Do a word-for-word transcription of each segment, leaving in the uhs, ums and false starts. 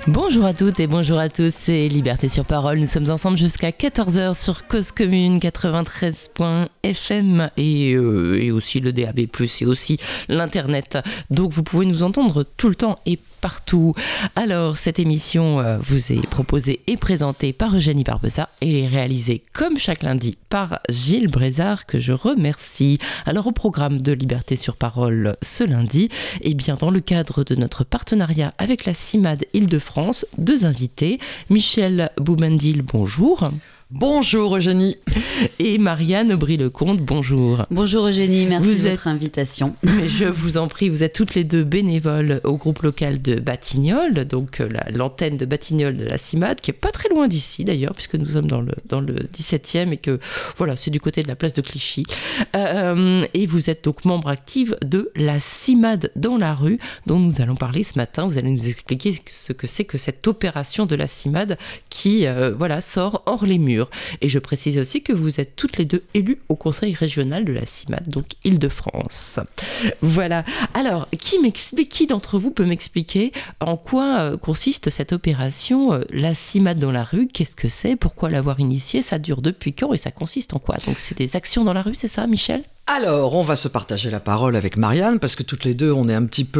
Bonjour à toutes et bonjour à tous, c'est Liberté sur Parole. Nous sommes ensemble jusqu'à quatorze heures sur Cause Commune quatre-vingt-treize point F M et, euh, et aussi le D A B plus, et aussi l'Internet. Donc vous pouvez nous entendre tout le temps et partout. Alors, cette émission euh, vous est proposée et présentée par Eugénie Barbeza et est réalisée comme chaque lundi par Gilles Brézard, que je remercie. Alors, au programme de Liberté sur Parole ce lundi, eh bien, dans le cadre de notre partenariat avec la CIMAD Île-de-France, deux invités. Michel Boumendil, bonjour. Bonjour Eugénie. Et Marianne Aubry-Lecomte, bonjour. Bonjour Eugénie, merci vous de êtes... votre invitation. Mais je vous en prie, vous êtes toutes les deux bénévoles au groupe local de Batignolles, donc la, l'antenne de Batignolles de la CIMAD, qui est pas très loin d'ici d'ailleurs, puisque nous sommes dans le, dans le dix-septième et que voilà, c'est du côté de la place de Clichy. Euh, et vous êtes donc membre active de la CIMAD dans la rue, dont nous allons parler ce matin. Vous allez nous expliquer ce que c'est que cette opération de la CIMAD qui euh, voilà, sort hors les murs. Et je précise aussi que vous êtes toutes les deux élues au conseil régional de la CIMAD, donc Île-de-France. Voilà. Alors, qui, m'explique, qui d'entre vous peut m'expliquer en quoi euh, consiste cette opération, euh, la CIMAD dans la rue? Qu'est-ce que c'est? Pourquoi l'avoir initiée? Ça dure depuis quand et ça consiste en quoi? Donc, c'est des actions dans la rue, c'est ça, Michel? Alors, on va se partager la parole avec Marianne, parce que toutes les deux, on est un petit peu...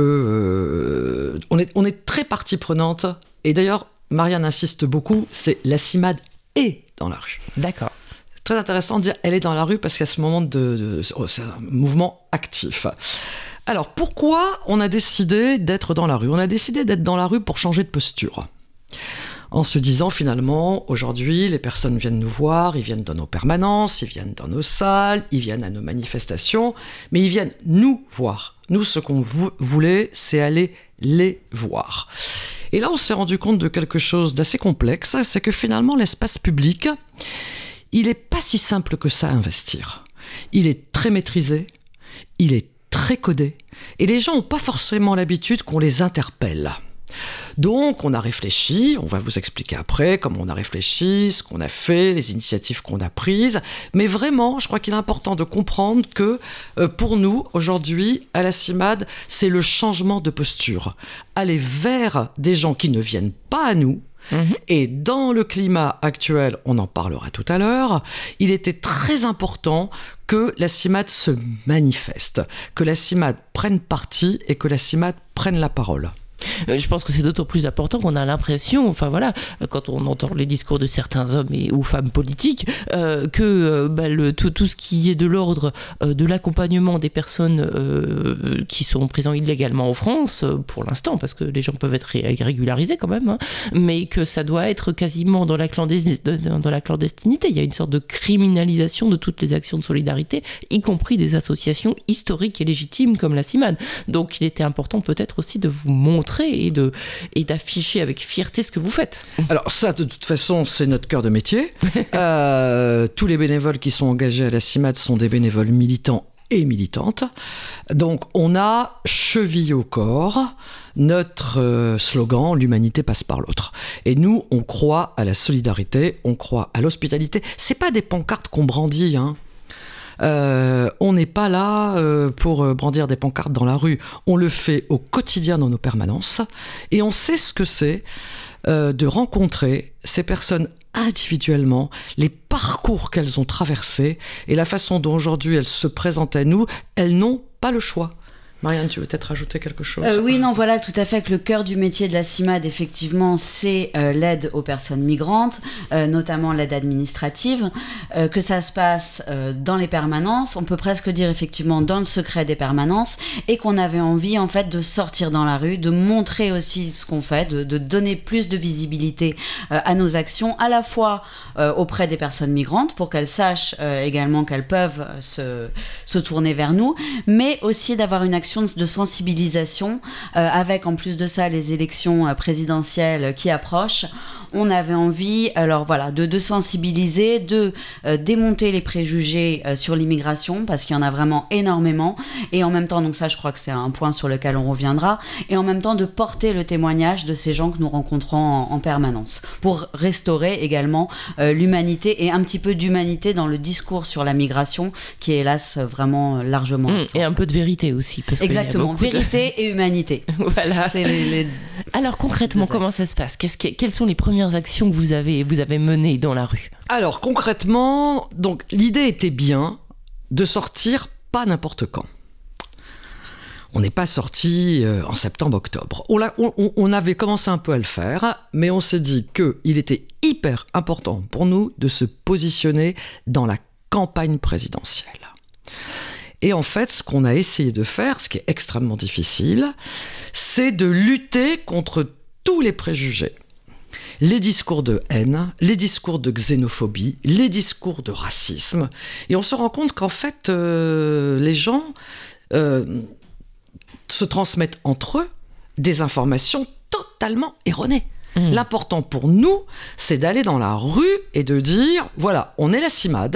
Euh, on, est, on est très partie prenante. Et d'ailleurs, Marianne insiste beaucoup, c'est la CIMAD est dans la rue. D'accord. C'est très intéressant de dire elle est dans la rue parce qu'à ce moment de, de oh, c'est un mouvement actif. Alors pourquoi on a décidé d'être dans la rue? On a décidé d'être dans la rue pour changer de posture. En se disant finalement, aujourd'hui, les personnes viennent nous voir, ils viennent dans nos permanences, ils viennent dans nos salles, ils viennent à nos manifestations, mais ils viennent nous voir. Nous, ce qu'on vou- voulait, c'est aller les voir. Et là, on s'est rendu compte de quelque chose d'assez complexe, c'est que finalement, l'espace public, il n'est pas si simple que ça à investir. Il est très maîtrisé, il est très codé, et les gens n'ont pas forcément l'habitude qu'on les interpelle. Donc, on a réfléchi, on va vous expliquer après comment on a réfléchi, ce qu'on a fait, les initiatives qu'on a prises. Mais vraiment, je crois qu'il est important de comprendre que euh, pour nous, aujourd'hui, à la CIMAD, c'est le changement de posture. Aller vers des gens qui ne viennent pas à nous. Mmh. Et dans le climat actuel, on en parlera tout à l'heure, il était très important que la CIMAD se manifeste, que la CIMAD prenne parti et que la CIMAD prenne la parole. Je pense que c'est d'autant plus important qu'on a l'impression, enfin voilà, quand on entend les discours de certains hommes et, ou femmes politiques, euh, que euh, bah, le, tout, tout ce qui est de l'ordre euh, de l'accompagnement des personnes euh, qui sont présentes illégalement en France, euh, pour l'instant, parce que les gens peuvent être ré- régularisés quand même, hein, mais que ça doit être quasiment dans la, clandestin- dans la clandestinité. Il y a une sorte de criminalisation de toutes les actions de solidarité, y compris des associations historiques et légitimes comme la CIMAD. Donc il était important peut-être aussi de vous montrer et, de, et d'afficher avec fierté ce que vous faites. Alors ça, de toute façon, c'est notre cœur de métier. euh, tous les bénévoles qui sont engagés à la CIMAD sont des bénévoles militants et militantes. Donc on a chevillé au corps notre euh, slogan « L'humanité passe par l'autre ». Et nous, on croit à la solidarité, on croit à l'hospitalité. C'est pas des pancartes qu'on brandit, hein. Euh, on n'est pas là euh, pour brandir des pancartes dans la rue. On le fait au quotidien dans nos permanences et on sait ce que c'est euh, de rencontrer ces personnes individuellement, les parcours qu'elles ont traversés et la façon dont aujourd'hui elles se présentent à nous. Elles n'ont pas le choix. Marianne, tu veux peut-être rajouter quelque chose? euh, Oui, non, voilà, tout à fait, que le cœur du métier de la CIMAD, effectivement, c'est euh, l'aide aux personnes migrantes, euh, notamment l'aide administrative, euh, que ça se passe euh, dans les permanences, on peut presque dire effectivement dans le secret des permanences, et qu'on avait envie, en fait, de sortir dans la rue, de montrer aussi ce qu'on fait, de, de donner plus de visibilité euh, à nos actions, à la fois euh, auprès des personnes migrantes, pour qu'elles sachent euh, également qu'elles peuvent se, se tourner vers nous, mais aussi d'avoir une action de sensibilisation euh, avec en plus de ça les élections euh, présidentielles qui approchent. On avait envie, alors voilà, de, de sensibiliser, de euh, démonter les préjugés euh, sur l'immigration parce qu'il y en a vraiment énormément et en même temps, donc ça je crois que c'est un point sur lequel on reviendra, et en même temps de porter le témoignage de ces gens que nous rencontrons en, en permanence pour restaurer également euh, l'humanité et un petit peu d'humanité dans le discours sur la migration qui est hélas vraiment largement mmh, et un peu de vérité aussi parce Exactement, vérité de... et humanité. Voilà. C'est les, les... Alors concrètement, comment ça se passe ? Qu'est-ce que, Quelles sont les premières actions que vous avez, vous avez menées dans la rue ? Alors concrètement, donc, l'idée était bien de sortir pas n'importe quand. On n'est pas sorti euh, en septembre-octobre. On, on, on avait commencé un peu à le faire, mais on s'est dit qu'il était hyper important pour nous de se positionner dans la campagne présidentielle. Et en fait, ce qu'on a essayé de faire, ce qui est extrêmement difficile, c'est de lutter contre tous les préjugés. Les discours de haine, les discours de xénophobie, les discours de racisme. Et on se rend compte qu'en fait, euh, les gens... Euh, se transmettent entre eux des informations totalement erronées. Mmh. L'important pour nous, c'est d'aller dans la rue et de dire, voilà, on est la CIMAD,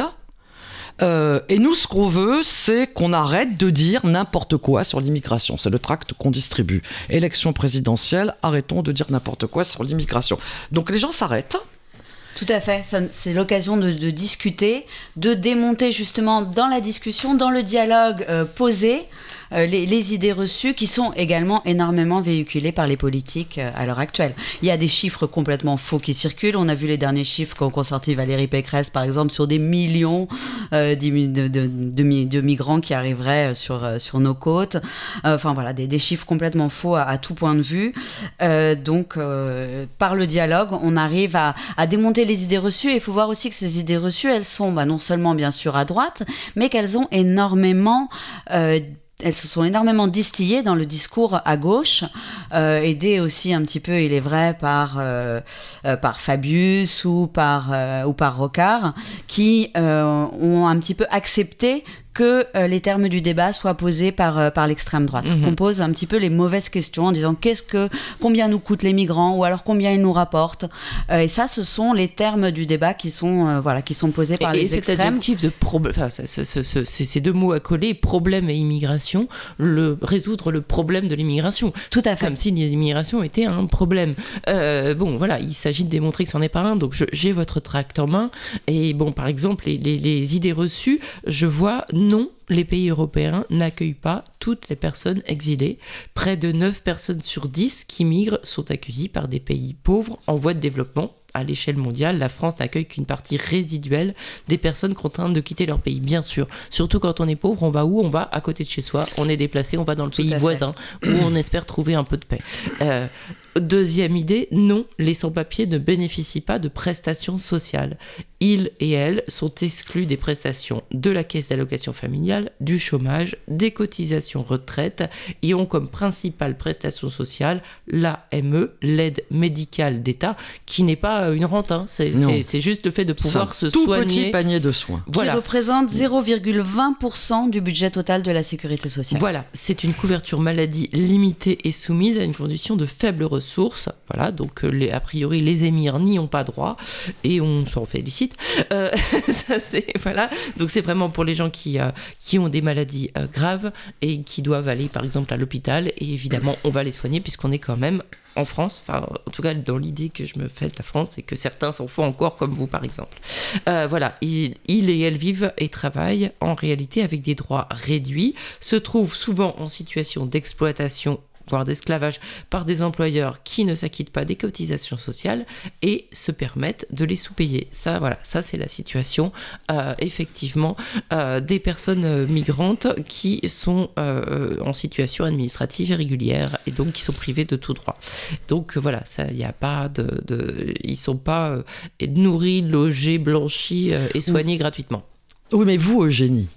euh, et nous, ce qu'on veut, c'est qu'on arrête de dire n'importe quoi sur l'immigration. C'est le tract qu'on distribue. Élection présidentielle, arrêtons de dire n'importe quoi sur l'immigration. Donc les gens s'arrêtent. Tout à fait, ça, c'est l'occasion de, de discuter, de démonter justement dans la discussion, dans le dialogue euh, posé, euh, les, les idées reçues qui sont également énormément véhiculées par les politiques euh, à l'heure actuelle. Il y a des chiffres complètement faux qui circulent. On a vu les derniers chiffres qu'ont qu'ont sorti Valérie Pécresse, par exemple, sur des millions euh, de, de, de, de, de migrants qui arriveraient sur, sur nos côtes. Euh, enfin voilà, des, des chiffres complètement faux à, à tout point de vue. Euh, donc, euh, par le dialogue, on arrive à, à démonter les idées reçues. Et il faut voir aussi que ces idées reçues, elles sont bah, non seulement bien sûr à droite, mais qu'elles ont énormément... Euh, elles se sont énormément distillées dans le discours à gauche, euh, aidées aussi un petit peu, il est vrai, par, euh, euh, par Fabius ou par, euh, ou par Rocard, qui euh, ont un petit peu accepté que euh, les termes du débat soient posés par, euh, par l'extrême droite. Mmh. Qu'on pose un petit peu les mauvaises questions en disant qu'est-ce que, combien nous coûtent les migrants ou alors combien ils nous rapportent. Euh, et ça, ce sont les termes du débat qui sont, euh, voilà, qui sont posés par et, les et extrêmes. Et cet adjectif de problème, enfin, ce, ce, ce, ces deux mots à coller, problème et immigration, le, résoudre le problème de l'immigration. Tout à fait. Comme si l'immigration était un problème. Euh, bon, voilà, il s'agit de démontrer que c'en est pas un. Donc, je, j'ai votre tract en main. Et bon, par exemple, les, les, les idées reçues, je vois... Non, les pays européens n'accueillent pas toutes les personnes exilées. Près de neuf personnes sur dix qui migrent sont accueillies par des pays pauvres en voie de développement. À l'échelle mondiale, la France n'accueille qu'une partie résiduelle des personnes contraintes de quitter leur pays, bien sûr. Surtout quand on est pauvre, on va où ? On va à côté de chez soi, on est déplacé, on va dans le Tout pays voisin où on espère trouver un peu de paix. Euh, Deuxième idée, non, les sans-papiers ne bénéficient pas de prestations sociales. Ils et elles sont exclus des prestations de la caisse d'allocation familiale, du chômage, des cotisations retraite et ont comme principale prestation sociale l'A M E, l'aide médicale d'État, qui n'est pas une rente, hein. c'est, c'est, c'est juste le fait de pouvoir se tout soigner. Tout petit panier de soins. Voilà. Qui représente zéro virgule vingt pour cent du budget total de la sécurité sociale. Voilà, c'est une couverture maladie limitée et soumise à une condition de faible ressource. Source, voilà, donc les, a priori les émirs n'y ont pas droit et on s'en félicite. Euh, ça c'est voilà, donc c'est vraiment pour les gens qui euh, qui ont des maladies euh, graves et qui doivent aller par exemple à l'hôpital et évidemment on va les soigner puisqu'on est quand même en France, enfin en tout cas dans l'idée que je me fais de la France et que certains s'en font encore comme vous par exemple. Euh, voilà, ils, ils et elles vivent et travaillent en réalité avec des droits réduits, se trouvent souvent en situation d'exploitation voire d'esclavage par des employeurs qui ne s'acquittent pas des cotisations sociales et se permettent de les sous-payer. Ça, voilà, ça c'est la situation euh, effectivement euh, des personnes migrantes qui sont euh, en situation administrative irrégulière et donc qui sont privées de tout droit. Donc voilà, ça, il y a pas de, de, ils sont pas euh, nourris, logés, blanchis euh, et soignés oui. gratuitement. Oui, mais vous, Eugénie,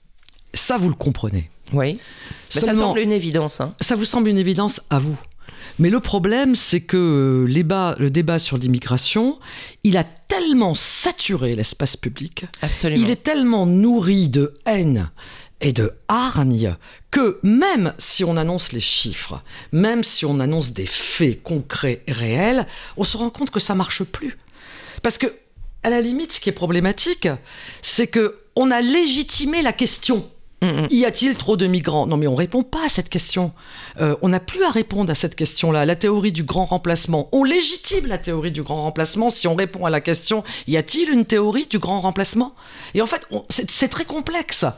ça vous le comprenez. Oui, Seulement, ça semble une évidence. Hein. Ça vous semble une évidence à vous. Mais le problème, c'est que les bas, le débat sur l'immigration, il a tellement saturé l'espace public, Absolument. Il est tellement nourri de haine et de hargne que même si on annonce les chiffres, même si on annonce des faits concrets et réels, on se rend compte que ça marche plus. Parce que, à la limite, ce qui est problématique, c'est que on a légitimé la question. Mmh. Y a-t-il trop de migrants ? Non, mais on répond pas à cette question. Euh, on n'a plus à répondre à cette question-là. La théorie du grand remplacement. On légitime la théorie du grand remplacement si on répond à la question « Y a-t-il une théorie du grand remplacement ?» Et en fait, on, c'est, c'est très complexe.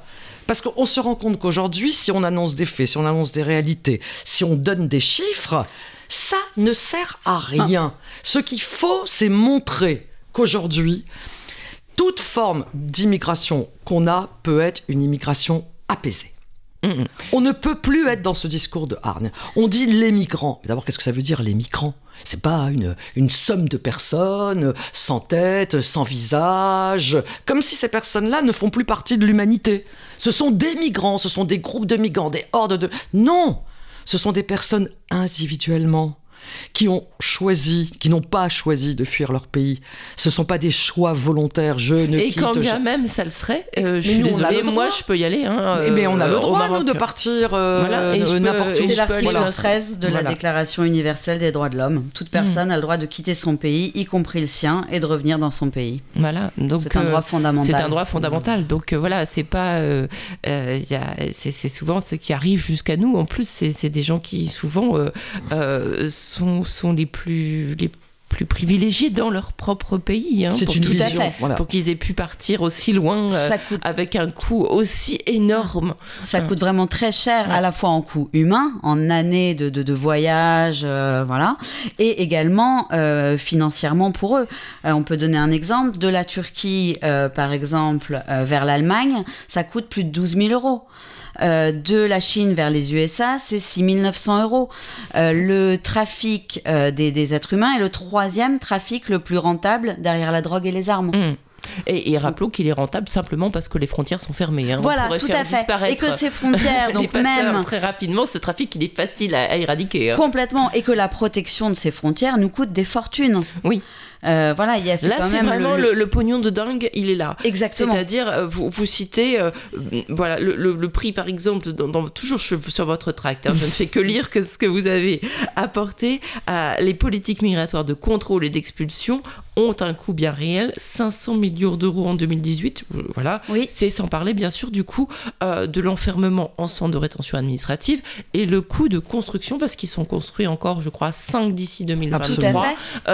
Parce qu'on se rend compte qu'aujourd'hui, si on annonce des faits, si on annonce des réalités, si on donne des chiffres, ça ne sert à rien. Ah. Ce qu'il faut, c'est montrer qu'aujourd'hui, toute forme d'immigration qu'on a peut être une immigration apaisée. Mmh. On ne peut plus être dans ce discours de hargne. On dit les migrants. Mais d'abord, qu'est-ce que ça veut dire, les migrants ? C'est pas une, une somme de personnes sans tête, sans visage, comme si ces personnes-là ne font plus partie de l'humanité. Ce sont des migrants, ce sont des groupes de migrants, des hordes de... Non ! Ce sont des personnes individuellement qui ont choisi, qui n'ont pas choisi de fuir leur pays. Ce ne sont pas des choix volontaires. Je ne Et quitte quand bien je... même ça le serait, euh, je suis désolée, moi je peux y aller. Hein, mais, mais on a euh, le droit, nous, de partir euh, voilà, et n'importe peux, où. C'est l'article voilà. treize de la voilà. Déclaration universelle des droits de l'homme. Toute personne mmh. a le droit de quitter son pays, y compris le sien, et de revenir dans son pays. Voilà. Donc, c'est un droit fondamental. C'est un droit fondamental. Donc euh, voilà, c'est pas, euh, euh, y a, c'est, c'est souvent ceux qui arrivent jusqu'à nous. En plus, c'est, c'est des gens qui souvent euh, euh, sont, sont les plus les plus privilégiés dans leur propre pays, hein, c'est pour une qu'ils vision, aient, voilà. pour qu'ils aient pu partir aussi loin euh, coûte... avec un coût aussi énorme. Ça coûte vraiment très cher, ouais. à la fois en coût humain, en années de, de, de voyage, euh, voilà, et également euh, financièrement pour eux. Euh, on peut donner un exemple de la Turquie, euh, par exemple, euh, vers l'Allemagne, ça coûte plus de douze mille euros. Euh, de la Chine vers les U S A, c'est six mille neuf cents euros. Euh, le trafic euh, des, des êtres humains est le troisième trafic le plus rentable derrière la drogue et les armes. Mmh. Et, et rappelons qu'il est rentable simplement parce que les frontières sont fermées. Hein. Voilà, tout à fait. Et que ces frontières, donc même très rapidement, ce trafic, il est facile à, à éradiquer. Hein. Complètement. Et que la protection de ces frontières nous coûte des fortunes. Oui. Euh, voilà, y a, c'est là, quand c'est même vraiment le, le, le pognon de dingue, il est là. Exactement. C'est-à-dire, vous, vous citez, euh, voilà, le, le, le prix, par exemple, dans, dans, toujours sur votre tract, hein, je ne fais que lire que ce que vous avez apporté. Euh, les politiques migratoires de contrôle et d'expulsion ont un coût bien réel, cinq cents millions d'euros en deux mille dix-huit. Voilà, oui. C'est sans parler, bien sûr, du coût euh, de l'enfermement en centre de rétention administrative et le coût de construction, parce qu'ils sont construits encore, je crois, cinq d'ici deux mille vingt-trois.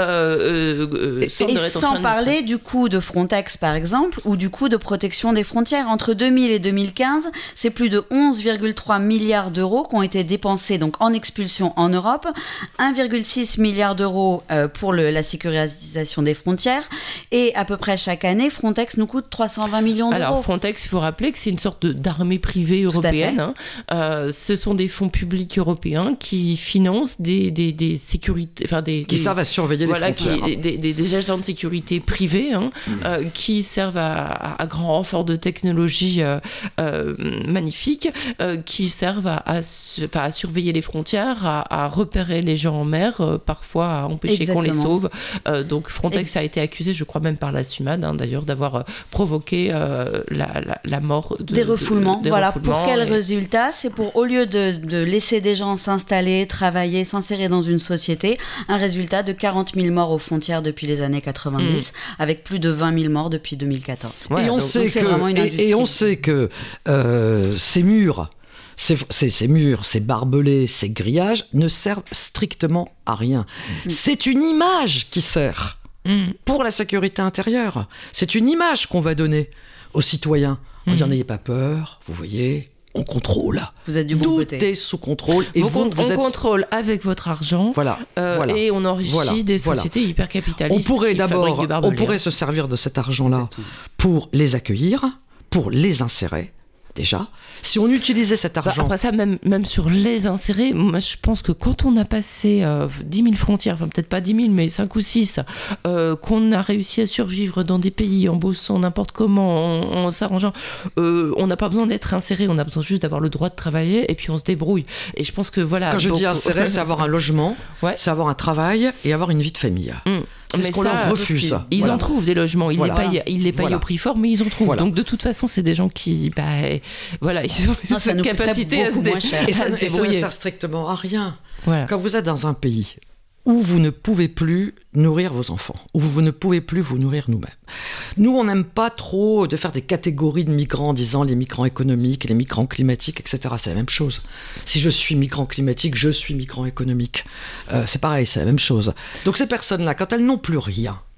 Euh, euh, et sans parler du coût de Frontex, par exemple, ou du coût de protection des frontières. Entre deux mille et deux mille quinze, c'est plus de onze virgule trois milliards d'euros qui ont été dépensés donc, en expulsion en Europe, un virgule six milliard d'euros euh, pour le, la sécurisation des frontières, et à peu près chaque année, Frontex nous coûte trois cent vingt millions d'euros. Alors, Frontex, il faut rappeler que c'est une sorte de, d'armée privée européenne. Hein. Euh, ce sont des fonds publics européens qui financent des, des, des sécurités... Enfin des, qui des, servent à surveiller voilà, les frontières. Qui, des, des, des agents de sécurité privés hein, mmh. euh, qui servent à, à, à grand renfort de technologie euh, euh, magnifique, euh, qui servent à, à, à, à surveiller les frontières, à, à repérer les gens en mer, euh, parfois à empêcher Exactement. qu'on les sauve. Euh, donc Frontex Ex- a été accusé, je crois même par la SUMAD, hein, d'ailleurs, d'avoir euh, provoqué euh, la, la, la mort de, des refoulements. De, des voilà, refoulements pour quel et... résultat ? C'est pour, au lieu de, de laisser des gens s'installer, travailler, s'insérer dans une société, un résultat de quarante mille morts aux frontières depuis les années quatre-vingt-dix, mmh. avec plus de vingt mille morts depuis deux mille quatorze. Ouais, et, on donc, sait donc que, et, et on sait que euh, ces murs, ces, ces, ces murs, ces barbelés, ces grillages ne servent strictement à rien. Mmh. C'est une image qui sert mmh. pour la sécurité intérieure. C'est une image qu'on va donner aux citoyens. On mmh. dit, n'ayez pas peur, vous voyez... On contrôle. Vous êtes du bon Tout côté. Tout est sous contrôle. Et vous, vous, vous on êtes... contrôle avec votre argent. Voilà. Euh, voilà. Et on enrichit voilà. des sociétés voilà. hyper capitalistes. On pourrait d'abord, on pourrait se servir de cet argent-là Exactement. pour les accueillir, pour les insérer. Déjà, si on utilisait cet argent... Bah après ça, même, même sur les insérés, moi je pense que quand on a passé euh, dix mille frontières, enfin peut-être pas dix mille, mais cinq ou six, euh, qu'on a réussi à survivre dans des pays en bossant n'importe comment, en, en s'arrangeant, euh, on n'a pas besoin d'être inséré, on a besoin juste d'avoir le droit de travailler et puis on se débrouille. Et je pense que voilà... Quand je donc, dis insérer, c'est avoir un logement, ouais. c'est avoir un travail et avoir une vie de famille. Mmh. C'est mais ce qu'on ça, leur refuse. Ils voilà. en trouvent des logements, ils voilà. les payent, ils les payent voilà. au prix fort, mais ils en trouvent. Voilà. Donc de toute façon, c'est des gens qui, bah, voilà, ils ont non, cette capacité à se, dé- et ça, à se et ça ne sert strictement à rien. Voilà. Quand vous êtes dans un pays où vous ne pouvez plus nourrir vos enfants, où vous ne pouvez plus vous nourrir nous-mêmes. Nous, on n'aime pas trop de faire des catégories de migrants en disant les migrants économiques, les migrants climatiques, et cetera. C'est la même chose. Si je suis migrant climatique, je suis migrant économique. Euh, c'est pareil, c'est la même chose. Donc ces personnes-là, quand elles n'ont plus rien,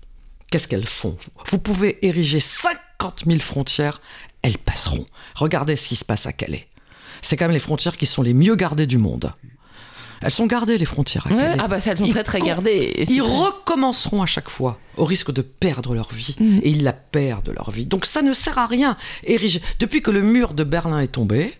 qu'est-ce qu'elles font ? Vous pouvez ériger cinquante mille frontières, elles passeront. Regardez ce qui se passe à Calais. C'est quand même les frontières qui sont les mieux gardées du monde. Elles sont gardées, les frontières à Calais. Ouais, ah bah ça, elles sont ils très très gardées. Et ils recommenceront à chaque fois, au risque de perdre leur vie. Mmh. Et ils la perdent, leur vie. Donc ça ne sert à rien. Ériger. Depuis que le mur de Berlin est tombé,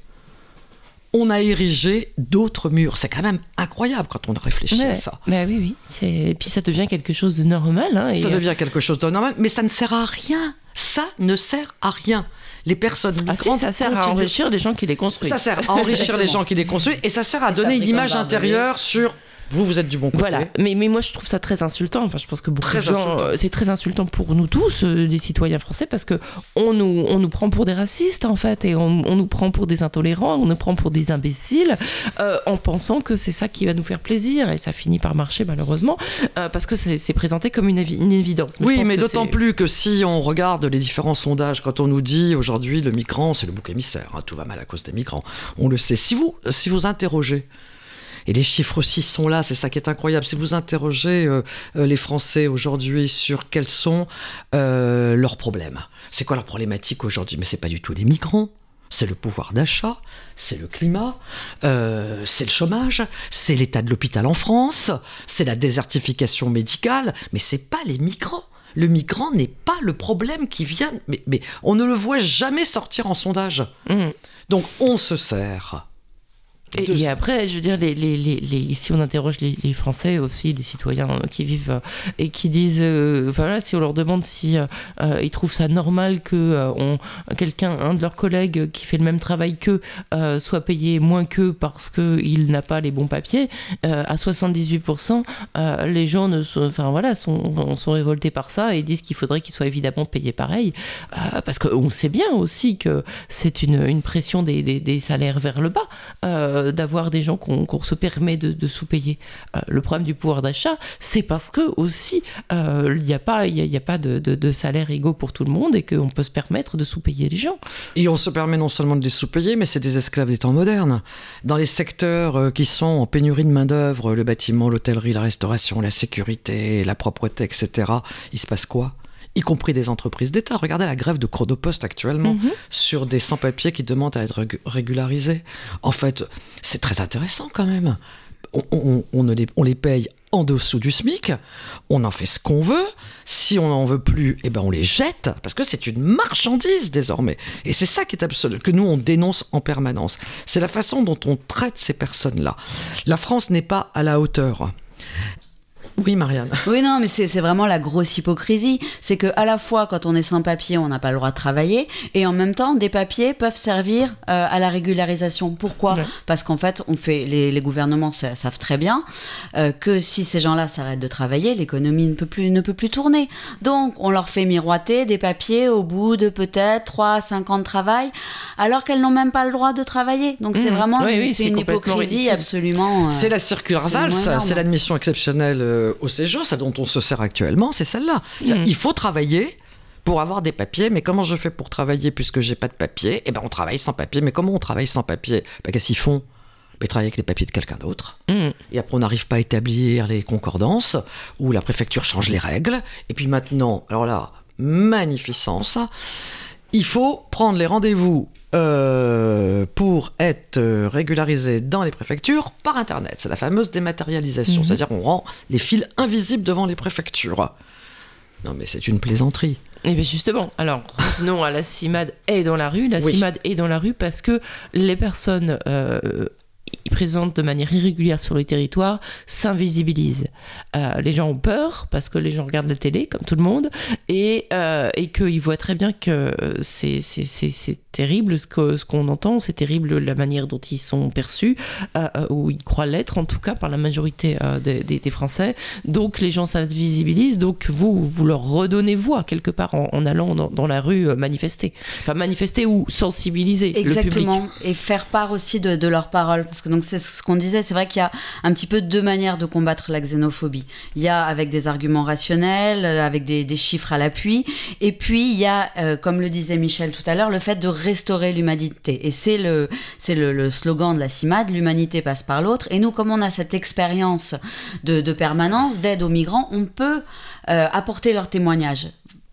on a érigé d'autres murs. C'est quand même incroyable quand on réfléchit ouais, à ça. Bah oui, oui. C'est... Et puis ça devient quelque chose de normal. Hein, ça et... devient quelque chose de normal, mais ça ne sert à rien. Ça ne sert à rien. Les personnes migrantes... Ah si, ça sert continuent... à enrichir les gens qui les construisent. Ça sert à enrichir les gens qui les construisent et ça sert à donner une image intérieure sur... Vous, vous êtes du bon côté. Voilà, mais, mais moi je trouve ça très insultant. Enfin, je pense que beaucoup très de gens, insultant. C'est très insultant pour nous tous, euh, les citoyens français, parce que on nous, on nous prend pour des racistes en fait, et on, on nous prend pour des intolérants, on nous prend pour des imbéciles, euh, en pensant que c'est ça qui va nous faire plaisir, et ça finit par marcher malheureusement, euh, parce que c'est, c'est présenté comme une, évi- une évidence. Mais oui, mais d'autant c'est... plus que si on regarde les différents sondages, quand on nous dit aujourd'hui le migrant c'est le bouc émissaire, hein, tout va mal à cause des migrants, on le sait. Si vous, si vous interrogez. Et les chiffres aussi sont là, c'est ça qui est incroyable. Si vous interrogez euh, euh, les Français aujourd'hui sur quels sont euh, leurs problèmes, c'est quoi leur problématique aujourd'hui ? Mais c'est pas du tout les migrants, c'est le pouvoir d'achat, c'est le climat, euh, c'est le chômage, c'est l'état de l'hôpital en France, c'est la désertification médicale, mais c'est pas les migrants. Le migrant n'est pas le problème qui vient, mais, mais on ne le voit jamais sortir en sondage. Mmh. Donc on se sert... Et, et après, je veux dire, les, les, les, les, si on interroge les, les Français aussi, les citoyens qui vivent euh, et qui disent, euh, voilà, si on leur demande si euh, euh, ils trouvent ça normal que euh, on, quelqu'un, un de leurs collègues qui fait le même travail qu'eux, euh, soit payé moins qu'eux parce qu'il n'a pas les bons papiers, euh, à soixante-dix-huit pour cent, euh, les gens ne sont, enfin voilà, sont, sont révoltés par ça et disent qu'il faudrait qu'ils soient évidemment payés pareil, euh, parce qu'on sait bien aussi que c'est une, une pression des, des, des salaires vers le bas. Euh, d'avoir des gens qu'on, qu'on se permet de, de sous-payer. Euh, le problème du pouvoir d'achat, c'est parce que aussi il euh, n'y a pas, il y a pas de, de, de salaire égaux pour tout le monde et qu'on peut se permettre de sous-payer les gens. Et on se permet non seulement de les sous-payer, mais c'est des esclaves des temps modernes. Dans les secteurs euh, qui sont en pénurie de main-d'œuvre, le bâtiment, l'hôtellerie, la restauration, la sécurité, la propreté, et cetera, il se passe quoi ? Y compris des entreprises d'État. Regardez la grève de Chronopost actuellement, mm-hmm. sur des sans-papiers qui demandent à être régularisés. En fait, c'est très intéressant quand même. On, on, on, ne les, on les paye en dessous du SMIC, on en fait ce qu'on veut. Si on n'en veut plus, eh ben on les jette, parce que c'est une marchandise désormais. Et c'est ça qui est absolu, que nous on dénonce en permanence. C'est la façon dont on traite ces personnes-là. La France n'est pas à la hauteur. Oui, Marianne. Oui, non, mais c'est, c'est vraiment la grosse hypocrisie. C'est qu'à la fois, quand on est sans papier, on n'a pas le droit de travailler, et en même temps, des papiers peuvent servir euh, à la régularisation. Pourquoi ? Ouais. Parce qu'en fait, on fait, les, les gouvernements savent très bien euh, que si ces gens-là s'arrêtent de travailler, l'économie ne peut plus, ne peut plus tourner. Donc, on leur fait miroiter des papiers au bout de peut-être trois à cinq ans de travail, alors qu'elles n'ont même pas le droit de travailler. Donc, mmh. c'est vraiment oui, oui, c'est c'est une hypocrisie ridicule. absolument... Euh, c'est la circulaire Valls, c'est l'admission exceptionnelle euh, au séjour, c'est dont on se sert actuellement, c'est celle-là. Mmh. Il faut travailler pour avoir des papiers, mais comment je fais pour travailler puisque j'ai pas de papier ? Eh ben on travaille sans papier, mais comment on travaille sans papier ? Ben, qu'est-ce qu'ils font ? Ben, ils travaillent avec les papiers de quelqu'un d'autre. Mmh. Et après on n'arrive pas à établir les concordances, ou la préfecture change les règles, et puis maintenant, alors là, magnificence, il faut prendre les rendez-vous Euh, pour être euh, régularisé dans les préfectures par Internet. C'est la fameuse dématérialisation, mmh. c'est-à-dire qu'on rend les fils invisibles devant les préfectures. Non mais c'est une plaisanterie. Et bien justement, alors revenons à la CIMAD est dans la rue. La oui. CIMAD est dans la rue parce que les personnes euh, présentes de manière irrégulière sur les territoires s'invisibilisent. Euh, les gens ont peur parce que les gens regardent la télé comme tout le monde et, euh, et qu'ils voient très bien que c'est, c'est, c'est, c'est terrible ce, que, ce qu'on entend, c'est terrible la manière dont ils sont perçus, euh, ou ils croient l'être en tout cas par la majorité euh, des, des, des Français. Donc les gens s'invisibilisent, donc vous, vous leur redonnez voix quelque part en, en allant dans, dans la rue manifester. Enfin manifester ou sensibiliser Exactement. le public. Et faire part aussi de, de leurs paroles, parce que Donc c'est ce qu'on disait, c'est vrai qu'il y a un petit peu deux manières de combattre la xénophobie. Il y a avec des arguments rationnels, avec des, des chiffres à l'appui, et puis il y a, euh, comme le disait Michel tout à l'heure, le fait de restaurer l'humanité. Et c'est le, c'est le, le slogan de la CIMAD, l'humanité passe par l'autre. Et nous, comme on a cette expérience de, de permanence, d'aide aux migrants, on peut euh, apporter leur témoignage,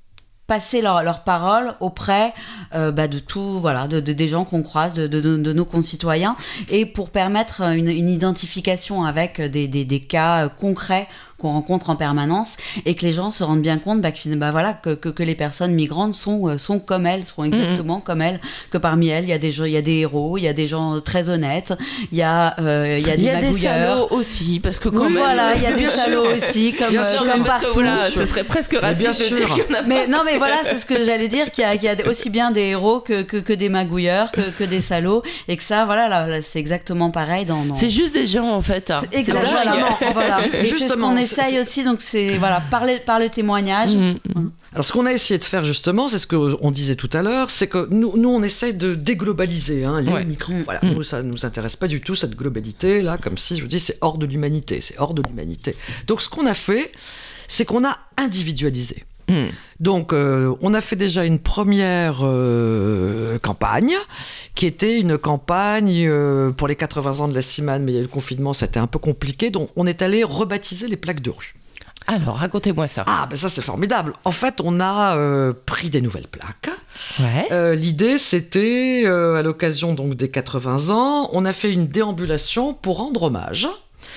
passer leur, leur parole auprès euh, bah, de tout, voilà, de, de, des gens qu'on croise, de, de, de nos concitoyens, et pour permettre une, une identification avec des, des, des cas concrets qu'on rencontre en permanence, et que les gens se rendent bien compte bah, que, bah, voilà, que, que, que les personnes migrantes sont, sont comme elles, sont exactement mmh. comme elles, que parmi elles, il y a des gens, il y a des héros, il y a des gens très honnêtes, il y a, euh, il y a des magouilleurs. Il y a magouilleurs. Des salauds aussi, parce que quand oui, même... voilà, il y a des salauds aussi, comme, bien euh, sûr, comme parce partout. Que, voilà, ce serait presque raciste de dire qu'il y en a mais pas, non, mais voilà, c'est ce que j'allais dire, qu'il y a, qu'il y a aussi bien des héros que, que, que des magouilleurs, que, que des salauds, et que ça, voilà, là, là, c'est exactement pareil dans... dans... C'est juste des gens, en fait. Hein. C'est exactement, voilà. Et justement, c'est ce qu'on c'est, essaye c'est... aussi, donc c'est voilà, par le, par le témoignage. Mmh. Alors ce qu'on a essayé de faire justement, c'est ce qu'on disait tout à l'heure, c'est que nous, nous on essaie de déglobaliser hein, les ouais. migrants. Mmh. Voilà, mmh. nous ça nous intéresse pas du tout cette globalité là, comme si je vous dis c'est hors de l'humanité, c'est hors de l'humanité. Donc ce qu'on a fait, c'est qu'on a individualisé. Mmh. Donc, euh, on a fait déjà une première euh, campagne, qui était une campagne euh, pour les quatre-vingts ans de la CIMAD, mais il y a eu le confinement, c'était un peu compliqué, donc on est allé rebaptiser les plaques de rue. Alors, racontez-moi ça. Ah, ben ça c'est formidable. En fait, on a euh, pris des nouvelles plaques. Ouais. Euh, l'idée, c'était, euh, à l'occasion donc des quatre-vingts ans, on a fait une déambulation pour rendre hommage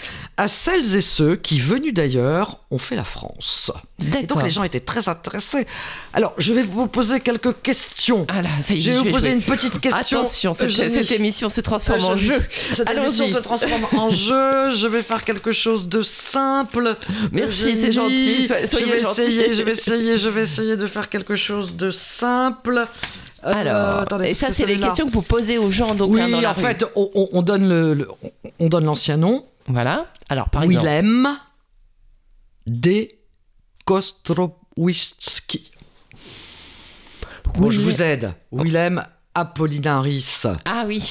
à celles et ceux qui, venus d'ailleurs, ont fait la France. D'accord. Et donc les gens étaient très intéressés. Alors, je vais vous poser quelques questions. Ah là, ça y est, je vais je vous vais poser jouer. une petite question. Attention, cette, cette émission se transforme en jeu. Cette Allons-y. émission se transforme en jeu. Je vais faire quelque chose de simple. Merci, c'est gentil. Soyez je vais gentil. essayer, je vais essayer, je vais essayer de faire quelque chose de simple. Alors, euh, attendez, et ça, c'est les questions que vous posez aux gens, donc oui, hein, dans la en rue. fait, on, on, on donne le, le, on donne l'ancien nom. Voilà. Alors, par exemple, Willem de Kostrowiecki. Bon, je vous aide. Willem Apollinaris. Ah oui.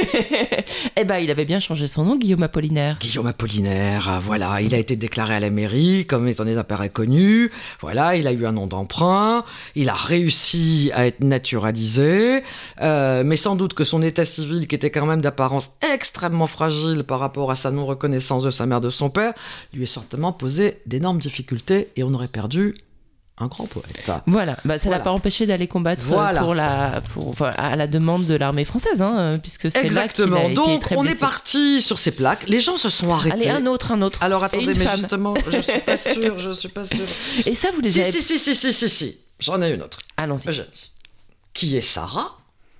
Eh ben, il avait bien changé son nom, Guillaume Apollinaire. Guillaume Apollinaire, voilà. Il a été déclaré à la mairie comme étant un père inconnu. Voilà, il a eu un nom d'emprunt. Il a réussi à être naturalisé. Euh, mais sans doute que son état civil, qui était quand même d'apparence extrêmement fragile par rapport à sa non-reconnaissance de sa mère, de son père, lui a certainement posé d'énormes difficultés et on aurait perdu un grand poète. Voilà, bah, ça ne voilà. l'a pas empêché d'aller combattre voilà. pour la, pour, voilà, à la demande de l'armée française, hein, puisque c'est exactement. Là qu'il a donc été très on blessé. est parti sur ces plaques. Les gens se sont arrêtés. Allez, un autre, un autre. Alors attendez, mais femme. justement, je suis pas sûre, je suis pas sûre. Et ça, vous les si, avez... si, si, si, si, si, si. J'en ai une autre. Allons-y. Je dis. Qui est Sarah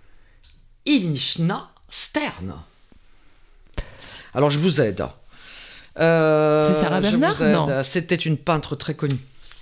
Ilnichna Stern. Alors je vous aide. Euh, c'est Sarah Bernard, je vous aide. non. C'était une peintre très connue.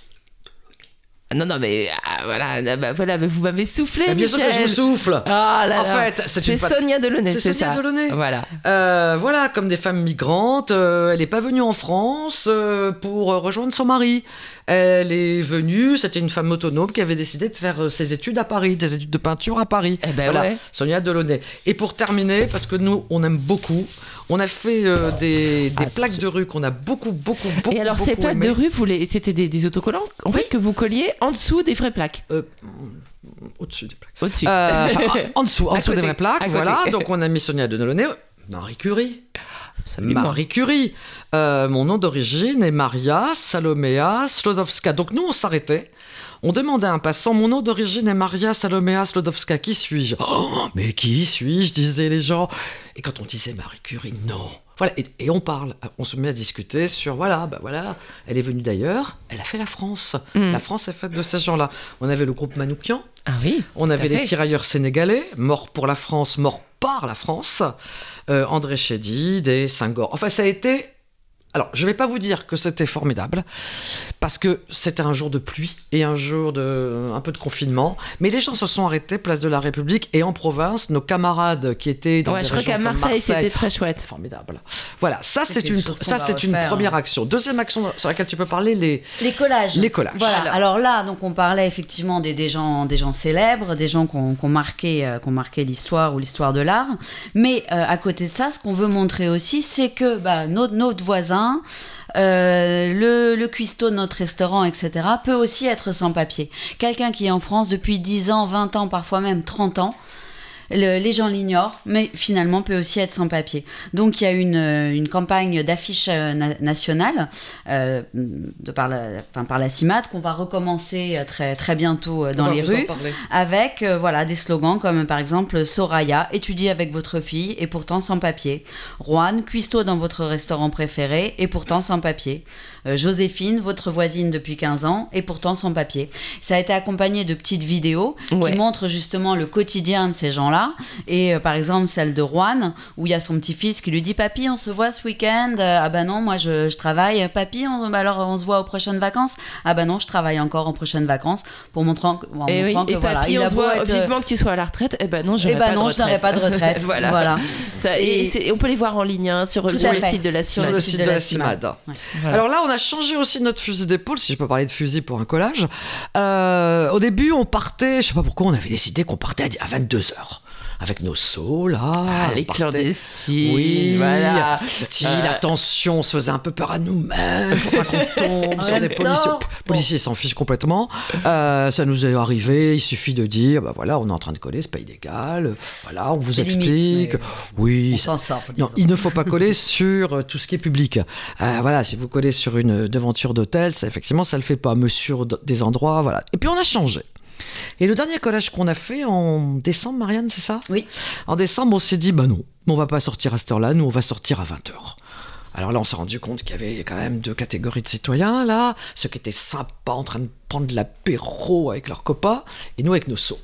Non, non, mais ah, voilà, bah, voilà, mais vous m'avez soufflé, bah, bien Michel. sûr que je me souffle. Ah là en là. fait, c'est, c'est une Sonia Delaunay, c'est, c'est ça. Sonia Delaunay. Voilà. Euh, voilà, comme des femmes migrantes, euh, elle n'est pas venue en France euh, pour euh, rejoindre son mari. Elle est venue, c'était une femme autonome qui avait décidé de faire euh, ses études à Paris, des études de peinture à Paris. Eh ben voilà, ouais. Sonia Delaunay. Et pour terminer, parce que nous, on aime beaucoup, on a fait euh, des, des plaques de rue qu'on a beaucoup, beaucoup, beaucoup Et alors, beaucoup ces plaques aimées. de rue, vous les... c'était des, des autocollants, en oui. fait, que vous colliez en dessous des vraies plaques. Euh, au-dessus des plaques. Au-dessus. Euh, en dessous, en À dessous côté, des vraies plaques, à côté. voilà. Donc on a mis Sonia Delaunay, Marie Curie. Absolument. Marie Curie. Euh, mon nom d'origine est Maria Salomea Slodowska. Donc nous, on s'arrêtait. On demandait à un passant, mon nom d'origine est Maria Salomea Slodowska. Qui suis-je ? Oh, mais qui suis-je ? Disaient les gens. Et quand on disait Marie Curie, non. Voilà, et, et on parle, on se met à discuter sur, voilà, bah voilà, elle est venue d'ailleurs, elle a fait la France. Mm. La France est faite de ces gens-là. On avait le groupe Manoukian. Ah oui. On avait les tirailleurs sénégalais, morts pour la France, morts par la France. Euh, André Chédid et Senghor. Enfin, ça a été Alors, je ne vais pas vous dire que c'était formidable, parce que c'était un jour de pluie et un jour de un peu de confinement, mais les gens se sont arrêtés place de la République et en province, nos camarades qui étaient dans ouais, des je crois régions qu'à comme Marseille, Marseille, c'était très chouette. Formidable. Voilà, ça c'est, c'est une ça c'est une refaire, première hein. action. Deuxième action sur laquelle tu peux parler, les Les collages. Les collages. Voilà. Alors, Alors là, donc on parlait effectivement des, des gens, des gens célèbres, des gens qui ont, qui ont marqué, euh, qui ont marqué l'histoire ou l'histoire de l'art. Mais euh, à côté de ça, ce qu'on veut montrer aussi, c'est que bah, notre, notre voisin. Euh, le, le cuistot de notre restaurant, et cetera, peut aussi être sans papier. Quelqu'un qui est en France depuis dix ans, vingt ans, parfois même trente ans, le, les gens l'ignorent, mais finalement peut aussi être sans papier. Donc il y a une, une campagne d'affiches na- nationales euh, de par, la, enfin, par la CIMAD qu'on va recommencer très, très bientôt dans les rues, avec euh, voilà, des slogans comme par exemple Soraya, étudiez avec votre fille et pourtant sans papier. Juan, cuistot dans votre restaurant préféré et pourtant sans papier. Euh, Joséphine, votre voisine depuis quinze ans et pourtant sans papier. Ça a été accompagné de petites vidéos Ouais. qui montrent justement le quotidien de ces gens-là. Et euh, par exemple celle de Juan où il y a son petit-fils qui lui dit papy on se voit ce week-end, euh, ah bah non moi je, je travaille, papy on, bah alors on se voit aux prochaines vacances, ah bah non je travaille encore aux prochaines vacances, pour montrant, que- en Et, oui, montrant que et voilà papy, il on a se beau voit être, vivement que tu sois à la retraite. Eh ben non, j'aurai eh pas ben de non retraite. je n'aurai pas de retraite. voilà. Voilà. Ça, et Et- c'est- on peut les voir en ligne hein, sur, Tout sur à le fait. site de la sur CIMAD. le site de la CIMAD. Ouais. Voilà. Alors là, on a changé aussi notre fusil d'épaule, si je peux parler de fusil pour un collage. Euh, au début, on partait, je sais pas pourquoi, on avait décidé qu'on partait à vingt-deux heures. Avec nos seaux, là. Ah, les on partait- clandestines. Oui, voilà. style, Euh, attention, on se faisait un peu peur à nous-mêmes, faut pas qu'on tombe En sur même des policiers. temps, P- policiers s'en fichent complètement. Euh, ça nous est arrivé, il suffit de dire, bah voilà, on est en train de coller, c'est pas illégal. Voilà, on vous C'est explique. limite, mais Oui, On ça- s'en sort. non, disons. il ne faut pas coller sur euh, tout ce qui est public. Euh, voilà, si vous collez sur une devanture d'hôtel, ça, effectivement, ça le fait pas. Mais sur d- des endroits, voilà. Et puis on a changé. Et le dernier collage qu'on a fait en décembre, Marianne, c'est ça ? Oui. En décembre, on s'est dit, bah non, on va pas sortir à cette heure-là, nous on va sortir à vingt heures. Alors là, on s'est rendu compte qu'il y avait quand même deux catégories de citoyens, là. Ceux qui étaient sympas, en train de prendre de l'apéro avec leurs copains, et nous avec nos seaux.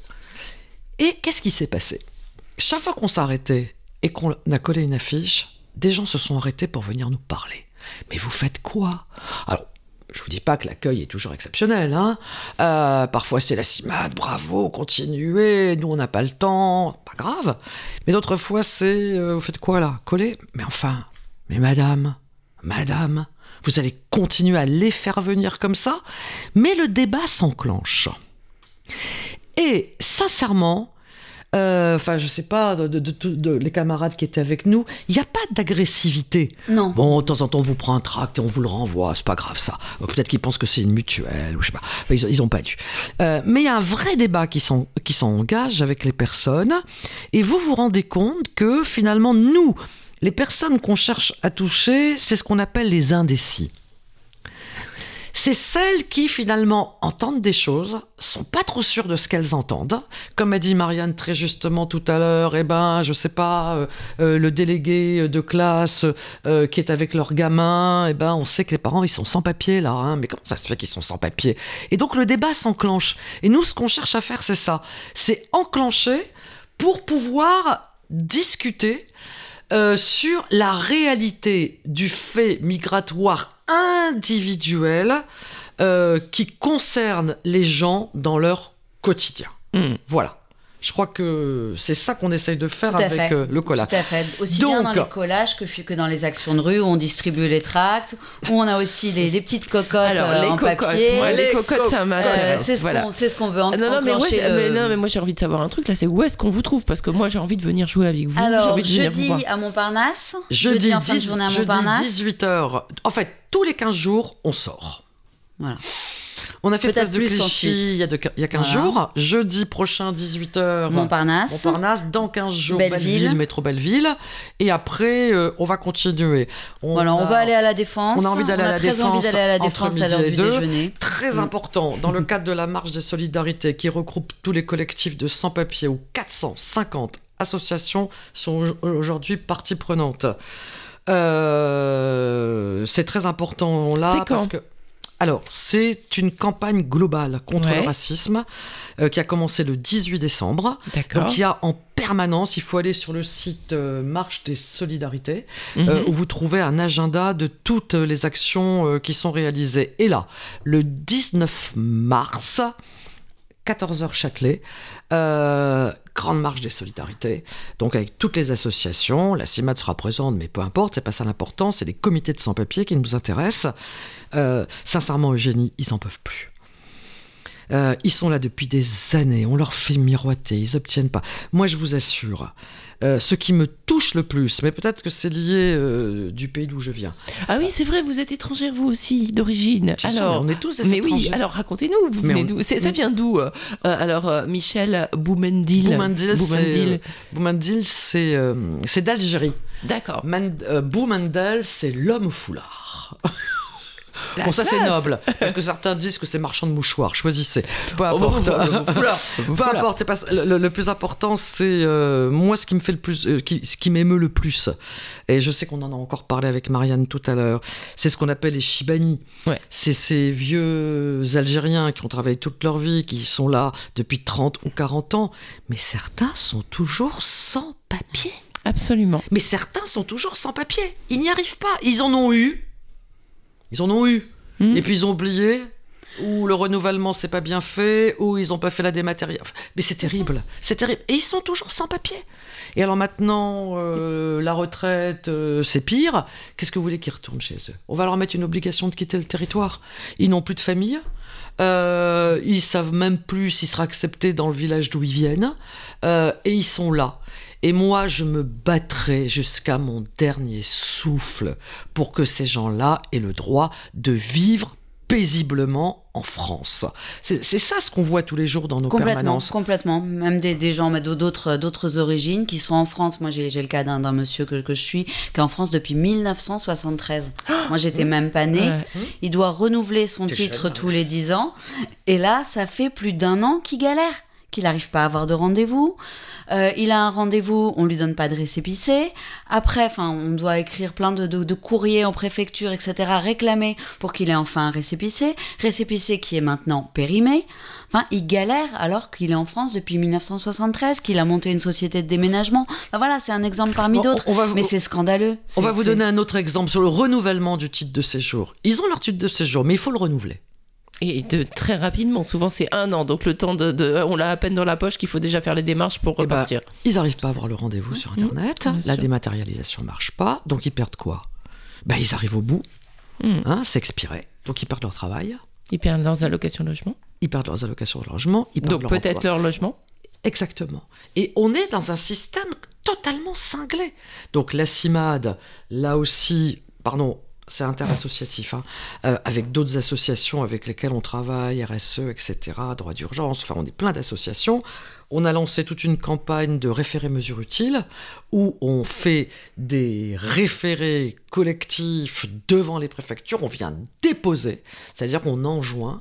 Et qu'est-ce qui s'est passé ? Chaque fois qu'on s'est arrêté et qu'on a collé une affiche, des gens se sont arrêtés pour venir nous parler. Mais vous faites quoi ? Alors, je vous dis pas que l'accueil est toujours exceptionnel, hein. Euh, parfois c'est la CIMAD, bravo, continuez, nous on n'a pas le temps, pas grave. Mais d'autres fois c'est, euh, vous faites quoi là ? Coller ? Mais enfin, mais madame, madame, vous allez continuer à les faire venir comme ça ? Mais le débat s'enclenche. Et sincèrement, euh, enfin je sais pas, de, de, de, de- de- les camarades qui étaient avec nous, il n'y a pas d'agressivité. Non. Bon, de temps en temps, on vous prend un tract et on vous le renvoie, c'est pas grave ça. Euh, Peut-être qu'ils pensent que c'est une mutuelle, ou je sais pas. Enfin, ils, ont- ils ont pas dû. Euh, mais il y a un vrai débat qui s'en- qui s'engage avec les personnes, et vous vous rendez compte que finalement, nous, les personnes qu'on cherche à toucher, c'est ce qu'on appelle les indécis. C'est celles qui finalement entendent des choses, sont pas trop sûres de ce qu'elles entendent. Comme a dit Marianne très justement tout à l'heure, eh ben, je sais pas, euh, euh, le délégué de classe euh, qui est avec leur gamin, eh ben, on sait que les parents ils sont sans papier là, hein, mais comment ça se fait qu'ils sont sans papier ? Et donc le débat s'enclenche. Et nous, ce qu'on cherche à faire, c'est ça, c'est enclencher pour pouvoir discuter euh, sur la réalité du fait migratoire individuel euh, qui concerne les gens dans leur quotidien. Mm. Voilà. Je crois que c'est ça qu'on essaye de faire Tout à avec fait. euh, le collage. Tout à fait. Aussi Donc- bien dans les collages que, que dans les actions de rue où on distribue les tracts, où on a aussi les, les petites cocottes Alors, euh, les en cocottes, papier. moi, les Les cocottes, ça Euh, m'intéresse. c'est ce voilà. qu'on c'est ce qu'on veut en- Non, non, mais, ouais, enclencher. c'est- le- mais non, mais moi j'ai envie de savoir un truc là, c'est où est-ce qu'on vous trouve ? Parce que moi j'ai envie de venir jouer avec vous, j'ai Alors, envie de venir vous jeudi voir. à Montparnasse, Jeudi, en fin de dix, journée à jeudi Montparnasse. dix-huit heures. En fait, tous les quinze jours, on sort. Voilà. On a fait Peut-être place de plus Clichy ensuite. il y a, de- il y a quinze Voilà. jours. Jeudi prochain, dix-huit heures. Montparnasse. Montparnasse. Dans quinze jours, Belleville. Belleville, métro Belleville. Et après, euh, on va continuer. On Voilà, on a- va aller à la Défense. On a envie d'aller à la très Défense envie d'aller à la entre Défense à midi l'heure et du deux. déjeuner. Très Mm. important, dans le cadre de la marche des solidarités qui regroupe tous les collectifs de sans-papiers où quatre cent cinquante associations sont au- aujourd'hui partie prenante. Euh, c'est très important là C'est quand parce que alors, c'est une campagne globale contre Ouais. le racisme euh, qui a commencé le dix-huit décembre. D'accord. Donc, il y a en permanence. Il faut aller sur le site euh, Marche des Solidarités, Mhm. euh, où vous trouvez un agenda de toutes les actions euh, qui sont réalisées. Et là, le dix-neuf mars, quatorze heures Châtelet, euh, grande marche des solidarités, donc avec toutes les associations. La CIMAD sera présente, mais peu importe, c'est pas ça l'important, c'est les comités de sans-papiers qui nous intéressent. Euh, sincèrement, Eugénie, ils en peuvent plus. Euh, ils sont là depuis des années, on leur fait miroiter, ils obtiennent pas. Moi, je vous assure, euh, ce qui me touche le plus, mais peut-être que c'est lié euh, du pays d'où je viens. Ah oui, c'est vrai, vous êtes étrangère vous aussi, d'origine. Bien sûr, Alors, mais on est tous des mais étrangers. oui, alors racontez-nous, vous Mais venez on- d'où C'est- Ça mais- vient d'où euh, Alors, euh, Michel Boumendil. Boumendil, c'est, Boumendil. euh, Boumendil, c'est, euh, c'est d'Algérie. D'accord. Man, euh, Boumendil, c'est l'homme au foulard. La Bon, ça c'est classe. noble, parce que certains disent que c'est marchand de mouchoirs. Choisissez. Peu Oh, importe. bon, bon, bon, foulard. Peu Foulard. importe. C'est pas ça. le, le plus important, c'est euh, moi ce qui me fait le plus, euh, qui, ce qui m'émeut le plus. Et je sais qu'on en a encore parlé avec Marianne tout à l'heure. C'est ce qu'on appelle les Chibani. Ouais. C'est ces vieux Algériens qui ont travaillé toute leur vie, qui sont là depuis trente ou quarante ans, mais certains sont toujours sans papier. Absolument. Mais certains sont toujours sans papier. Ils n'y arrivent pas. Ils en ont eu. Ils en ont eu. Mmh. Et puis ils ont oublié. Ou le renouvellement s'est pas bien fait. Ou ils n'ont pas fait la dématérialisation. Mais c'est terrible. C'est terrible. Et ils sont toujours sans papier. Et alors maintenant, euh, la retraite, euh, c'est pire. Qu'est-ce que vous voulez qu'ils retournent chez eux ? On va leur mettre une obligation de quitter le territoire. Ils n'ont plus de famille. Euh, ils savent même plus s'ils seront acceptés dans le village d'où ils viennent. Euh, et ils sont là. Et moi, je me battrai jusqu'à mon dernier souffle pour que ces gens-là aient le droit de vivre paisiblement en France. C'est, c'est ça ce qu'on voit tous les jours dans nos Complètement, permanences. complètement. Même des, des gens mais d'autres, d'autres origines qui sont en France. Moi, j'ai, j'ai le cas d'un, d'un monsieur que, que je suis, qui est en France depuis dix-neuf cent soixante-treize. Moi, j'étais même pas née. Ouais. Il doit renouveler son T'es titre jeune, tous les dix ans. Et là, ça fait plus d'un an qu'il galère, qu'il n'arrive pas à avoir de rendez-vous. Euh, il a un rendez-vous, on lui donne pas de récépissé. Après, enfin, on doit écrire plein de, de, de courriers en préfecture, et cetera, réclamer pour qu'il ait enfin un récépissé. Récépissé qui est maintenant périmé. Enfin, il galère alors qu'il est en France depuis dix-neuf cent soixante-treize, qu'il a monté une société de déménagement. Enfin, voilà, c'est un exemple parmi Bon, d'autres. on va- mais c'est scandaleux. On C'est- va vous c'est- donner un autre exemple sur le renouvellement du titre de séjour. Ils ont leur titre de séjour, mais il faut le renouveler. Et de très rapidement, souvent c'est un an, donc le temps de, de- on l'a à peine dans la poche qu'il faut déjà faire les démarches pour Eh ben, repartir. ils n'arrivent pas à avoir le rendez-vous sur Internet. bien La sûr. dématérialisation ne marche pas. Donc ils perdent quoi ? Ben, ils arrivent au bout. Mm. Hein, c'est expiré. Donc ils perdent leur travail. Ils perdent leurs allocations de logement, Ils perdent leurs allocations de logement. Ils perdent donc leur peut-être emploi. leur logement. Exactement. Et on est dans un système totalement cinglé. Donc la CIMAD, là aussi, pardon, c'est interassociatif, hein, euh, avec d'autres associations avec lesquelles on travaille, R S E, et cetera, droit d'urgence, enfin on est plein d'associations. On a lancé toute une campagne de référés mesures utiles où on fait des référés collectifs devant les préfectures, on vient déposer, c'est-à-dire qu'on enjoint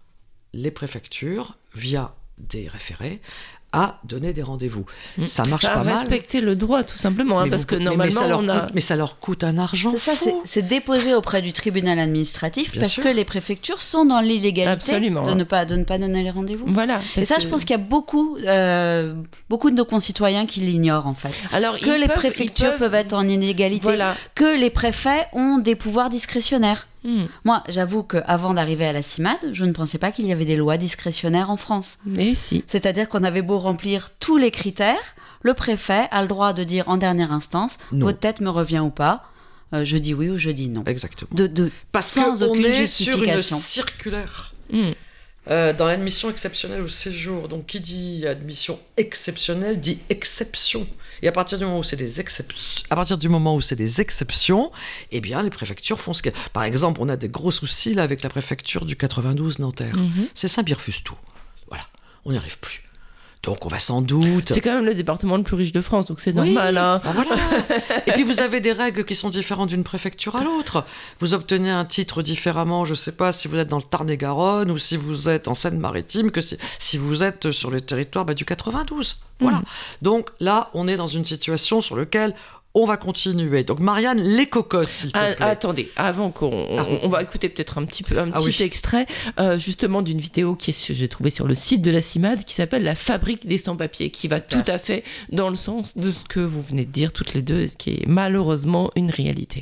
les préfectures, via des référés, à donner des rendez-vous. Mm. Ça marche À pas mal. respecter le droit, tout simplement, hein, Mais parce vous- que mais- normalement, mais ça leur on a... coûte, mais ça leur coûte un argent C'est ça, c'est, fou. c'est déposé auprès du tribunal administratif Bien parce sûr. que les préfectures sont dans l'illégalité Absolument, de hein. ne pas, de ne pas donner les rendez-vous. Voilà. Et parce ça, que- je pense qu'il y a beaucoup, euh, beaucoup de nos concitoyens qui l'ignorent en fait. Alors, Que ils les peuvent- préfectures ils peuvent... être en inégalité, Voilà. que les préfets ont des pouvoirs discrétionnaires. Hmm. Moi, j'avoue qu'avant d'arriver à la CIMAD, je ne pensais pas qu'il y avait des lois discrétionnaires en France. Et si. C'est-à-dire qu'on avait beau remplir tous les critères, le préfet a le droit de dire en dernière instance, Non. votre tête me revient ou pas, euh, je dis oui ou je dis non. Exactement. De, de, Parce sans qu'on aucune est sur une justification. circulaire. Hmm. Euh, dans l'admission exceptionnelle au séjour. Donc, qui dit admission exceptionnelle dit exception. Et à partir du moment où c'est des exceptions, à partir du moment où c'est des exceptions, eh bien, les préfectures font ce qu'elles. Par exemple, on a des gros soucis là avec la préfecture du quatre-vingt-douze Nanterre. Mhm. C'est simple, ils refusent tout. Voilà, on n'y arrive plus. Donc, on va sans doute. C'est quand même le département le plus riche de France, donc c'est Oui, normal. Hein. ben voilà. Et puis vous avez des règles qui sont différentes d'une préfecture à l'autre. Vous obtenez un titre différemment, je ne sais pas si vous êtes dans le Tarn-et-Garonne ou si vous êtes en Seine-Maritime que si, si vous êtes sur le territoire bah, du quatre-vingt-douze. Voilà. Mhm. Donc là, on est dans une situation sur laquelle On va continuer. Donc Marianne, les cocottes, s'il te ah, plaît. Attendez, avant qu'on ah, on, on va écouter peut-être un petit peu un ah, petit oui. extrait euh, justement d'une vidéo qui est, j'ai trouvé sur le site de la CIMAD, qui s'appelle La fabrique des sans-papiers, qui va tout à fait dans le sens de ce que vous venez de dire toutes les deux, et ce qui est malheureusement une réalité.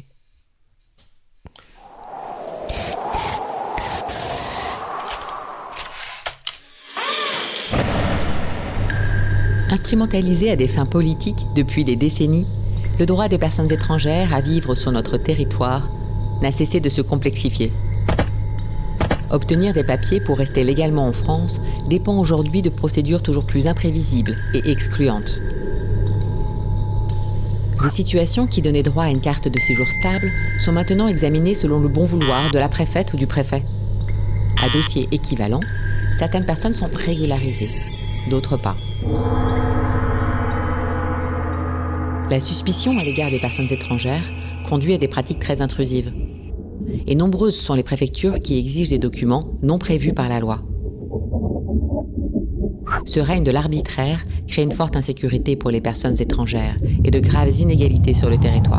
Instrumentalisé à des fins politiques depuis des décennies, le droit des personnes étrangères à vivre sur notre territoire n'a cessé de se complexifier. Obtenir des papiers pour rester légalement en France dépend aujourd'hui de procédures toujours plus imprévisibles et excluantes. Les situations qui donnaient droit à une carte de séjour stable sont maintenant examinées selon le bon vouloir de la préfète ou du préfet. À dossier équivalent, certaines personnes sont régularisées, d'autres pas. La suspicion à l'égard des personnes étrangères conduit à des pratiques très intrusives. Et nombreuses sont les préfectures qui exigent des documents non prévus par la loi. Ce règne de l'arbitraire crée une forte insécurité pour les personnes étrangères et de graves inégalités sur le territoire.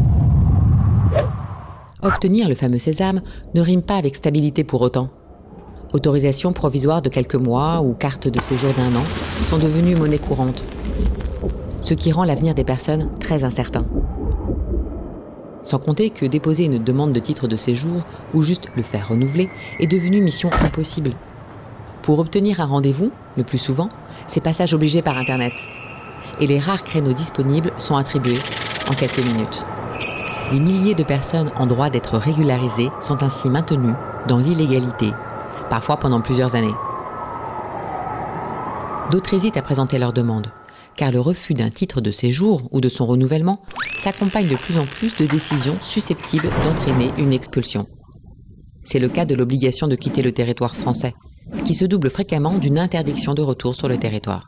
Obtenir le fameux sésame ne rime pas avec stabilité pour autant. Autorisation provisoire de quelques mois ou carte de séjour d'un an sont devenues monnaie courante, ce qui rend l'avenir des personnes très incertain. Sans compter que déposer une demande de titre de séjour ou juste le faire renouveler est devenu mission impossible. Pour obtenir un rendez-vous, le plus souvent, c'est passage obligé par Internet. Et les rares créneaux disponibles sont attribués en quelques minutes. Des milliers de personnes en droit d'être régularisées sont ainsi maintenues dans l'illégalité, parfois pendant plusieurs années. D'autres hésitent à présenter leur demande, car le refus d'un titre de séjour ou de son renouvellement s'accompagne de plus en plus de décisions susceptibles d'entraîner une expulsion. C'est le cas de l'obligation de quitter le territoire français, qui se double fréquemment d'une interdiction de retour sur le territoire.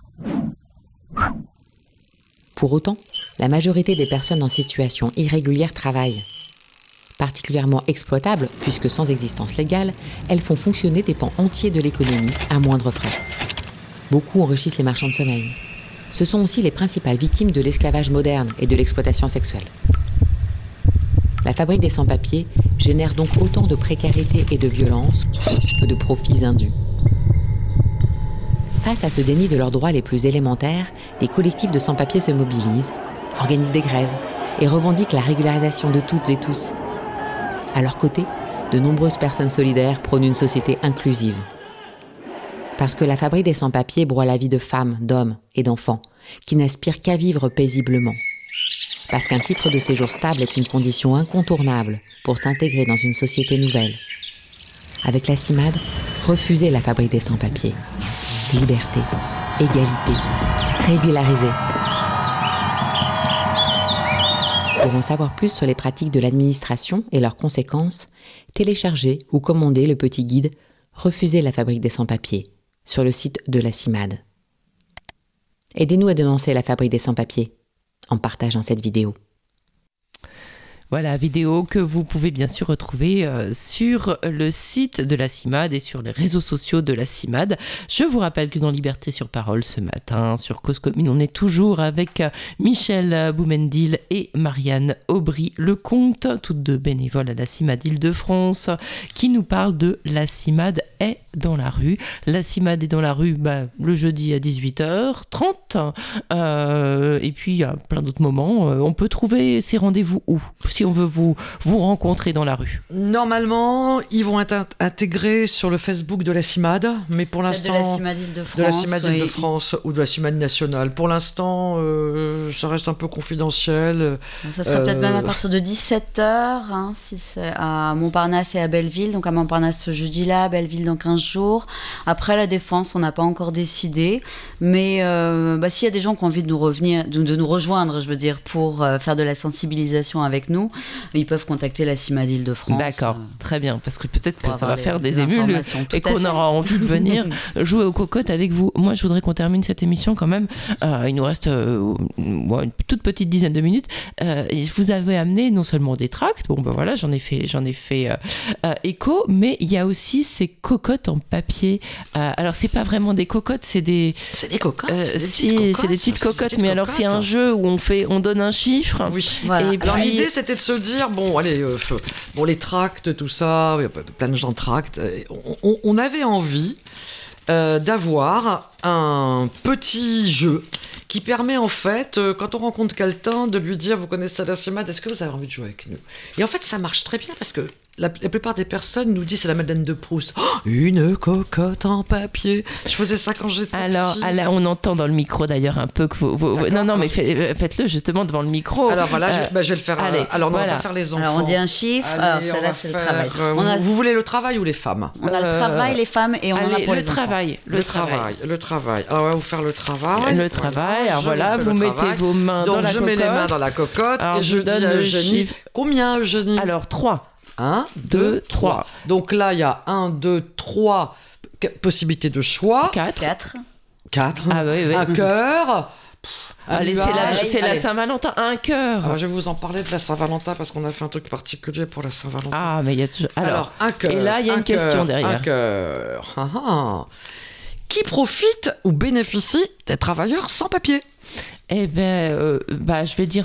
Pour autant, la majorité des personnes en situation irrégulière travaillent. Particulièrement exploitables, puisque sans existence légale, elles font fonctionner des pans entiers de l'économie à moindre frais. Beaucoup enrichissent les marchands de sommeil. Ce sont aussi les principales victimes de l'esclavage moderne et de l'exploitation sexuelle. La fabrique des sans-papiers génère donc autant de précarité et de violence que de profits indus. Face à ce déni de leurs droits les plus élémentaires, des collectifs de sans-papiers se mobilisent, organisent des grèves et revendiquent la régularisation de toutes et tous. À leur côté, de nombreuses personnes solidaires prônent une société inclusive. Parce que la fabrique des sans-papiers broie la vie de femmes, d'hommes et d'enfants qui n'aspirent qu'à vivre paisiblement. Parce qu'un titre de séjour stable est une condition incontournable pour s'intégrer dans une société nouvelle. Avec la CIMAD, refusez la fabrique des sans-papiers. Liberté, égalité, régulariser. Pour en savoir plus sur les pratiques de l'administration et leurs conséquences, téléchargez ou commandez le petit guide « Refusez la fabrique des sans-papiers » sur le site de la CIMAD. Aidez-nous à dénoncer la fabrique des sans-papiers en partageant cette vidéo. Voilà, vidéo que vous pouvez bien sûr retrouver euh, sur le site de la CIMAD et sur les réseaux sociaux de la CIMAD. Je vous rappelle que dans Liberté sur Parole ce matin, sur Cause Commune, on est toujours avec euh, Michel Boumendil et Marianne Aubry-Lecomte, toutes deux bénévoles à la CIMAD Île-de-France, qui nous parlent de La CIMAD est dans la rue. La CIMAD est dans la rue bah, le jeudi à dix-huit heures trente. Euh, et puis, il y a plein d'autres moments. Euh, on peut trouver ces rendez-vous où ? Si on veut vous, vous rencontrer dans la rue. Normalement, ils vont être intégrés sur le Facebook de la CIMAD, mais pour l'instant... De la CIMAD Île-de-France. De la CIMAD oui. Île-de-France ou de la CIMAD nationale. Pour l'instant, euh, ça reste un peu confidentiel. Ça sera euh... peut-être même à partir de dix-sept heures, hein, si c'est à Montparnasse et à Belleville. Donc à Montparnasse ce jeudi-là, à Belleville dans quinze jours. Après la Défense, on n'a pas encore décidé. Mais euh, bah, s'il y a des gens qui ont envie de nous, revenir, de, de nous rejoindre, je veux dire, pour euh, faire de la sensibilisation avec nous, ils peuvent contacter la CIMAD Île-de-France. D'accord, euh, très bien, parce que peut-être que ça va les, faire des émules et qu'on fait. aura envie de venir jouer aux cocottes avec vous. Moi, je voudrais qu'on termine cette émission quand même. Euh, il nous reste euh, une toute petite dizaine de minutes. Euh, et vous avez amené non seulement des tracts, bon ben voilà, j'en ai fait, j'en ai fait euh, euh, écho, mais il y a aussi ces cocottes en papier. Euh, alors, c'est pas vraiment des cocottes, c'est des... C'est des cocottes, euh, c'est des si, petites cocottes. C'est des petites cocottes, petites mais alors cocottes. c'est un jeu où on, fait, on donne un chiffre. Oui, voilà. Et alors puis... l'idée, c'était de se dire, bon, allez, euh, bon, les tracts, tout ça, il y a plein de gens tracts. On, on, on avait envie euh, d'avoir un petit jeu qui permet en fait, euh, quand on rencontre quelqu'un, de lui dire, vous connaissez la CIMAD, est-ce que vous avez envie de jouer avec nous? Et en fait, ça marche très bien parce que la, la plupart des personnes nous disent c'est la Madeleine de Proust. Oh, une cocotte en papier. Je faisais ça quand j'étais alors, petit. Alors, on entend dans le micro d'ailleurs un peu que vous... vous non, non, mais fait, faites-le justement devant le micro. Alors voilà, euh, je, bah, je vais le faire. Allez, euh, alors, on voilà. va pas faire les enfants. Alors, on dit un chiffre. Allez, alors, celle-là, c'est le travail. Euh, on a... vous, vous voulez le travail ou les femmes? On a euh, le travail, les femmes, et on allez, en a pour le les travail, enfants. le, le travail. travail. Le travail. Alors, on va vous faire le travail. Le travail. Alors je voilà, vous, vous mettez travail. vos mains Donc, dans la je cocotte. mets les mains dans la cocotte alors, et je, je dis à Eugénie. Chiffre. Combien, Eugénie? Alors, trois. un, deux, trois. Donc là, il y a un, deux, trois possibilités de choix. quatre. quatre. quatre. Ah oui, oui. Un cœur. Allez, c'est la, c'est la Saint-Valentin. Un cœur. Alors, je vais vous en parler de la Saint-Valentin parce qu'on a fait un truc particulier pour la Saint-Valentin. Ah, mais il y a toujours... Alors, Alors, un cœur. Et là, il y a une question cœur, derrière. Un cœur. Ah, ah. Qui profite ou bénéficie des travailleurs sans papier? Eh bien, euh, bah, je vais dire...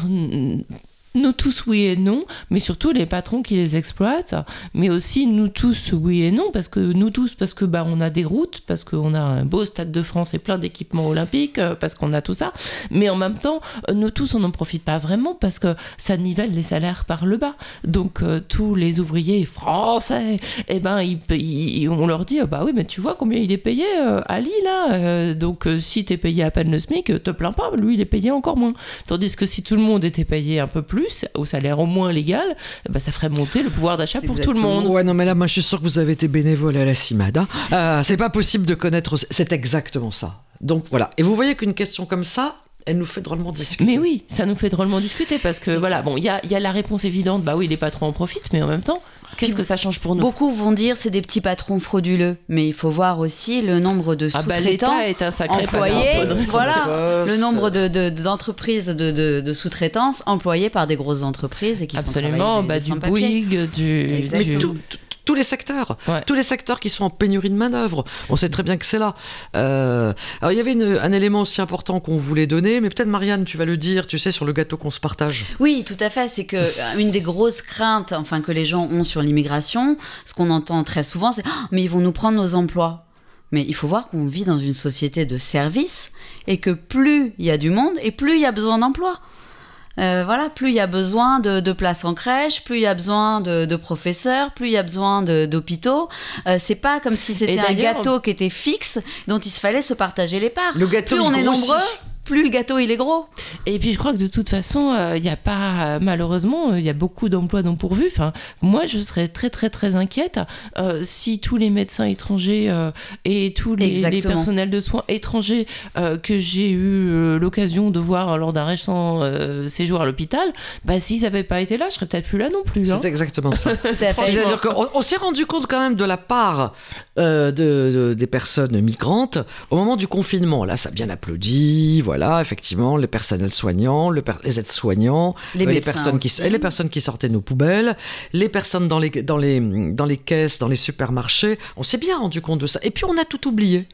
Nous tous, oui et non, mais surtout les patrons qui les exploitent, mais aussi nous tous, oui et non, parce que nous tous, parce que bah, on a des routes, parce qu'on a un beau Stade de France et plein d'équipements olympiques, parce qu'on a tout ça, mais en même temps, nous tous, on n'en profite pas vraiment, parce que ça nivelle les salaires par le bas. Donc, euh, tous les ouvriers français, eh ben, ils, ils, on leur dit, bah oui, mais tu vois combien il est payé euh, Ali, là, euh, donc euh, si t'es payé à peine le SMIC, te plains pas, lui, il est payé encore moins. Tandis que si tout le monde était payé un peu plus, au salaire au moins légal, bah ça ferait monter le pouvoir d'achat pour Exactement. tout le monde. Ouais, non, mais là, moi, je suis sûr que vous avez été bénévole à la CIMAD. Hein. Euh, c'est pas possible de connaître... C'est exactement ça. Donc, voilà. Et vous voyez qu'une question comme ça, elle nous fait drôlement discuter. Mais oui, ça nous fait drôlement discuter parce que, voilà, bon, il y a, y a la réponse évidente, bah oui, les patrons en profitent, mais en même temps, qu'est-ce que ça change pour nous? Beaucoup vont dire c'est des petits patrons frauduleux, mais il faut voir aussi le nombre de ah bah, sous-traitants l'État est un sacré employés, patron. voilà, le nombre de, de, d'entreprises de, de, de sous-traitance employées par des grosses entreprises et qui absolument, font bah, des, du des sans-papiers. Bouygues, du... Mais du... tout, tout, tous les secteurs, ouais. tous les secteurs qui sont en pénurie de main-d'œuvre. On sait très bien que c'est là. Euh, alors, il y avait une, un élément aussi important qu'on voulait donner, mais peut-être, Marianne, tu vas le dire, tu sais, sur le gâteau qu'on se partage. Oui, tout à fait. C'est que une des grosses craintes, enfin, que les gens ont sur l'immigration, ce qu'on entend très souvent, c'est oh, mais ils vont nous prendre nos emplois. Mais il faut voir qu'on vit dans une société de services et que plus il y a du monde et plus il y a besoin d'emplois. Euh, voilà, plus il y a besoin de, de places en crèche, plus il y a besoin de, de professeurs, plus il y a besoin de, d'hôpitaux. Euh, c'est pas comme si c'était un gâteau qui était fixe dont il fallait se partager les parts. Le gâteau, plus on est grossit. nombreux, plus le gâteau il est gros. Et puis je crois que de toute façon, il euh, n'y a pas, malheureusement, il euh, y a beaucoup d'emplois non pourvus. Enfin, moi, je serais très très très inquiète euh, si tous les médecins étrangers euh, et tous les, les personnels de soins étrangers euh, que j'ai eu euh, l'occasion de voir lors d'un récent euh, séjour à l'hôpital, bah, s'ils n'avaient pas été là, je serais peut-être plus là non plus. Hein. C'est exactement ça. Tout à fait. C'est-à-dire qu'on on s'est rendu compte quand même de la part euh, de, de, des personnes migrantes au moment du confinement. Là, ça a bien applaudi, voilà. Voilà, effectivement, les personnels soignants, le per- les aides-soignants, les, euh, les, personnes qui, et les personnes qui sortaient nos poubelles, les personnes dans les, dans, les, dans les caisses, dans les supermarchés. On s'est bien rendu compte de ça. Et puis, on a tout oublié.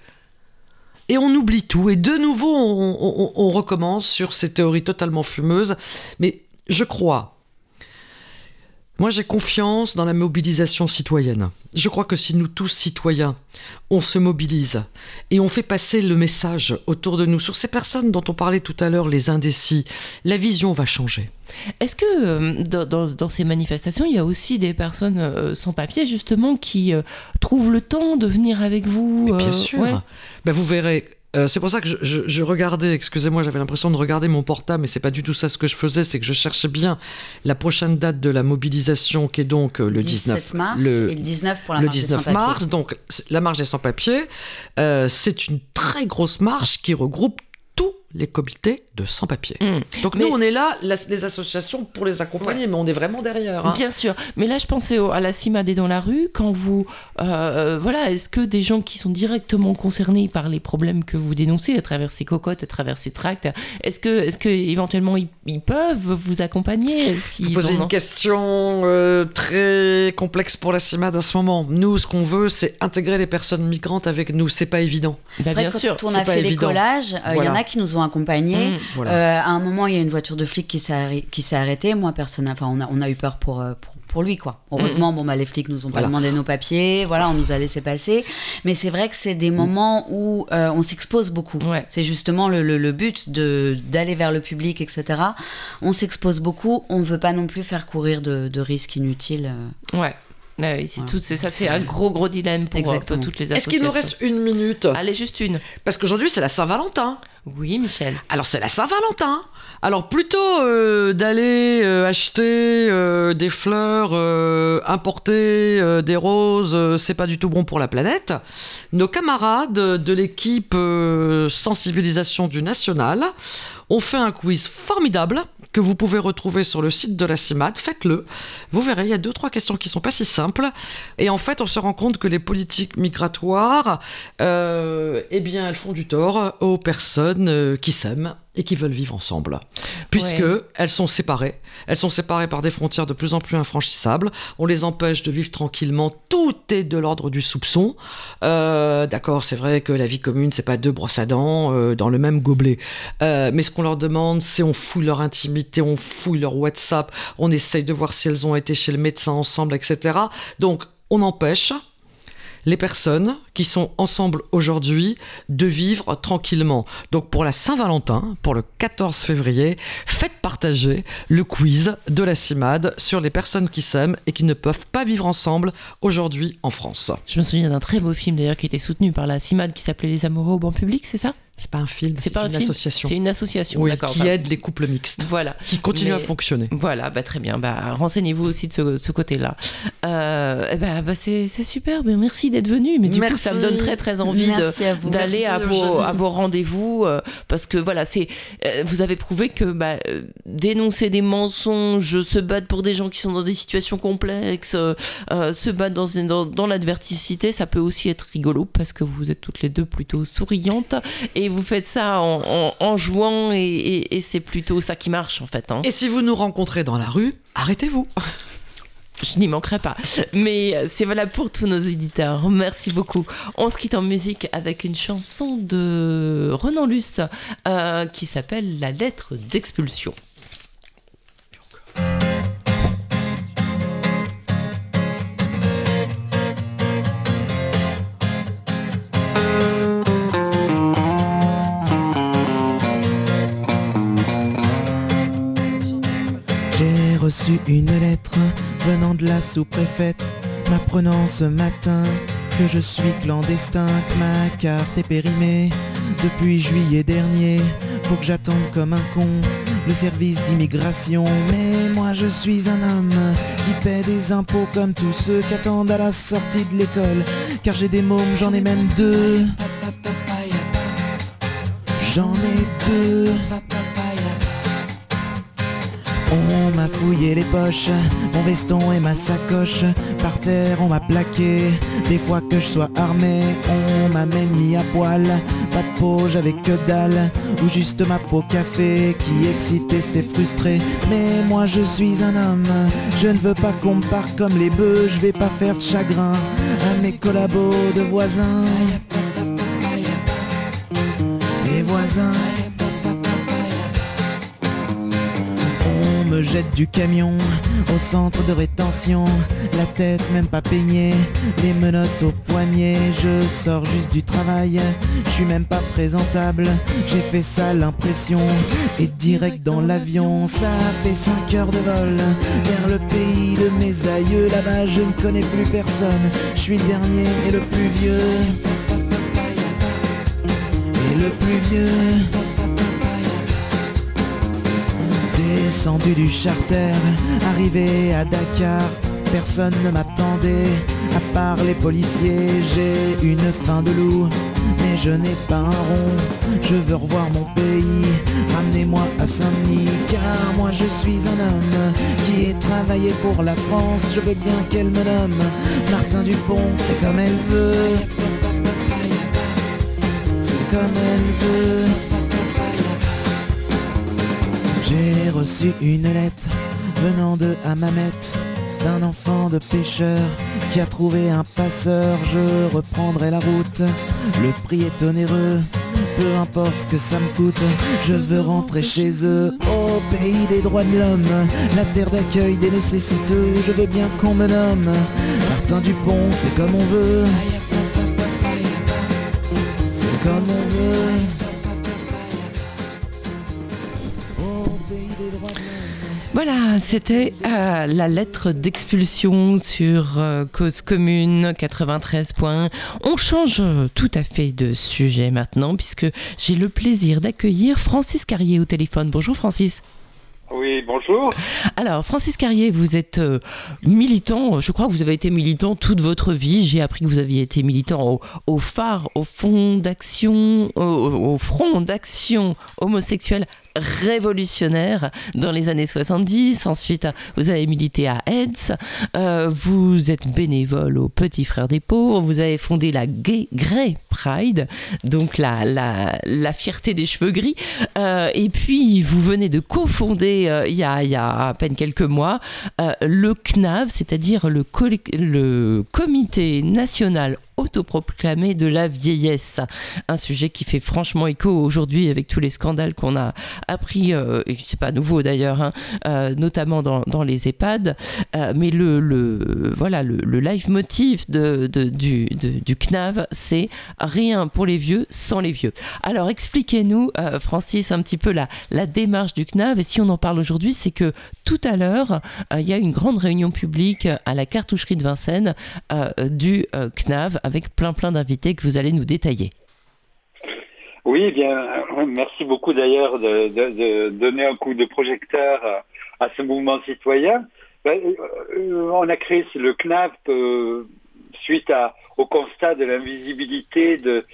Et on oublie tout. Et de nouveau, on, on, on recommence sur ces théories totalement fumeuses. Mais je crois... Moi, j'ai confiance dans la mobilisation citoyenne. Je crois que si nous tous, citoyens, on se mobilise et on fait passer le message autour de nous sur ces personnes dont on parlait tout à l'heure, les indécis, la vision va changer. Est-ce que euh, dans, dans, dans ces manifestations, il y a aussi des personnes euh, sans papier, justement, qui euh, trouvent le temps de venir avec vous euh, Bien euh, sûr. Ouais. Ben, vous verrez... Euh, c'est pour ça que je, je, je regardais, excusez-moi, j'avais l'impression de regarder mon portable, mais c'est pas du tout ça ce que je faisais, c'est que je cherchais bien la prochaine date de la mobilisation, qui est donc euh, le dix-neuf mars le, et le dix-neuf pour la le marche dix-neuf des sans-papiers. mars. Donc la marche des sans-papiers, euh, c'est une très grosse marche qui regroupe tous les comités de sans-papiers. Mmh. Donc mais... nous, on est là, la, les associations, pour les accompagner, ouais. mais on est vraiment derrière. Hein. Bien sûr. Mais là, je pensais au, à la CIMAD et dans la rue, quand vous... Euh, voilà, est-ce que des gens qui sont directement concernés par les problèmes que vous dénoncez, à travers ces cocottes, à travers ces tracts, est-ce que, est-ce que éventuellement ils, ils peuvent vous accompagner si Vous posez une question euh, très complexe pour la CIMAD à ce moment. Nous, ce qu'on veut, c'est intégrer les personnes migrantes avec nous. C'est pas évident. Bah, Après, bien quand sûr. on c'est a fait évident. les collages, il euh, voilà. y en a qui nous ont accompagnés. Mmh, voilà. euh, à un moment, il y a une voiture de flic qui s'est, arri- qui s'est arrêtée. Moi, personne, enfin, on a, on a eu peur pour, pour, pour lui, quoi. Heureusement, mmh. bon, bah, les flics nous ont pas voilà. demandé nos papiers. Voilà, on nous a laissé passer. Mais c'est vrai que c'est des moments où euh, on s'expose beaucoup. Ouais. C'est justement le, le, le but de, d'aller vers le public, et cetera. On s'expose beaucoup. On ne veut pas non plus faire courir de, de risques inutiles. Euh... Ouais. Ah oui, c'est ouais. tout, c'est ça, c'est un gros gros dilemme pour, pour toutes les associations. Est-ce qu'il nous reste une minute ? Allez, juste une. Parce qu'aujourd'hui, c'est la Saint-Valentin. Oui, Michel. Alors, c'est la Saint-Valentin. Alors, plutôt euh, d'aller euh, acheter euh, des fleurs euh, importées, euh, des roses, euh, c'est pas du tout bon pour la planète. Nos camarades de l'équipe euh, sensibilisation du National ont fait un quiz formidable que vous pouvez retrouver sur le site de la CIMAD. Faites-le. Vous verrez, il y a deux, trois questions qui sont pas si simples. Et en fait, on se rend compte que les politiques migratoires, euh, eh bien, elles font du tort aux personnes euh, qui s'aiment et qui veulent vivre ensemble. Puisque ouais. elles sont séparées. Elles sont séparées par des frontières de plus en plus infranchissables. On les empêche de vivre tranquillement. Tout est de l'ordre du soupçon. Euh, d'accord, c'est vrai que la vie commune, c'est pas deux brosses à dents euh, dans le même gobelet. Euh, mais ce qu'on leur demande, c'est on fouille leur intimité, on fouille leur WhatsApp, on essaye de voir si elles ont été chez le médecin ensemble, et cetera. Donc, on empêche les personnes qui sont ensemble aujourd'hui de vivre tranquillement. Donc pour la Saint-Valentin, pour le quatorze février, faites partager le quiz de la CIMAD sur les personnes qui s'aiment et qui ne peuvent pas vivre ensemble aujourd'hui en France. Je me souviens d'un très beau film d'ailleurs qui était soutenu par la CIMAD qui s'appelait Les Amoureux au banc public, c'est ça ? C'est pas un film, c'est, c'est pas une un film, association. C'est une association, oui, d'accord. qui bah, aide les couples mixtes. Voilà. Qui continue Mais, à fonctionner. Voilà, bah, très bien. Bah, renseignez-vous aussi de ce, ce côté-là. Euh, et bah, bah, c'est, c'est super. Mais merci d'être venu. Mais du merci. coup, ça me donne très très envie de, à d'aller à vos, à vos rendez-vous. Euh, parce que voilà, c'est, euh, vous avez prouvé que bah, euh, dénoncer des mensonges, se battre pour des gens qui sont dans des situations complexes, euh, euh, se battre dans, dans, dans l'adversité, ça peut aussi être rigolo parce que vous êtes toutes les deux plutôt souriantes. Et vous faites ça en, en, en jouant et, et, et c'est plutôt ça qui marche en fait. Hein. Et si vous nous rencontrez dans la rue, arrêtez-vous. Je n'y manquerai pas. Mais c'est valable pour tous nos éditeurs. Merci beaucoup. On se quitte en musique avec une chanson de Renan Luce euh, qui s'appelle La lettre d'expulsion. J'ai reçu une lettre venant de la sous-préfète, m'apprenant ce matin que je suis clandestin, que ma carte est périmée depuis juillet dernier. Faut que j'attende comme un con le service d'immigration. Mais moi je suis un homme qui paie des impôts comme tous ceux qui attendent à la sortie de l'école. Car j'ai des mômes, j'en ai même deux. J'en ai deux. On m'a fouillé les poches, mon veston et ma sacoche. Par terre on m'a plaqué, des fois que je sois armé. On m'a même mis à poil, pas de peau, j'avais que dalle. Ou juste ma peau café, qui excitait, c'est frustré. Mais moi je suis un homme, je ne veux pas qu'on me parte comme les bœufs. Je vais pas faire de chagrin à mes collabos de voisins. Les voisins me jette du camion au centre de rétention, la tête même pas peignée, les menottes aux poignets. Je sors juste du travail, je suis même pas présentable. J'ai fait ça l'impression et direct dans l'avion. Ça fait cinq heures de vol vers le pays de mes aïeux. Là-bas je ne connais plus personne, je suis le dernier et le plus vieux. Et le plus vieux. Descendu du charter, arrivé à Dakar, Personne ne m'attendait, à part les policiers. J'ai une faim de loup, mais je n'ai pas un rond. Je veux revoir mon pays, ramenez-moi à Saint-Denis. Car moi je suis un homme qui ai travaillé pour la France. Je veux bien qu'elle me nomme Martin Dupont, c'est comme elle veut. C'est comme elle veut. J'ai reçu une lettre venant de Hammamet, d'un enfant de pêcheur qui a trouvé un passeur. Je reprendrai la route, le prix est onéreux, peu importe ce que ça me coûte. Je veux rentrer chez eux, au pays des droits de l'homme, la terre d'accueil des nécessiteux. Je veux bien qu'on me nomme Martin Dupont, c'est comme on veut. C'est comme on veut. Voilà, c'était euh, la lettre d'expulsion sur euh, Cause Commune quatre-vingt-treize point un. On change tout à fait de sujet maintenant puisque j'ai le plaisir d'accueillir Francis Carrier au téléphone. Bonjour Francis. Oui, bonjour. Alors, Francis Carrier, vous êtes euh, militant, je crois que vous avez été militant toute votre vie. J'ai appris que vous aviez été militant au, au phare, au fond d'action, au, au front d'action homosexuelle révolutionnaire dans les années soixante-dix. Ensuite, vous avez milité à Aids. Euh, vous êtes bénévole aux Petits Frères des Pauvres. Vous avez fondé la Gay Grey Pride, donc la, la, la fierté des cheveux gris. Euh, et puis, vous venez de cofonder, euh, il y a, il y a à peine quelques mois, euh, le C N A V, c'est-à-dire le, collect- le Comité National autoproclamé de la vieillesse. Un sujet qui fait franchement écho aujourd'hui avec tous les scandales qu'on a appris, euh, et c'est pas nouveau d'ailleurs, hein, euh, notamment dans, dans les EHPAD, euh, mais le, le, voilà, le, le leitmotiv de, de, du, de, du C N A V, c'est rien pour les vieux sans les vieux. Alors expliquez-nous, euh, Francis, un petit peu la, la démarche du C N A V, et si on en parle aujourd'hui, c'est que tout à l'heure, euh, il y a une grande réunion publique à la cartoucherie de Vincennes euh, du euh, C N A V, avec plein plein d'invités que vous allez nous détailler. Oui, eh bien, merci beaucoup d'ailleurs de, de, de donner un coup de projecteur à ce mouvement citoyen. Ben, euh, on a créé le C N A V euh, suite à, au constat de l'invisibilité de,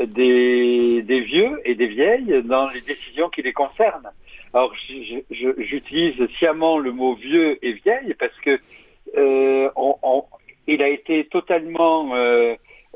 des, des vieux et des vieilles dans les décisions qui les concernent. Alors, je, je, j'utilise sciemment le mot vieux et vieille parce que euh, on, on, il a été totalement euh,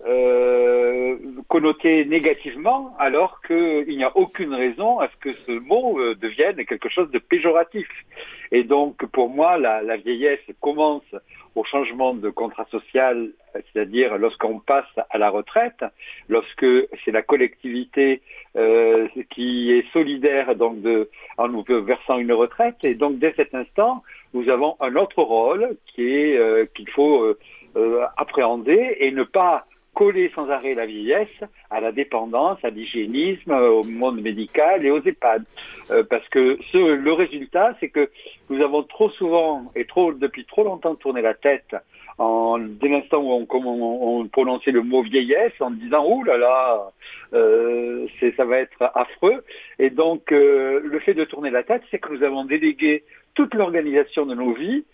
euh, connoté négativement, alors qu'il n'y a aucune raison à ce que ce mot euh, devienne quelque chose de péjoratif. Et donc, pour moi, la, la vieillesse commence au changement de contrat social, c'est-à-dire lorsqu'on passe à la retraite, lorsque c'est la collectivité euh, qui est solidaire donc de, en nous versant une retraite. Et donc, dès cet instant, nous avons un autre rôle qui est euh, qu'il faut euh, euh, appréhender et ne pas coller sans arrêt la vieillesse à la dépendance, à l'hygiénisme, au monde médical et aux EHPAD. Euh, parce que ce, le résultat, c'est que nous avons trop souvent et trop depuis trop longtemps tourné la tête en, dès l'instant où on, on, on prononçait le mot vieillesse en disant « Ouh là là, euh, c'est, ça va être affreux ». Et donc, euh, le fait de tourner la tête, c'est que nous avons délégué toute l'organisation de nos vies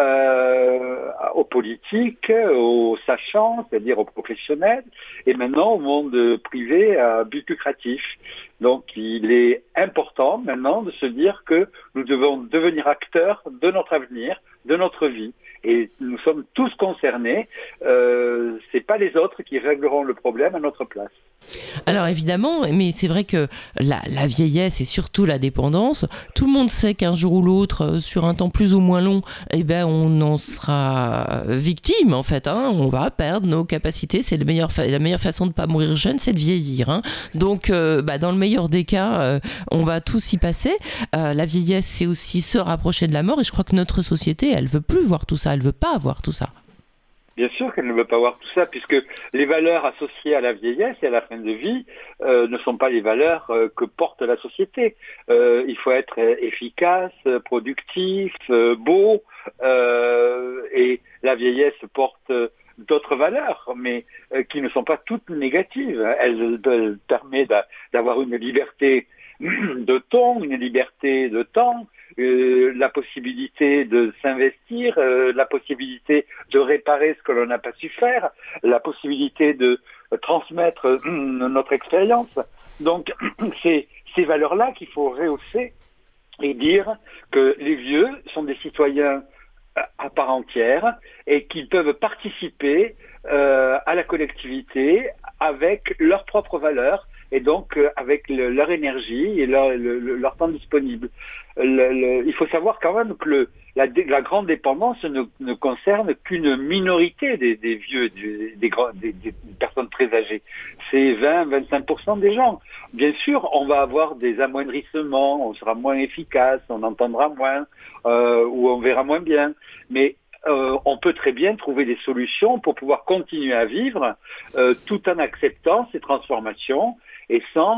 Euh, aux politiques, aux sachants, c'est-à-dire aux professionnels, et maintenant au monde privé à but lucratif. Donc il est important maintenant de se dire que nous devons devenir acteurs de notre avenir, de notre vie. Et nous sommes tous concernés. Euh, c'est pas les autres qui régleront le problème à notre place. Alors évidemment, mais c'est vrai que la, la vieillesse et surtout la dépendance, tout le monde sait qu'un jour ou l'autre, sur un temps plus ou moins long, eh ben on en sera victime en fait. Hein. On va perdre nos capacités. C'est le meilleur fa- la meilleure façon de ne pas mourir jeune, c'est de vieillir. Hein. Donc, euh, bah, dans le meilleur des cas, euh, on va tous y passer. Euh, la vieillesse, c'est aussi se rapprocher de la mort. Et je crois que notre société, elle veut plus voir tout ça. Elle veut pas voir tout ça. Bien sûr qu'elle ne veut pas voir tout ça, puisque les valeurs associées à la vieillesse et à la fin de vie euh, ne sont pas les valeurs euh, que porte la société. Euh, il faut être efficace, productif, euh, beau, euh, et la vieillesse porte d'autres valeurs, mais euh, qui ne sont pas toutes négatives. Elle, elle permet d'a, d'avoir une liberté de ton, une liberté de temps, euh, la possibilité de s'investir, euh, la possibilité de réparer ce que l'on n'a pas su faire, la possibilité de transmettre euh, notre expérience. Donc, c'est ces valeurs-là qu'il faut rehausser et dire que les vieux sont des citoyens à part entière et qu'ils peuvent participer euh, à la collectivité avec leurs propres valeurs et donc euh, avec le, leur énergie et leur, le, leur temps disponible. Le, le, il faut savoir quand même que le, la, la grande dépendance ne, ne concerne qu'une minorité des, des vieux, des, des, des, des personnes très âgées. C'est vingt à vingt-cinq pour cent des gens. Bien sûr, on va avoir des amoindrissements, on sera moins efficace, on entendra moins euh, ou on verra moins bien. Mais Euh, on peut très bien trouver des solutions pour pouvoir continuer à vivre euh, tout en acceptant ces transformations et sans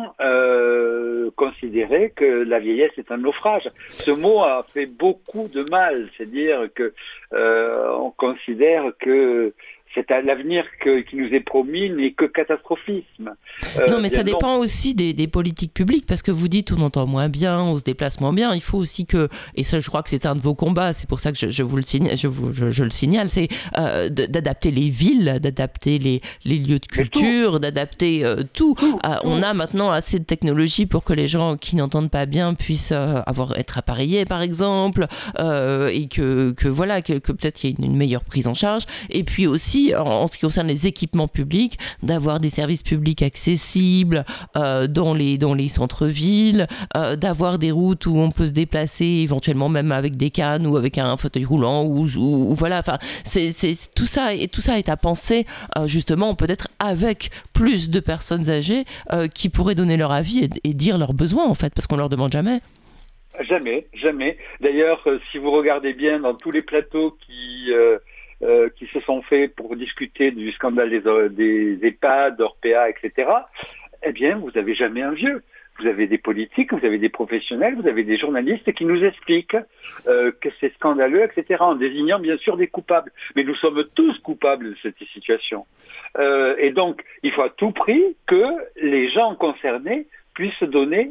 euh, considérer que la vieillesse est un naufrage. Ce mot a fait beaucoup de mal, c'est-à-dire que euh, on considère que c'est à l'avenir que, qui nous est promis n'est que catastrophisme. Euh, non, mais ça non. dépend aussi des, des politiques publiques, parce que vous dites on entend moins bien, on se déplace moins bien. Il faut aussi que, et ça je crois que c'est un de vos combats, c'est pour ça que je, je vous le signale, je, vous, je, je le signale, c'est euh, d'adapter les villes, d'adapter les, les lieux de culture, d'adapter euh, tout. tout, euh, tout. On a maintenant assez de technologies pour que les gens qui n'entendent pas bien puissent euh, avoir, être appareillés, par exemple, euh, et que, que voilà, que, que peut-être il y ait une, une meilleure prise en charge. Et puis aussi, en ce qui concerne les équipements publics, d'avoir des services publics accessibles euh, dans les, dans les centres-villes, euh, d'avoir des routes où on peut se déplacer éventuellement même avec des cannes ou avec un fauteuil roulant ou, ou, ou voilà, enfin c'est, c'est, tout ça et tout ça est à penser euh, justement peut-être avec plus de personnes âgées euh, qui pourraient donner leur avis et, et dire leurs besoins en fait, parce qu'on leur demande jamais. Jamais, jamais. D'ailleurs, euh, si vous regardez bien dans tous les plateaux qui euh, Euh, qui se sont faits pour discuter du scandale des, des EHPAD, Orpea, et cetera, eh bien, vous n'avez jamais un vieux. Vous avez des politiques, vous avez des professionnels, vous avez des journalistes qui nous expliquent euh, que c'est scandaleux, et cetera, en désignant bien sûr des coupables. Mais nous sommes tous coupables de cette situation. Euh, et donc, il faut à tout prix que les gens concernés puissent donner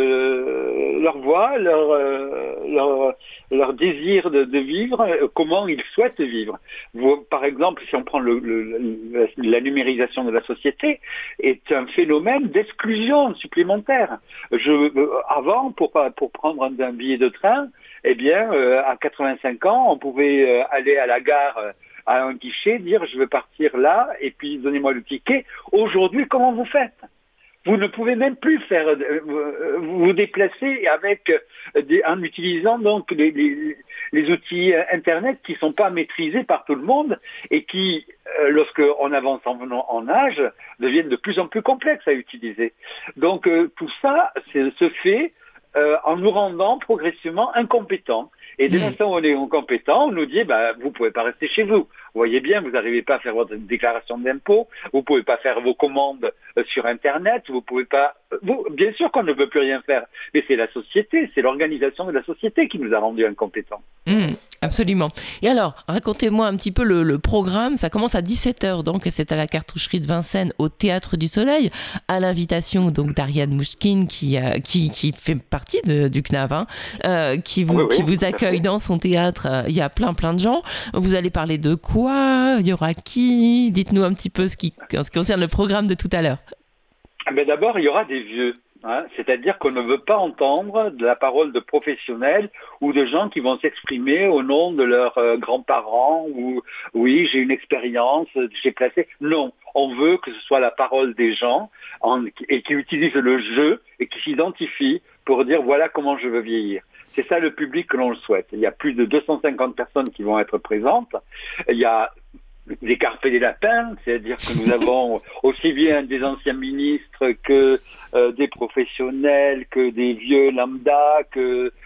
euh, leur voix, leur, euh, leur, leur désir de, de vivre, euh, comment ils souhaitent vivre. Vous, par exemple, si on prend le, le, la, la numérisation de la société, est un phénomène d'exclusion supplémentaire. Je, euh, avant, pour, pour prendre un, un billet de train, eh bien, euh, à quatre-vingt-cinq ans, on pouvait euh, aller à la gare euh, à un guichet, dire je veux partir là, et puis donnez-moi le ticket. Aujourd'hui, comment vous faites ? Vous ne pouvez même plus faire euh, vous déplacer avec des, en utilisant donc les, les, les outils internet qui sont pas maîtrisés par tout le monde et qui, euh, lorsque on avance en, en âge, deviennent de plus en plus complexes à utiliser. Donc euh, tout ça se fait euh, en nous rendant progressivement incompétents. Et dès l'instant où on est incompétent, on nous dit bah vous pouvez pas rester chez vous. Vous voyez bien, vous n'arrivez pas à faire votre déclaration d'impôt, vous pouvez pas faire vos commandes euh, sur Internet, vous pouvez pas. Vous, bien sûr qu'on ne peut plus rien faire, mais c'est la société, c'est l'organisation de la société qui nous a rendus incompétents. Mmh, absolument. Et alors, racontez-moi un petit peu le, le programme. Ça commence à dix-sept heures, donc c'est à la Cartoucherie de Vincennes, au Théâtre du Soleil, à l'invitation donc d'Ariane Mouchkine qui euh, qui qui fait partie de, du C N A V, hein, euh, qui vous oui, oui, qui vous accueille dans son théâtre. Il y a plein plein de gens. Vous allez parler de quoi? Il y aura qui? Dites-nous un petit peu ce qui, en ce qui concerne le programme de tout à l'heure. Mais d'abord, il y aura des vieux. Hein, c'est-à-dire qu'on ne veut pas entendre de la parole de professionnels ou de gens qui vont s'exprimer au nom de leurs euh, grands-parents ou oui, j'ai une expérience, j'ai placé. Non, on veut que ce soit la parole des gens en, et qui utilisent le jeu et qui s'identifient pour dire voilà comment je veux vieillir. C'est ça le public que l'on le souhaite. Il y a plus de deux cent cinquante personnes qui vont être présentes. Il y a des carpes des lapins, c'est-à-dire que nous avons aussi bien des anciens ministres que euh, des professionnels, que des vieux lambda, que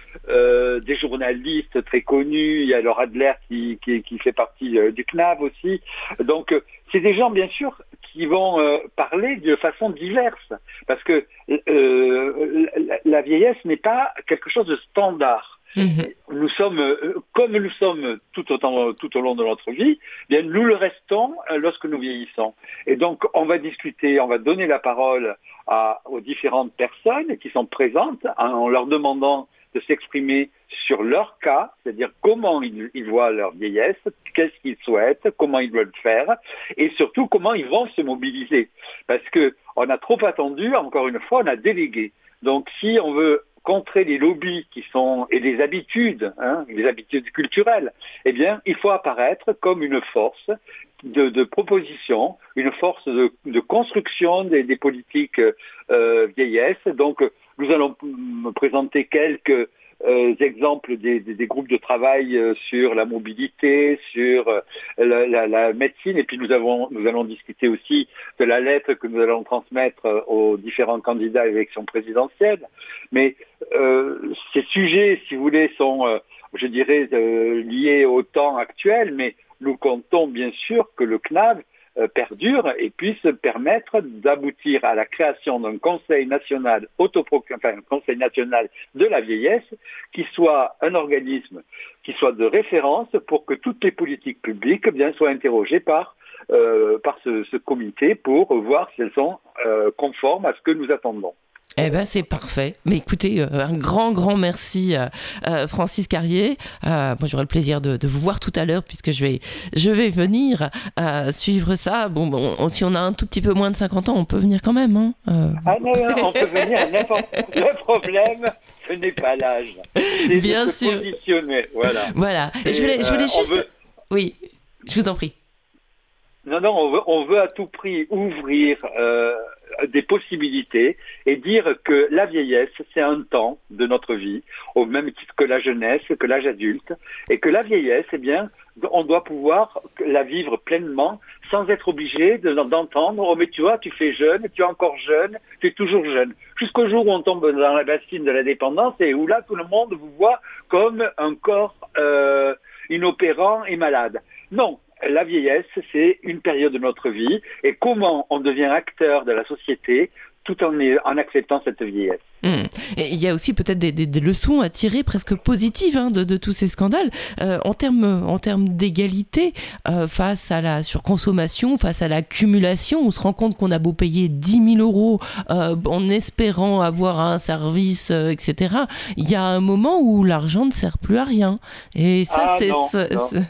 euh, des journalistes très connus. Il y a Laura Adler qui, qui, qui fait partie euh, du C N A V aussi. Donc euh, c'est des gens bien sûr qui vont euh, parler de façon diverse, parce que euh, la, la vieillesse n'est pas quelque chose de standard. Mmh. Nous sommes, comme nous sommes tout au, temps, tout au long de notre vie, bien nous le restons lorsque nous vieillissons. Et donc, on va discuter, on va donner la parole à, aux différentes personnes qui sont présentes en leur demandant de s'exprimer sur leur cas, c'est-à-dire comment ils, ils voient leur vieillesse, qu'est-ce qu'ils souhaitent, comment ils veulent faire, et surtout comment ils vont se mobiliser. Parce que on a trop attendu, encore une fois, on a délégué. Donc si on veut contrer les lobbies qui sont et les habitudes, hein, les habitudes culturelles, eh bien, il faut apparaître comme une force de, de proposition, une force de, de construction des, des politiques euh, vieillesse. Donc, nous allons me présenter quelques Euh, exemples des, des, des groupes de travail euh, sur la mobilité, sur euh, la, la, la médecine, et puis nous avons nous allons discuter aussi de la lettre que nous allons transmettre euh, aux différents candidats à l'élection présidentielle. Mais euh, ces sujets, si vous voulez, sont, euh, je dirais, euh, liés au temps actuel, mais nous comptons bien sûr que le C N A V perdure et puisse permettre d'aboutir à la création d'un conseil national autoproclamé, enfin un conseil national de la vieillesse, qui soit un organisme qui soit de référence pour que toutes les politiques publiques, eh bien, soient interrogées par euh, par ce, ce comité pour voir si elles sont euh, conformes à ce que nous attendons. Eh ben c'est parfait. Mais écoutez, euh, un grand, grand merci euh, euh, Francis Carrier. Euh, moi j'aurai le plaisir de, de vous voir tout à l'heure puisque je vais, je vais venir euh, suivre ça. Bon, bon on, si on a un tout petit peu moins de cinquante ans, on peut venir quand même. Hein euh... Ah non, non, on peut venir à n'importe. Le problème, ce n'est pas l'âge. C'est bien de sûr. Se positionner. Voilà. Voilà. Et, Et je voulais, je voulais euh, juste. Veut... Oui, je vous en prie. Non, non, on veut, on veut à tout prix ouvrir euh, des possibilités et dire que la vieillesse, c'est un temps de notre vie, au même titre que la jeunesse, que l'âge adulte, et que la vieillesse, eh bien, on doit pouvoir la vivre pleinement sans être obligé de, d'entendre « Oh, mais tu vois, tu fais jeune, tu es encore jeune, tu es toujours jeune ». Jusqu'au jour où on tombe dans la bassine de la dépendance et où là, tout le monde vous voit comme un corps euh, inopérant et malade. Non. La vieillesse, c'est une période de notre vie et comment on devient acteur de la société tout en, en acceptant cette vieillesse. Mmh. Et il y a aussi peut-être des, des, des leçons à tirer presque positives hein, de, de tous ces scandales euh, en termes en termes d'égalité euh, face à la surconsommation, face à l'accumulation. On se rend compte qu'on a beau payer dix mille euros euh, en espérant avoir un service, euh, et cetera. Il y a un moment où l'argent ne sert plus à rien. Et ça, ah, c'est... Non, c'est, non. c'est...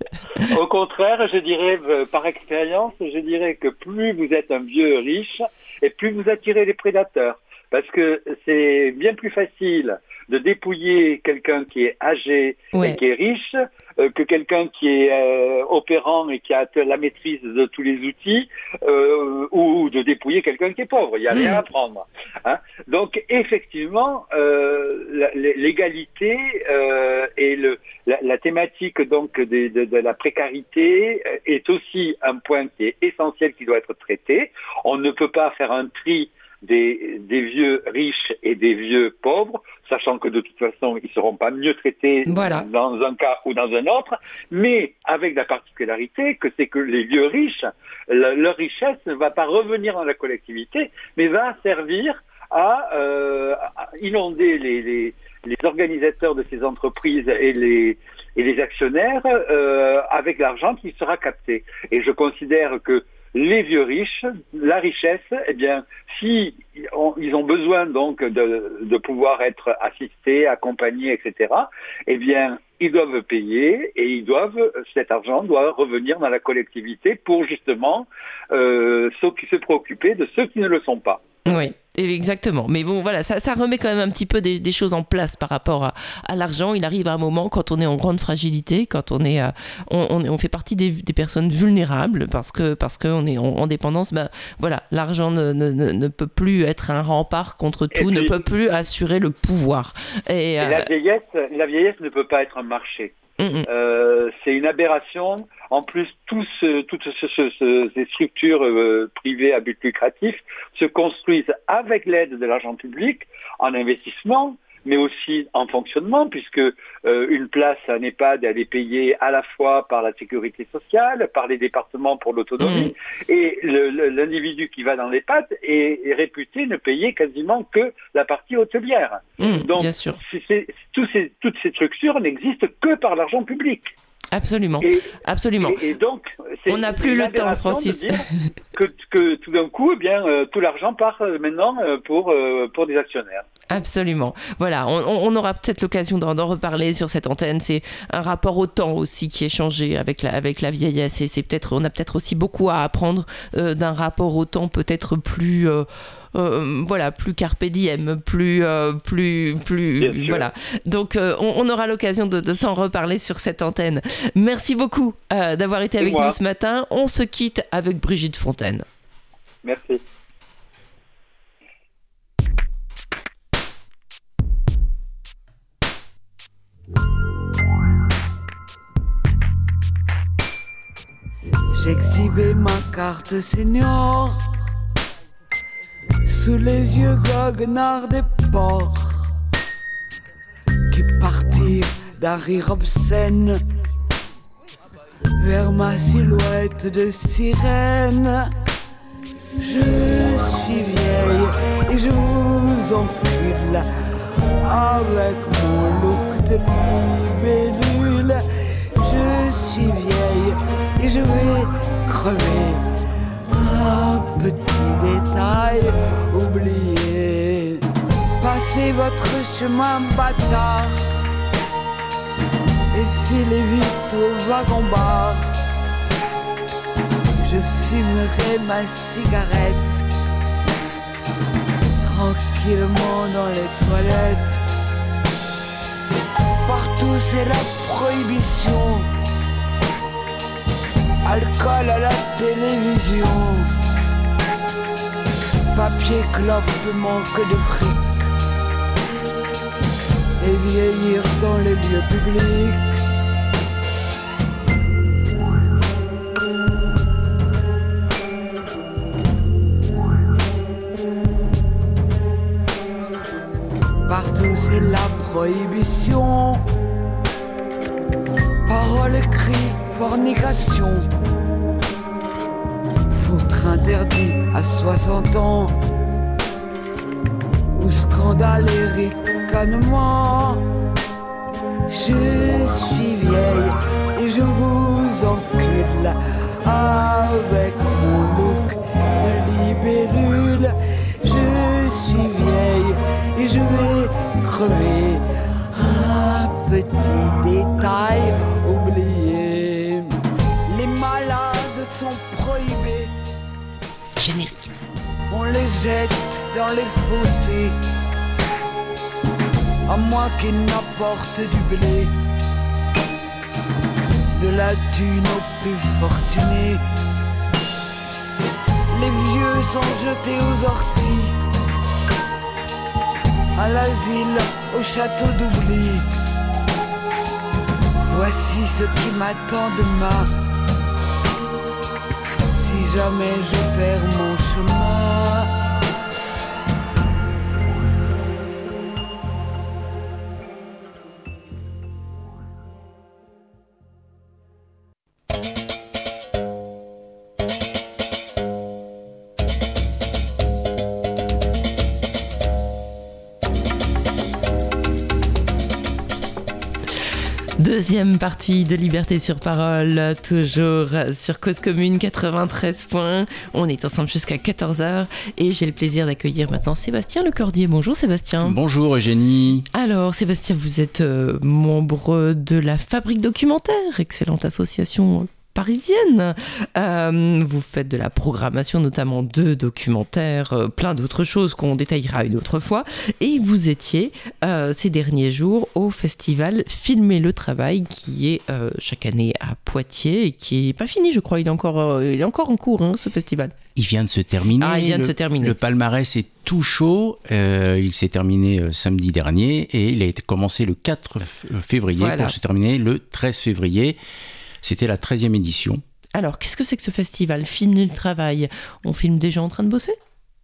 Au contraire, je dirais, par expérience, je dirais que plus vous êtes un vieux riche, et plus vous attirez les prédateurs. Parce que c'est bien plus facile de dépouiller quelqu'un qui est âgé ouais. et qui est riche euh, que quelqu'un qui est euh, opérant et qui a la maîtrise de tous les outils euh, ou de dépouiller quelqu'un qui est pauvre. Il n'y a mmh. rien à prendre. Hein. Donc effectivement, euh, l'égalité euh, et le, la, la thématique donc de, de, de la précarité est aussi un point qui est essentiel qui doit être traité. On ne peut pas faire un tri Des, des vieux riches et des vieux pauvres, sachant que de toute façon, ils ne seront pas mieux traités voilà. dans un cas ou dans un autre, mais avec la particularité que c'est que les vieux riches, le, leur richesse ne va pas revenir dans la collectivité, mais va servir à, euh, à inonder les, les, les organisateurs de ces entreprises et les, et les actionnaires euh, avec l'argent qui sera capté. Et je considère que les vieux riches, la richesse, eh bien, si on, ils ont besoin donc de, de pouvoir être assistés, accompagnés, et cetera, eh bien, ils doivent payer et ils doivent, cet argent doit revenir dans la collectivité pour justement euh, se préoccuper de ceux qui ne le sont pas. Oui, exactement. Mais bon, voilà, ça, ça remet quand même un petit peu des, des choses en place par rapport à, à l'argent. Il arrive à un moment, quand on est en grande fragilité, quand on est, on, on, on fait partie des, des personnes vulnérables, parce que parce qu'on est en, en dépendance. Ben voilà, l'argent ne, ne, ne peut plus être un rempart contre tout, puis, ne peut plus assurer le pouvoir. Et, et euh, la vieillesse, la vieillesse ne peut pas être un marché. Mmh. Euh, c'est une aberration. En plus, tout ce, toutes ce, ce, ce, ces structures euh, privées à but lucratif se construisent avec l'aide de l'argent public en investissement, mais aussi en fonctionnement, puisque euh, une place à NEHPAD, elle est payée à la fois par la sécurité sociale, par les départements pour l'autonomie, mmh. et le, le, l'individu qui va dans l'EHPAD est, est réputé ne payer quasiment que la partie hôtelière. Mmh, Donc, bien sûr. C'est, c'est, tous ces, toutes ces structures n'existent que par l'argent public. Absolument, et, absolument. Et, et donc, c'est, on n'a plus le temps, Francis. De dire que, que tout d'un coup, eh bien, euh, tout l'argent part euh, maintenant euh, pour euh, pour des actionnaires. Absolument. Voilà, on, on aura peut-être l'occasion d'en, d'en reparler sur cette antenne. C'est un rapport au temps aussi qui est changé avec la, avec la vieillesse. Et c'est peut-être, on a peut-être aussi beaucoup à apprendre euh, d'un rapport au temps peut-être plus... Euh, Euh, voilà, plus carpe diem, plus, euh, plus, plus, voilà. Donc, euh, on, on aura l'occasion de, de s'en reparler sur cette antenne. Merci beaucoup euh, d'avoir été avec nous ce matin. On se quitte avec Brigitte Fontaine. Merci. J'exhibais ma carte senior sous les yeux goguenards des porcs qui partirent d'un rire obscène vers ma silhouette de sirène. Je suis vieille et je vous encule avec mon look de libellule. Je suis vieille et je vais crever. Un petit détail oublié. Passez votre chemin bâtard et filez vite au wagon-bar. Je fumerai ma cigarette tranquillement dans les toilettes. Partout c'est la prohibition. Alcool à la télévision. Papier, clope, manque de fric. Et vieillir dans les lieux publics. Partout c'est la prohibition. Paroles, écrits, fornication. Foutre interdit à soixante ans. Ou scandale et ricanement. Je suis vieille et je vous encule avec mon look de libellule. Je suis vieille et je vais crever. Un petit détail oublié. Les malades sont prohibés. Générique. On les jette dans les fossés, à moins qu'ils n'apportent du blé, de la thune aux plus fortunés. Les vieux sont jetés aux orties, à l'asile, au château d'oubli. Voici ce qui m'attend demain, si jamais je perds mon chemin. Deuxième partie de Liberté sur Parole, toujours sur Cause Commune quatre-vingt-treize points. On est ensemble jusqu'à quatorze heures et j'ai le plaisir d'accueillir maintenant Sébastien Lecordier. Bonjour Sébastien. Bonjour Eugénie. Alors Sébastien, vous êtes euh, membre de la Fabrique Documentaire, excellente association parisienne. Euh, vous faites de la programmation, notamment de documentaires, euh, plein d'autres choses qu'on détaillera une autre fois. Et vous étiez euh, ces derniers jours au festival Filmer le Travail, qui est euh, chaque année à Poitiers et qui n'est pas fini, je crois. Il est encore, euh, il est encore en cours, hein, ce festival. Il vient de se terminer. Ah, il vient de le, se terminer. Le palmarès est tout chaud. Euh, il s'est terminé euh, samedi dernier et il a été commencé le quatre février voilà. pour se terminer le treize février. C'était la treizième édition. Alors, qu'est-ce que c'est que ce festival Filmer le Travail? On filme des gens en train de bosser?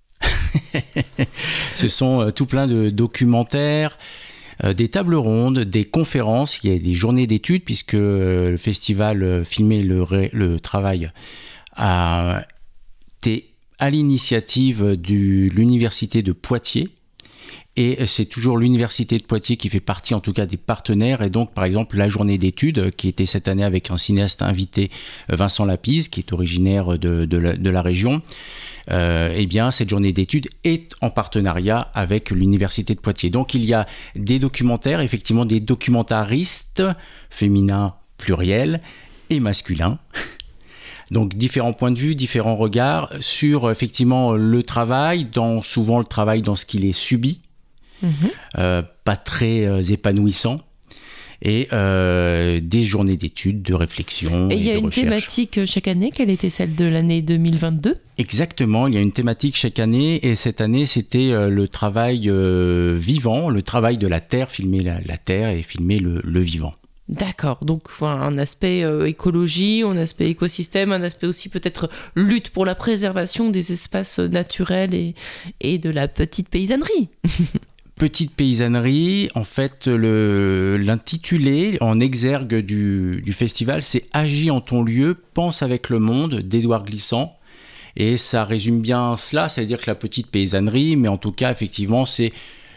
Ce sont euh, tout plein de documentaires, euh, des tables rondes, des conférences. Il y a des journées d'études puisque euh, le festival euh, Filmer le, le Travail a été à l'initiative de l'université de Poitiers Et c'est toujours l'Université de Poitiers qui fait partie, en tout cas, des partenaires. Et donc, par exemple, la journée d'études, qui était cette année avec un cinéaste invité, Vincent Lapise, qui est originaire de, de, la, de la région, euh, eh bien, cette journée d'études est en partenariat avec l'Université de Poitiers. Donc, il y a des documentaires, effectivement, des documentaristes féminins pluriels et masculins. Donc différents points de vue, différents regards sur effectivement le travail, dans, souvent le travail dans ce qu'il est subi, mmh. euh, pas très euh, épanouissant, et euh, des journées d'études, de réflexion et, et de recherche. Et il y a une recherche. Thématique chaque année, quelle était celle de l'année deux mille vingt-deux ? Exactement, il y a une thématique chaque année, et cette année c'était euh, le travail euh, vivant, le travail de la terre, filmer la, la terre et filmer le, le vivant. D'accord, donc voilà, un aspect euh, écologie, un aspect écosystème, un aspect aussi peut-être lutte pour la préservation des espaces naturels et, et de la petite paysannerie. Petite paysannerie, en fait, le, l'intitulé en exergue du, du festival, c'est « Agis en ton lieu, pense avec le monde » d'Édouard Glissant. Et ça résume bien cela, c'est-à-dire que la petite paysannerie, mais en tout cas, effectivement, c'est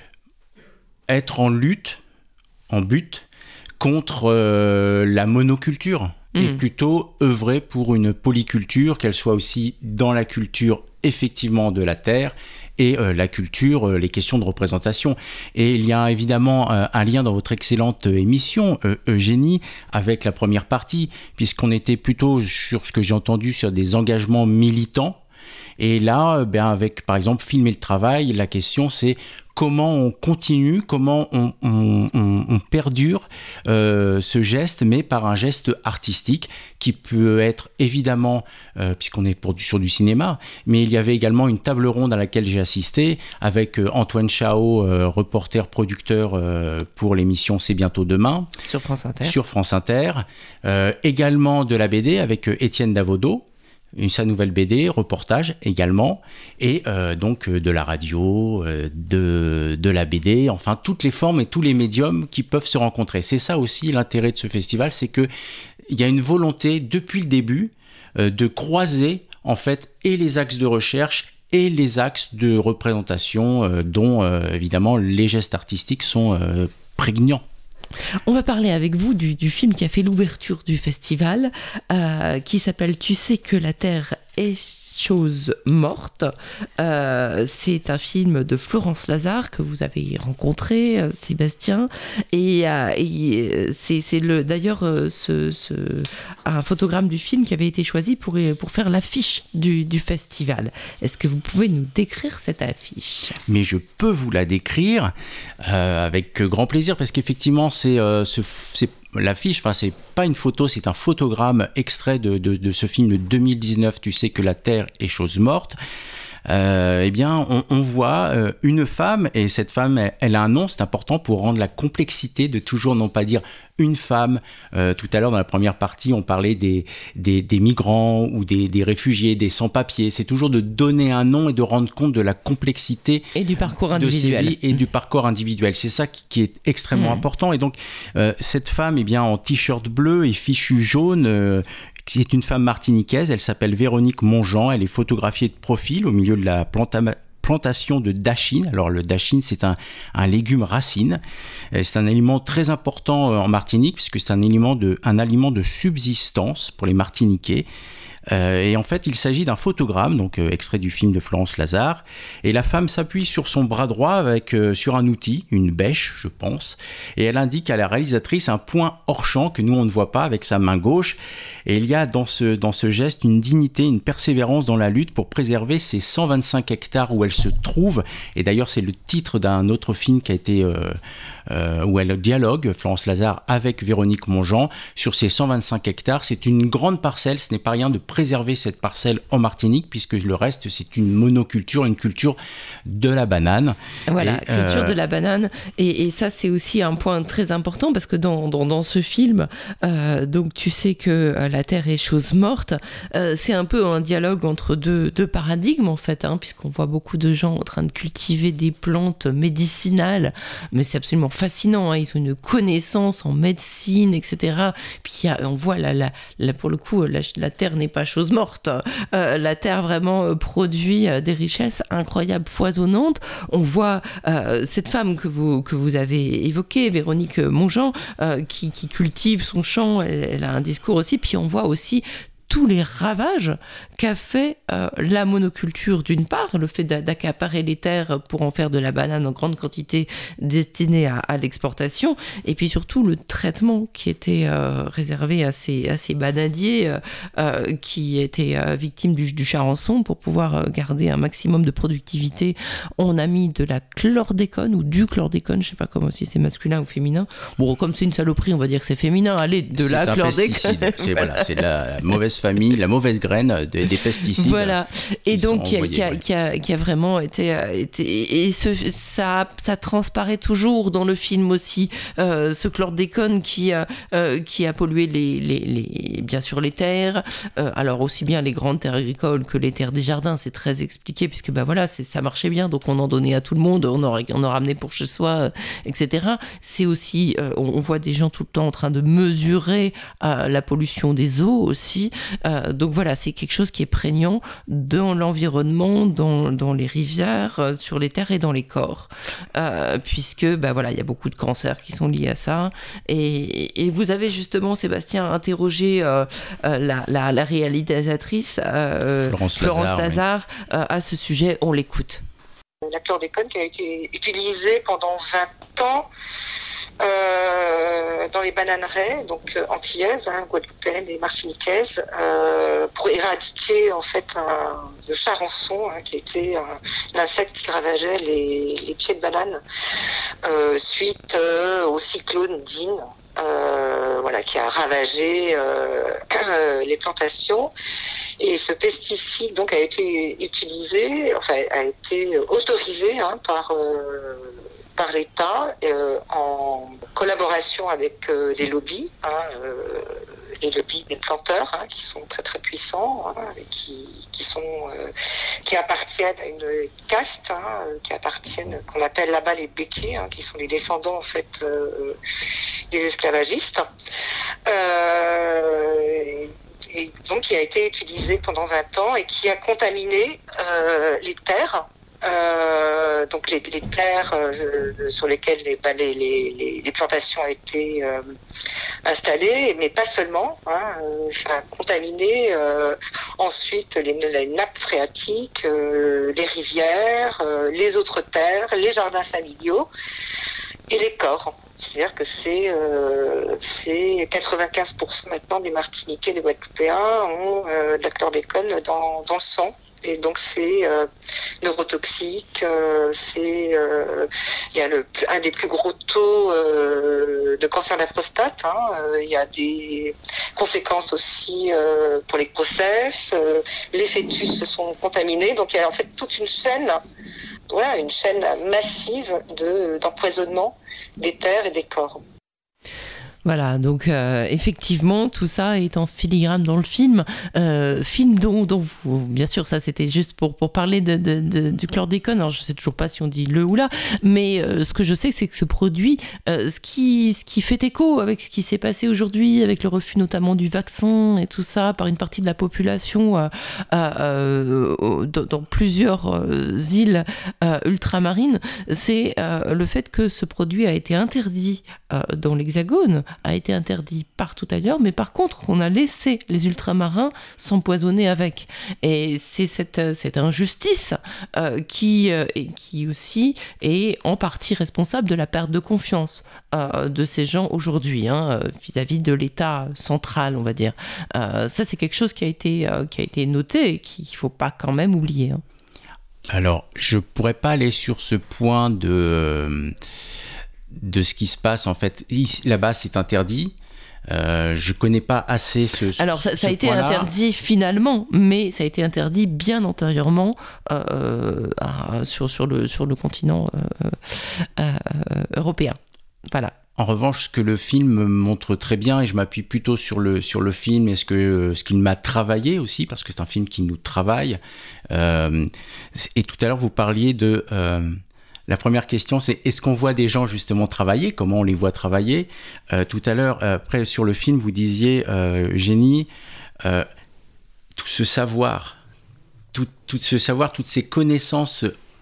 être en lutte, en but, contre euh, la monoculture mmh. et plutôt œuvrer pour une polyculture, qu'elle soit aussi dans la culture effectivement de la terre et euh, la culture, euh, les questions de représentation. Et il y a évidemment euh, un lien dans votre excellente émission, euh, Eugénie, avec la première partie, puisqu'on était plutôt sur ce que j'ai entendu sur des engagements militants. Et là, ben avec par exemple Filmer le travail, la question c'est comment on continue, comment on, on, on, on perdure euh, ce geste, mais par un geste artistique qui peut être évidemment, euh, puisqu'on est pour du, sur du cinéma, mais il y avait également une table ronde à laquelle j'ai assisté avec euh, Antoine Chao, euh, reporter, producteur euh, pour l'émission C'est bientôt demain. Sur France Inter. Sur France Inter. Euh, également de la B D avec euh, Étienne Davodo. Une, sa nouvelle B D, reportage également, et euh, donc euh, de la radio, euh, de, de la B D, enfin toutes les formes et tous les médiums qui peuvent se rencontrer. C'est ça aussi l'intérêt de ce festival, c'est qu'il y a une volonté depuis le début euh, de croiser en fait et les axes de recherche et les axes de représentation euh, dont euh, évidemment les gestes artistiques sont euh, prégnants. On va parler avec vous du, du film qui a fait l'ouverture du festival, euh, qui s'appelle « Tu sais que la Terre est chose morte ». Euh, c'est un film de Florence Lazare que vous avez rencontré, euh, Sébastien, et, euh, et c'est, c'est le, d'ailleurs euh, ce, ce, un photogramme du film qui avait été choisi pour, pour faire l'affiche du, du festival. Est-ce que vous pouvez nous décrire cette affiche ? Mais je peux vous la décrire euh, avec grand plaisir, parce qu'effectivement c'est, euh, ce, c'est l'affiche, enfin c'est pas une photo, c'est un photogramme extrait de, de, de ce film de deux mille dix-neuf, Tu sais que la Terre est chose morte. Euh, eh bien, on, on voit euh, une femme, et cette femme, elle, elle a un nom, c'est important pour rendre la complexité de toujours non pas dire une femme. Euh, tout à l'heure, dans la première partie, on parlait des, des, des migrants ou des, des réfugiés, des sans-papiers. C'est toujours de donner un nom et de rendre compte de la complexité et du parcours de ces individuel. vies et du parcours individuel. C'est ça qui, qui est extrêmement mmh. important. Et donc, euh, cette femme, eh bien, en t-shirt bleu et fichu jaune, euh, c'est une femme martiniquaise, elle s'appelle Véronique Monjean, elle est photographiée de profil au milieu de la planta- plantation de dachine. Alors le dachine, c'est un, un légume racine, c'est un aliment très important en Martinique puisque c'est un aliment de, un aliment de subsistance pour les Martiniquais. Euh, et en fait, il s'agit d'un photogramme, donc euh, extrait du film de Florence Lazare. Et la femme s'appuie sur son bras droit avec euh, sur un outil, une bêche, je pense. Et elle indique à la réalisatrice un point hors champ que nous on ne voit pas avec sa main gauche. Et il y a dans ce dans ce geste une dignité, une persévérance dans la lutte pour préserver ces cent vingt-cinq hectares où elle se trouve. Et d'ailleurs, c'est le titre d'un autre film qui a été euh, euh, où elle dialogue, Florence Lazare, avec Véronique Monjean sur ces cent vingt-cinq hectares. C'est une grande parcelle. Ce n'est pas rien de préserver cette parcelle en Martinique, puisque le reste, c'est une monoculture, une culture de la banane. Voilà, et, culture euh... de la banane. Et, et ça, c'est aussi un point très important, parce que dans, dans, dans ce film, euh, donc tu sais que euh, la terre est chose morte, euh, c'est un peu un dialogue entre deux, deux paradigmes, en fait, hein, puisqu'on voit beaucoup de gens en train de cultiver des plantes médicinales, mais c'est absolument fascinant, hein, ils ont une connaissance en médecine, et cetera. Puis y a, on voit, la, la, la, pour le coup, la, la terre n'est pas chose morte. Euh, la terre vraiment produit des richesses incroyables, foisonnantes. On voit euh, cette femme que vous, que vous avez évoquée, Véronique Monjean, euh, qui, qui cultive son champ, elle, elle a un discours aussi, puis on voit aussi tous les ravages qu'a fait euh, la monoculture d'une part, le fait d'accaparer les terres pour en faire de la banane en grande quantité destinée à, à l'exportation, et puis surtout le traitement qui était euh, réservé à ces, à ces bananiers euh, euh, qui étaient euh, victimes du, du charançon. Pour pouvoir garder un maximum de productivité, on a mis de la chlordécone ou du chlordécone, je sais pas comment si c'est masculin ou féminin. Bon, comme c'est une saloperie, on va dire que c'est féminin. Allez, de c'est la un chlordécone. Pesticide. C'est, voilà, c'est la, la mauvaise famille, la mauvaise graine des, des pesticides. Voilà. Et donc, qui a, qui, a, qui, a, qui a vraiment été. été et ce, ça, ça transparaît toujours dans le film aussi, euh, ce chlordécone qui, euh, qui a pollué, les, les, les, bien sûr, les terres. Euh, alors, aussi bien les grandes terres agricoles que les terres des jardins, c'est très expliqué, puisque ben voilà, c'est, ça marchait bien, donc on en donnait à tout le monde, on en, on en ramenait pour chez soi, euh, et cetera. C'est aussi, euh, on, on voit des gens tout le temps en train de mesurer euh, la pollution des eaux aussi. Euh, donc voilà, c'est quelque chose qui est prégnant dans l'environnement, dans, dans les rivières, euh, sur les terres et dans les corps. Euh, puisque, ben voilà, il y a beaucoup de cancers qui sont liés à ça. Et, et vous avez justement, Sébastien, interrogé euh, euh, la, la, la réalisatrice euh, Florence, Florence Lazare, Lazare oui. euh, à ce sujet. On l'écoute. La chlordécone qui a été utilisée pendant vingt ans Euh, dans les bananeraies, donc euh, antillaises, hein, guadeloupéennes et martiniquaises, euh, pour éradiquer en fait un, le charançon, hein, qui était un, l'insecte qui ravageait les, les pieds de banane euh, suite euh, au cyclone Dean. Euh, voilà, qui a ravagé euh, les plantations. Et ce pesticide donc a été utilisé, enfin a été autorisé hein, par euh, par l'État euh, en collaboration avec euh, des lobbies, hein, euh, les lobbies des planteurs, hein, qui sont très très puissants, hein, et qui qui sont euh, qui appartiennent à une caste, hein, qui appartiennent, qu'on appelle là-bas les béquets, hein, qui sont les descendants en fait euh, des esclavagistes. Euh, et donc qui a été utilisé pendant vingt ans et qui a contaminé euh, les terres. Euh, donc les, les terres euh, sur lesquelles les, bah, les, les, les plantations ont été euh, installées, mais pas seulement. Hein, euh, ça a contaminé euh, ensuite les, les nappes phréatiques, euh, les rivières, euh, les autres terres, les jardins familiaux et les corps. C'est-à-dire que c'est, euh, c'est quatre-vingt-quinze pour cent maintenant des Martiniquais et des Guadeloupéens ont euh, de la chlordécone dans, dans le sang. Et donc c'est euh, neurotoxique, euh, c'est euh, il y a le un des plus gros taux euh, de cancer de la prostate. Hein, euh, il y a des conséquences aussi euh, pour les grossesses. Euh, les fœtus se sont contaminés, donc il y a en fait toute une chaîne, voilà, une chaîne massive de d'empoisonnement des terres et des corps. Voilà, donc euh, effectivement, tout ça est en filigrane dans le film. Euh, film dont, dont vous, bien sûr, ça c'était juste pour, pour parler de, de, de, du chlordécone. Alors je sais toujours pas si on dit le ou la, mais euh, ce que je sais, c'est que ce produit, euh, ce, qui, ce qui fait écho avec ce qui s'est passé aujourd'hui, avec le refus notamment du vaccin et tout ça, par une partie de la population euh, euh, dans, dans plusieurs euh, îles euh, ultramarines, c'est euh, le fait que ce produit a été interdit euh, dans l'Hexagone, a été interdit partout ailleurs, mais par contre, on a laissé les ultramarins s'empoisonner avec. Et c'est cette, cette injustice euh, qui, euh, et qui aussi est en partie responsable de la perte de confiance euh, de ces gens aujourd'hui, hein, vis-à-vis de l'État central, on va dire. Euh, ça, c'est quelque chose qui a été, euh, qui a été noté et qu'il ne faut pas quand même oublier. Hein. Alors, je ne pourrais pas aller sur ce point de... Euh... de ce qui se passe en fait ici, là-bas, c'est interdit. Euh, je connais pas assez ce, ce alors ça, ça ce a été point-là. interdit finalement, mais ça a été interdit bien antérieurement euh, à, sur sur le sur le continent euh, euh, européen. Voilà. En revanche, ce que le film montre très bien, et je m'appuie plutôt sur le, sur le film et ce, que, ce qu'il m'a travaillé aussi, parce que c'est un film qui nous travaille. Euh, et tout à l'heure, vous parliez de... Euh, la première question, c'est est-ce qu'on voit des gens justement travailler ? Comment on les voit travailler ? euh, Tout à l'heure, euh, après sur le film, vous disiez, euh, Génie, euh, tout ce savoir, tout, tout ce savoir, toutes ces connaissances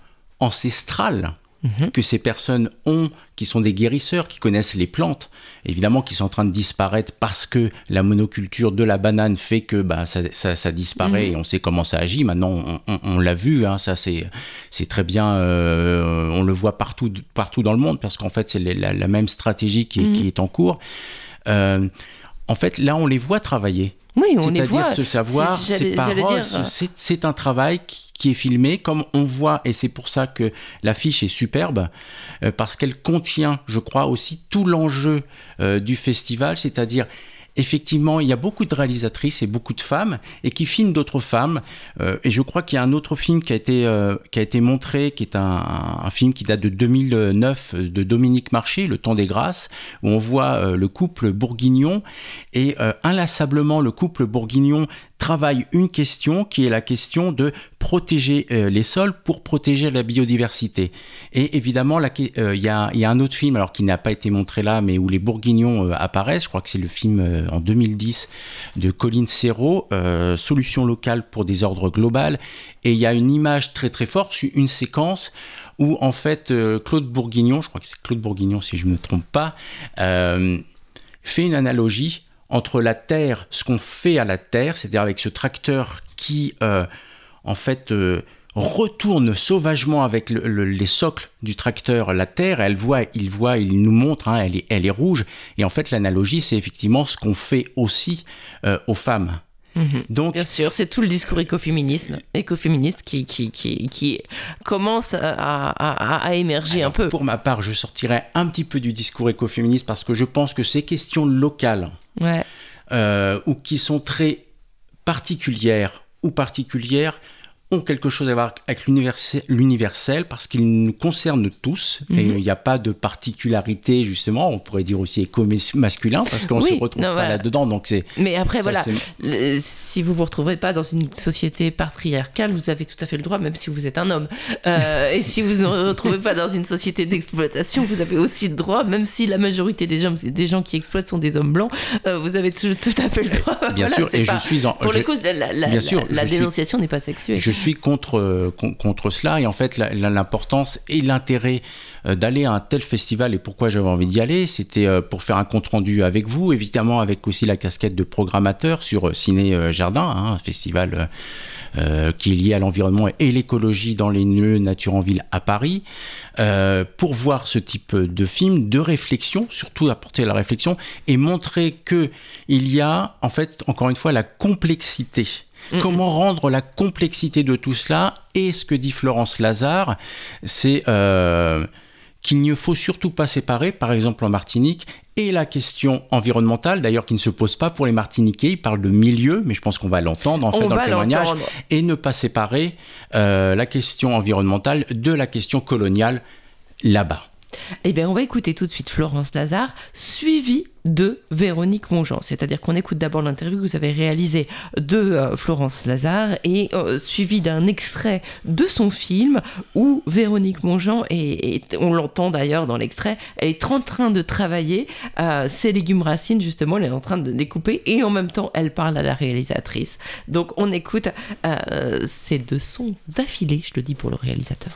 ancestrales mmh. que ces personnes ont, qui sont des guérisseurs, qui connaissent les plantes, évidemment qui sont en train de disparaître parce que la monoculture de la banane fait que bah, ça, ça, ça disparaît mmh. et on sait comment ça agit. Maintenant, on, on, on l'a vu, hein, ça c'est, c'est très bien, euh, on le voit partout, partout dans le monde parce qu'en fait, c'est la, la même stratégie qui est, mmh. qui est en cours. Euh, en fait, là, on les voit travailler. Oui, on C'est-à-dire les voit. ce savoir, C'est- ces j'allais- j'allais paroles, dire, euh, c'est, c'est un travail qui, qui est filmé, comme on voit, et c'est pour ça que l'affiche est superbe, euh, parce qu'elle contient, je crois, aussi tout l'enjeu euh, du festival, c'est-à-dire effectivement, il y a beaucoup de réalisatrices et beaucoup de femmes et qui filment d'autres femmes. Euh, et je crois qu'il y a un autre film qui a été, euh, qui a été montré, qui est un, un, un film qui date de deux mille neuf de Dominique Marché, Le Temps des Grâces, où on voit euh, le couple Bourguignon et euh, inlassablement le couple Bourguignon travaille une question qui est la question de protéger euh, les sols pour protéger la biodiversité. Et évidemment, il euh, y, a, y a un autre film, alors qui n'a pas été montré là, mais où les Bourguignons euh, apparaissent. Je crois que c'est le film euh, en deux mille dix de Colline Serrault, euh, Solutions locales pour des ordres global. Et il y a une image très très forte, une séquence où en fait euh, Claude Bourguignon, je crois que c'est Claude Bourguignon si je ne me trompe pas, euh, fait une analogie entre la terre, ce qu'on fait à la terre, c'est-à-dire avec ce tracteur qui, euh, en fait, euh, retourne sauvagement avec le, le, les socles du tracteur la terre. Elle voit, il voit, il nous montre, hein, elle est, elle est rouge. Et en fait, l'analogie, c'est effectivement ce qu'on fait aussi euh, aux femmes. Mmh. Donc, bien sûr, c'est tout le discours écoféminisme, écoféministe qui, qui, qui, qui commence à, à, à émerger alors, un peu. Pour ma part, je sortirais un petit peu du discours écoféministe parce que je pense que ces questions locales, ouais. euh, ou qui sont très particulières ou particulières, ont quelque chose à voir avec l'universel, l'universel parce qu'ils nous concernent tous mmh. et il n'y a pas de particularité justement, on pourrait dire aussi éco-masculin parce qu'on ne oui, se retrouve non, pas voilà. là-dedans. Donc c'est, mais après ça, voilà, c'est... Le, si vous ne vous retrouvez pas dans une société patriarcale, vous avez tout à fait le droit, même si vous êtes un homme. Euh, et si vous ne vous retrouvez pas dans une société d'exploitation, vous avez aussi le droit, même si la majorité des gens, des gens qui exploitent sont des hommes blancs, euh, vous avez tout, tout à fait le droit. Bien voilà, sûr, et pas, je suis en... Pour je... le coup, la, la, la, bien sûr, la, la dénonciation suis... n'est pas sexuée. Je suis contre, contre cela et en fait la, la, l'importance et l'intérêt d'aller à un tel festival et pourquoi j'avais envie d'y aller, c'était pour faire un compte rendu avec vous, évidemment avec aussi la casquette de programmateur sur Ciné Jardin, hein, un festival euh, qui est lié à l'environnement et l'écologie dans les lieux nature en ville à Paris, euh, pour voir ce type de film, de réflexion, surtout apporter la réflexion et montrer que il y a en fait encore une fois la complexité. Mmh. Comment rendre la complexité de tout cela? Et ce que dit Florence Lazare, c'est euh, qu'il ne faut surtout pas séparer, par exemple en Martinique, et la question environnementale, d'ailleurs qui ne se pose pas pour les Martiniquais, ils parlent de milieu, mais je pense qu'on va l'entendre en fait dans le témoignage, l'entendre. Et ne pas séparer euh, la question environnementale de la question coloniale là-bas. Eh bien, on va écouter tout de suite Florence Lazare, suivie de Véronique Mongeant. C'est-à-dire qu'on écoute d'abord l'interview que vous avez réalisée de euh, Florence Lazare et euh, suivi d'un extrait de son film où Véronique Mongeant, et on l'entend d'ailleurs dans l'extrait, elle est en train de travailler euh, ses légumes racines, justement, elle est en train de les couper et en même temps, elle parle à la réalisatrice. Donc, on écoute euh, ces deux sons d'affilée, je le dis pour le réalisateur.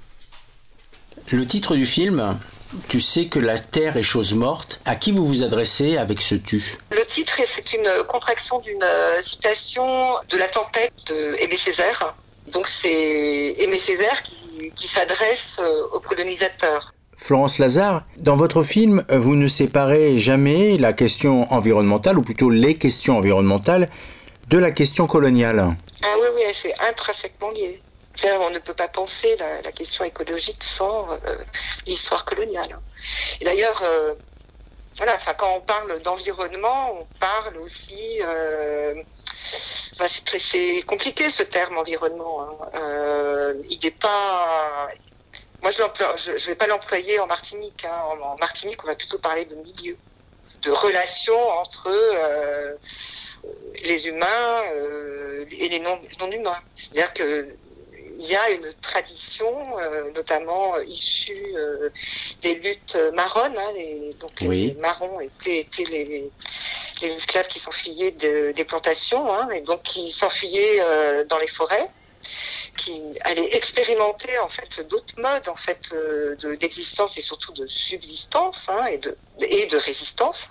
Le titre du film, tu sais que la terre est chose morte. À qui vous vous adressez avec ce tu? Le titre, c'est une contraction d'une citation de La Tempête d'Aimé Césaire. Donc c'est Aimé Césaire qui, qui s'adresse aux colonisateurs. Florence Lazare, dans votre film, vous ne séparez jamais la question environnementale, ou plutôt les questions environnementales, de la question coloniale. Ah oui, oui, c'est intrinsèquement lié. C'est-à-dire, on ne peut pas penser la, la question écologique sans euh, l'histoire coloniale. Et d'ailleurs, euh, voilà, enfin, quand on parle d'environnement, on parle aussi... Euh, enfin, c'est, c'est compliqué ce terme environnement. Hein. Euh, il n'est pas... Moi, je ne vais pas l'employer en Martinique. Hein. En, en Martinique, on va plutôt parler de milieu, de relation entre euh, les humains euh, et les non, non-humains. C'est-à-dire que il y a une tradition, euh, notamment euh, issue euh, des luttes marronnes. Hein, les, donc oui. les marrons étaient, étaient les, les esclaves qui s'enfuyaient de, des plantations, hein, et donc qui s'enfuyaient euh, dans les forêts, qui allaient expérimenter en fait d'autres modes en fait euh, de, d'existence et surtout de subsistance, hein, et de et de résistance.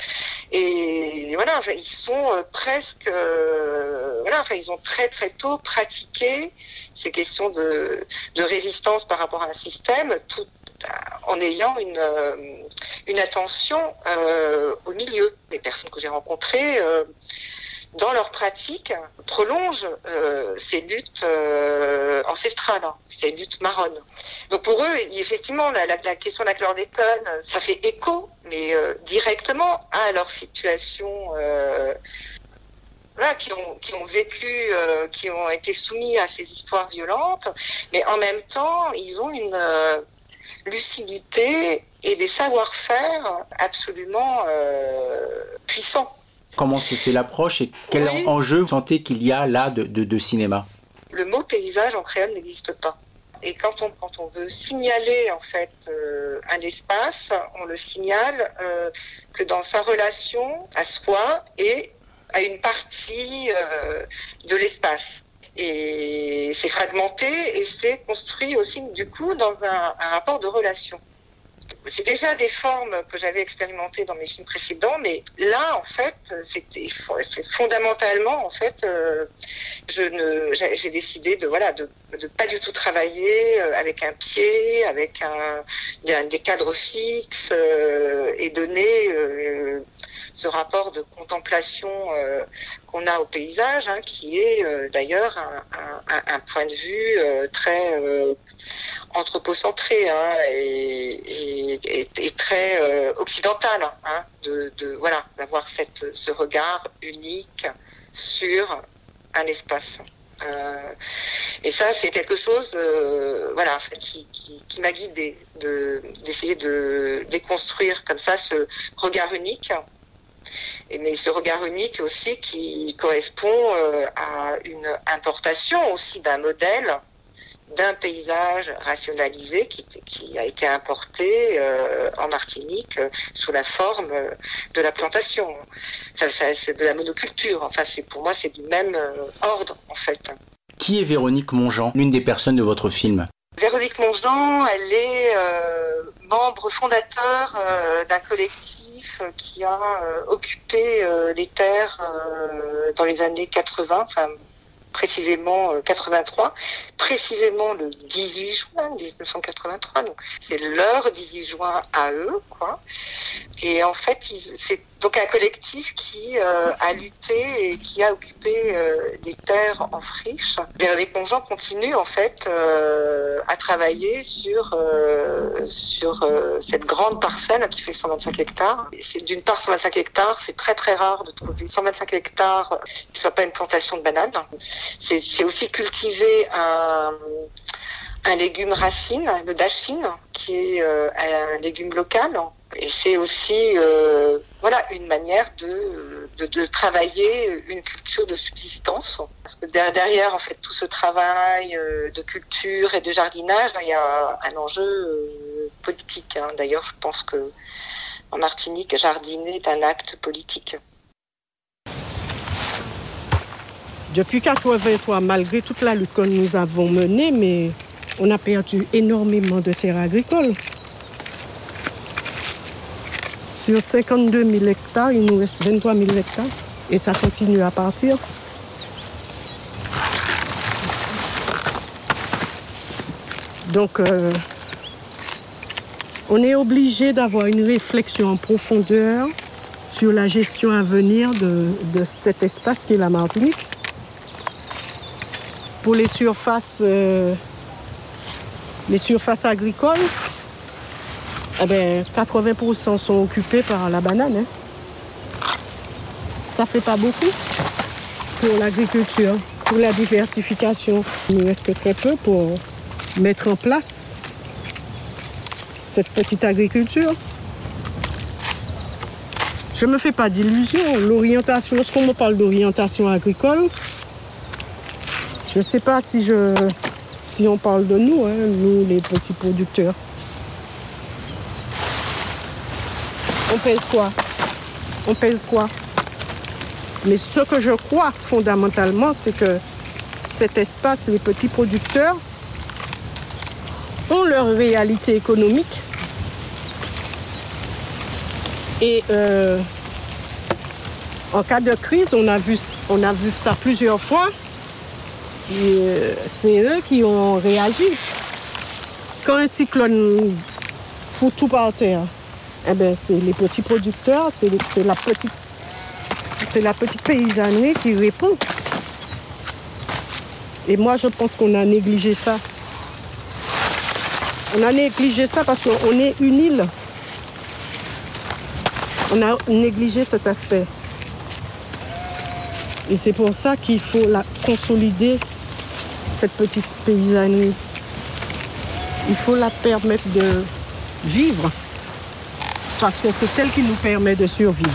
Et voilà, enfin, ils sont euh, presque, euh, voilà, enfin, ils ont très très tôt pratiqué ces questions de, de résistance par rapport à un système, tout en ayant une, euh, une attention euh, au milieu. Les personnes que j'ai rencontrées, euh, dans leur pratique, prolongent euh, ces luttes euh, ancestrales, hein, ces luttes marronnes. Donc pour eux, effectivement, la, la, la question de la chlordécone, ça fait écho, mais euh, directement à leur situation, euh, voilà, qui ont, qui ont vécu, euh, qui ont été soumis à ces histoires violentes, mais en même temps, ils ont une euh, lucidité et des savoir-faire absolument euh, puissants. Comment se fait l'approche et quel oui. enjeu vous sentez qu'il y a là de, de, de cinéma? Le mot paysage en créole n'existe pas. Et quand on, quand on veut signaler en fait euh, un espace, on le signale euh, que dans sa relation à soi et à une partie euh, de l'espace. Et c'est fragmenté et c'est construit aussi du coup dans un, un rapport de relation. C'est déjà des formes que j'avais expérimentées dans mes films précédents, mais là, en fait, c'était, c'est fondamentalement, en fait, euh, je ne, j'ai, j'ai décidé de, voilà, de, de pas du tout travailler avec un pied, avec un, des, des cadres fixes, euh, et donner euh, ce rapport de contemplation euh, qu'on a au paysage, hein, qui est euh, d'ailleurs un, un, un point de vue euh, très euh, anthropocentré, hein, et, et Et, et très euh, occidental, hein, de, de voilà, d'avoir cette, ce regard unique sur un espace. Euh, et ça, c'est quelque chose, euh, voilà, qui, qui, qui m'a guidée, de, d'essayer de déconstruire comme ça ce regard unique. Et, mais ce regard unique aussi qui correspond euh, à une importation aussi d'un modèle, d'un paysage rationalisé qui, qui a été importé euh, en Martinique euh, sous la forme euh, de la plantation. Ça, ça, c'est de la monoculture. Enfin, c'est, pour moi, c'est du même euh, ordre, en fait. Qui est Véronique Monjean, l'une des personnes de votre film? Véronique Monjean, elle est euh, membre fondateur euh, d'un collectif qui a euh, occupé euh, les terres euh, dans les années quatre-vingts, enfin, précisément euh, quatre-vingt-trois, précisément le dix-huit juin dix-neuf cent quatre-vingt-trois, donc c'est leur dix-huit juin à eux, quoi. Et en fait, ils, c'est donc un collectif qui euh, a lutté et qui a occupé euh, des terres en friche. Véronique Monjean continue en fait euh, à travailler sur euh, sur euh, cette grande parcelle qui fait cent vingt-cinq hectares. Et c'est, d'une part, cent vingt-cinq hectares, c'est très très rare de trouver cent vingt-cinq hectares qui soit pas une plantation de bananes. C'est, c'est aussi cultiver un un légume racine, le dachine, qui est euh, un légume local. Et c'est aussi euh, voilà, une manière de, de, de travailler une culture de subsistance. Parce que derrière en fait, tout ce travail euh, de culture et de jardinage, il y a un enjeu euh, politique. Hein. D'ailleurs, je pense que en Martinique, jardiner est un acte politique. Depuis quatre-vingt-trois, malgré toute la lutte que nous avons menée, mais on a perdu énormément de terres agricoles. Sur cinquante-deux mille hectares, il nous reste vingt-trois mille hectares et ça continue à partir. Donc, euh, on est obligé d'avoir une réflexion en profondeur sur la gestion à venir de, de cet espace qui est la Martinique. Pour les surfaces, euh, les surfaces agricoles, eh ben, quatre-vingts pour cent sont occupés par la banane. Hein. Ça ne fait pas beaucoup pour l'agriculture, pour la diversification. Il nous reste que très peu pour mettre en place cette petite agriculture. Je ne me fais pas d'illusions. L'orientation, lorsqu'on me parle d'orientation agricole, je ne sais pas si je, si on parle de nous, hein, nous les petits producteurs, on pèse quoi? On pèse quoi? Mais ce que je crois fondamentalement, c'est que cet espace, les petits producteurs, ont leur réalité économique. Et euh, en cas de crise, on a vu, on a vu ça plusieurs fois. Et, euh, c'est eux qui ont réagi. Quand un cyclone fout tout par terre, eh ben, c'est les petits producteurs, c'est, les, c'est, la petite, c'est la petite paysannerie qui répond. Et moi, je pense qu'on a négligé ça. On a négligé ça parce qu'on est une île. On a négligé cet aspect. Et c'est pour ça qu'il faut la consolider, cette petite paysannerie. Il faut la permettre de vivre, parce que c'est elle qui nous permet de survivre.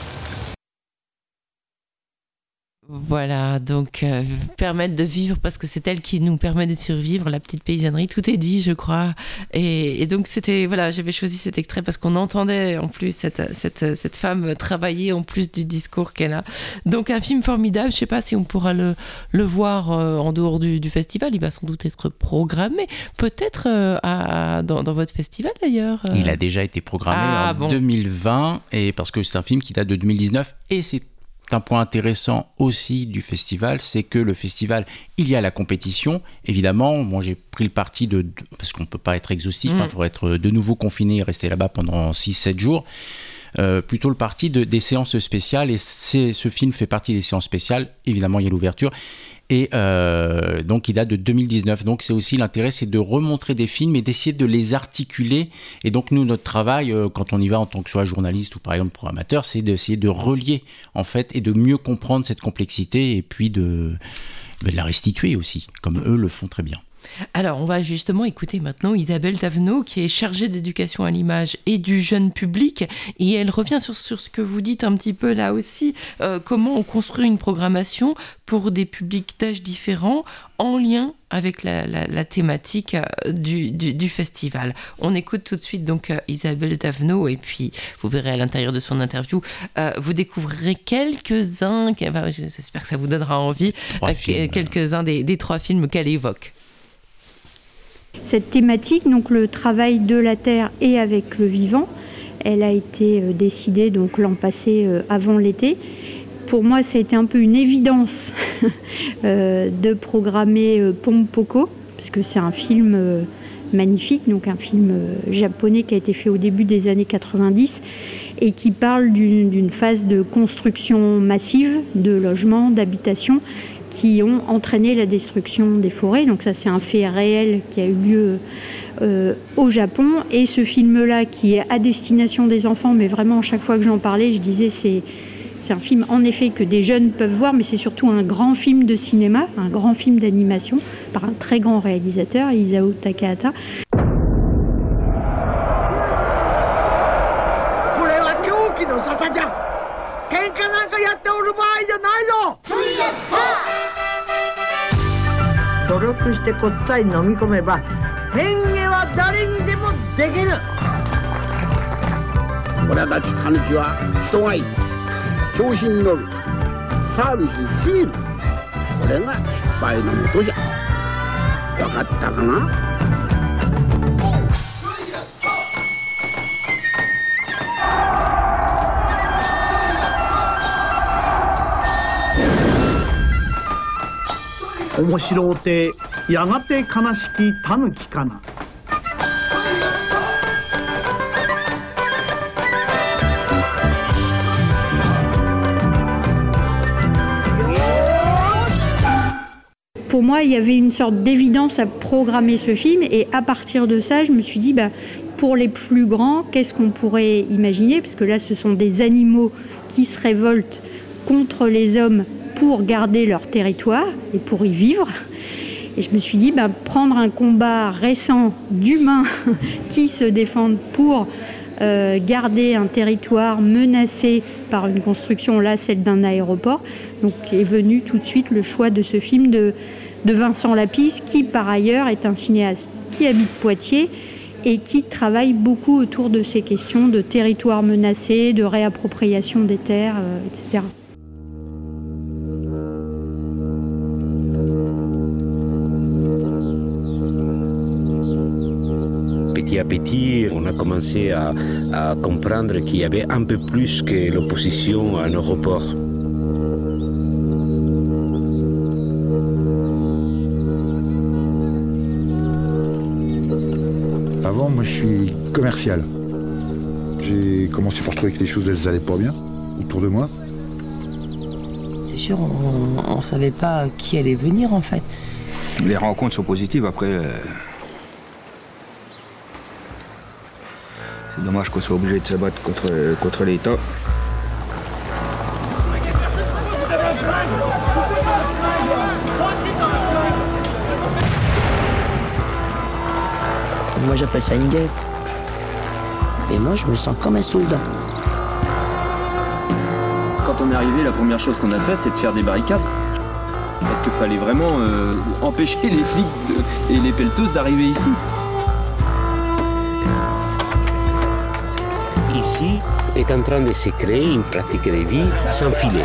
Voilà, donc euh, permettre de vivre parce que c'est elle qui nous permet de survivre, la petite paysannerie, tout est dit, je crois. Et, et donc c'était, voilà, j'avais choisi cet extrait parce qu'on entendait en plus cette, cette, cette femme travailler en plus du discours qu'elle a. Donc un film formidable, je ne sais pas si on pourra le, le voir euh, en dehors du, du festival, il va sans doute être programmé, peut-être euh, à, dans, dans votre festival d'ailleurs. Euh... Il a déjà été programmé ah, en bon. deux mille vingt, et parce que c'est un film qui date de deux mille dix-neuf, et c'est un point intéressant aussi du festival, c'est que le festival, il y a la compétition. Évidemment, moi j'ai pris le parti de, de parce qu'on ne peut pas être exhaustif, il mmh. hein, faudrait être de nouveau confiné et rester là-bas pendant six sept jours. Euh, plutôt le parti de, des séances spéciales, et c'est, ce film fait partie des séances spéciales. Évidemment, il y a l'ouverture. Et euh, donc il date de deux mille dix-neuf, donc c'est aussi l'intérêt, c'est de remontrer des films et d'essayer de les articuler. Et donc nous, notre travail, euh, quand on y va en tant que soit journaliste ou par exemple programmateur, c'est d'essayer de relier en fait et de mieux comprendre cette complexité et puis de, de la restituer aussi, comme eux le font très bien. Alors, on va justement écouter maintenant Isabelle Davenot, qui est chargée d'éducation à l'image et du jeune public, et elle revient sur, sur ce que vous dites un petit peu là aussi, euh, comment on construit une programmation pour des publics d'âge différents en lien avec la, la, la thématique du, du, du festival. On écoute tout de suite donc Isabelle Davenot, et puis vous verrez à l'intérieur de son interview, euh, vous découvrirez quelques-uns, j'espère que ça vous donnera envie, euh, quelques-uns des, des trois films qu'elle évoque. Cette thématique, donc le travail de la terre et avec le vivant, elle a été euh, décidée donc l'an passé euh, avant l'été. Pour moi, ça a été un peu une évidence euh, de programmer euh, Pompoko, parce que c'est un film euh, magnifique, donc un film euh, japonais qui a été fait au début des années quatre-vingt-dix et qui parle d'une, d'une phase de construction massive de logements, d'habitations, qui ont entraîné la destruction des forêts. Donc ça, c'est un fait réel qui a eu lieu euh, au Japon. Et ce film-là, qui est à destination des enfants, mais vraiment, chaque fois que j'en parlais, je disais, c'est, c'est un film, en effet, que des jeunes peuvent voir, mais c'est surtout un grand film de cinéma, un grand film d'animation, par un très grand réalisateur, Isao Takahata. Pour moi, il y avait une sorte d'évidence à programmer ce film, et à partir de ça, je me suis dit, bah, pour les plus grands, qu'est-ce qu'on pourrait imaginer ? Parce que là, ce sont des animaux qui se révoltent contre les hommes pour garder leur territoire et pour y vivre. Et je me suis dit, bah, prendre un combat récent d'humains qui se défendent pour euh, garder un territoire menacé par une construction, là, celle d'un aéroport. Donc est venu tout de suite le choix de ce film de, de Vincent Lapisse, qui par ailleurs est un cinéaste qui habite Poitiers et qui travaille beaucoup autour de ces questions de territoires menacés, de réappropriation des terres, euh, et cetera. Petit à petit, on a commencé à, à comprendre qu'il y avait un peu plus que l'opposition à un aéroport. Avant, moi, je suis commercial. J'ai commencé par trouver que les choses, elles allaient pas bien autour de moi. C'est sûr, on ne savait pas qui allait venir, en fait. Les rencontres sont positives, après... Euh... C'est dommage qu'on soit obligé de se battre contre, contre l'État. Moi j'appelle ça une guerre. Et moi je me sens comme un soldat. Quand on est arrivé, la première chose qu'on a fait, c'est de faire des barricades. Parce qu'il fallait vraiment euh, empêcher les flics de, et les pelleteuses d'arriver ici. Ici est en train de se créer une pratique de vie sans filet.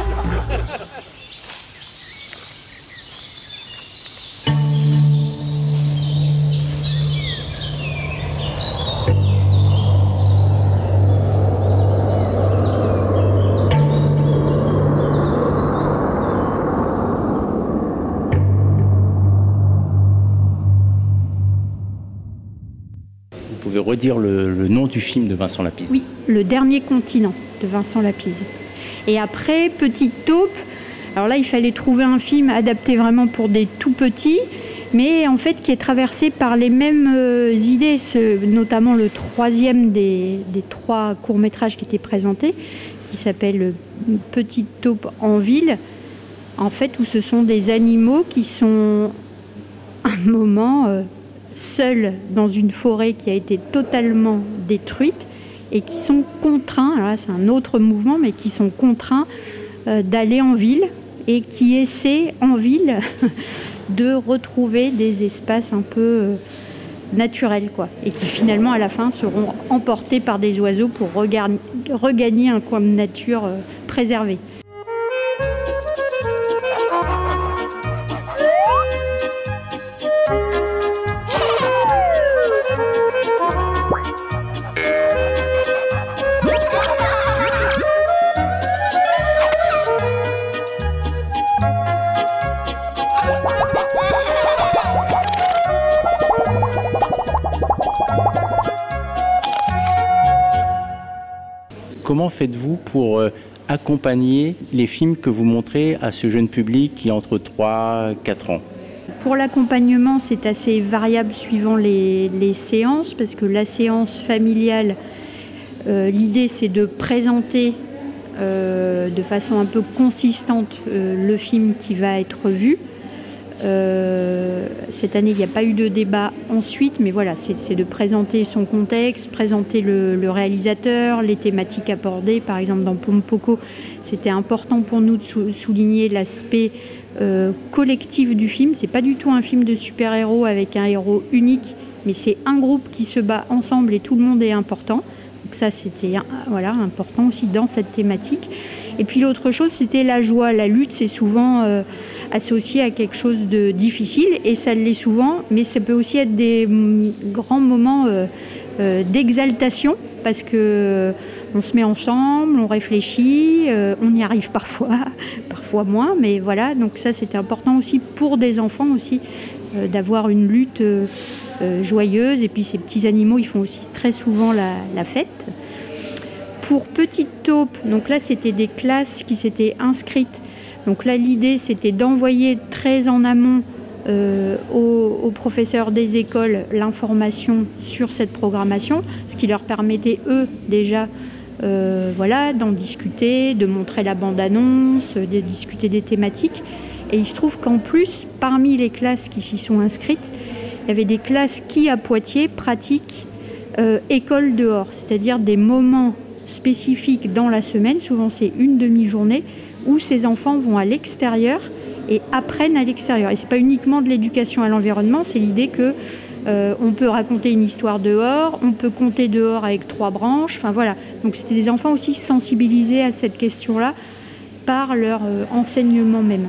Vous pouvez redire le, le nom du film de Vincent Lapisse? Oui, Le Dernier Continent de Vincent Lapisse. Et après, Petite Taupe, alors là il fallait trouver un film adapté vraiment pour des tout petits, mais en fait qui est traversé par les mêmes euh, idées, ce, notamment le troisième des, des trois courts-métrages qui étaient présentés, qui s'appelle Petite Taupe en ville, en fait où ce sont des animaux qui sont un moment... Euh, seuls dans une forêt qui a été totalement détruite et qui sont contraints, alors là c'est un autre mouvement, mais qui sont contraints euh, d'aller en ville et qui essaient en ville de retrouver des espaces un peu euh, naturels, quoi, et qui finalement à la fin seront emportés par des oiseaux pour regarder, regagner un coin de nature euh, préservé. Comment faites-vous pour euh, accompagner les films que vous montrez à ce jeune public qui est entre trois et quatre ans? Pour l'accompagnement, c'est assez variable suivant les, les séances, parce que la séance familiale, euh, l'idée c'est de présenter euh, de façon un peu consistante euh, le film qui va être vu. Euh, cette année, il n'y a pas eu de débat ensuite, mais voilà, c'est, c'est de présenter son contexte, présenter le, le réalisateur, les thématiques abordées. Par exemple, dans Pompoko, c'était important pour nous de sou- souligner l'aspect euh, collectif du film. C'est pas du tout un film de super-héros avec un héros unique, mais c'est un groupe qui se bat ensemble et tout le monde est important. Donc ça, c'était voilà, important aussi dans cette thématique. Et puis l'autre chose, c'était la joie. La lutte, c'est souvent euh, associé à quelque chose de difficile, et ça l'est souvent, mais ça peut aussi être des mm, grands moments euh, euh, d'exaltation, parce que euh, on se met ensemble, on réfléchit, euh, on y arrive parfois, parfois moins, mais voilà, donc ça c'était important aussi pour des enfants aussi, euh, d'avoir une lutte euh, euh, joyeuse, et puis ces petits animaux, ils font aussi très souvent la, la fête. Pour Petite Taupe, donc là c'était des classes qui s'étaient inscrites. Donc là l'idée c'était d'envoyer très en amont euh, aux, aux professeurs des écoles l'information sur cette programmation, ce qui leur permettait eux déjà euh, voilà, d'en discuter, de montrer la bande-annonce, de discuter des thématiques. Et il se trouve qu'en plus, parmi les classes qui s'y sont inscrites, il y avait des classes qui à Poitiers pratiquent euh, école dehors, c'est-à-dire des moments spécifiques dans la semaine, souvent c'est une demi-journée, où ces enfants vont à l'extérieur et apprennent à l'extérieur. Et c'est pas uniquement de l'éducation à l'environnement, c'est l'idée que euh, on peut raconter une histoire dehors, on peut compter dehors avec trois branches, enfin voilà. Donc c'était des enfants aussi sensibilisés à cette question-là par leur euh, enseignement même.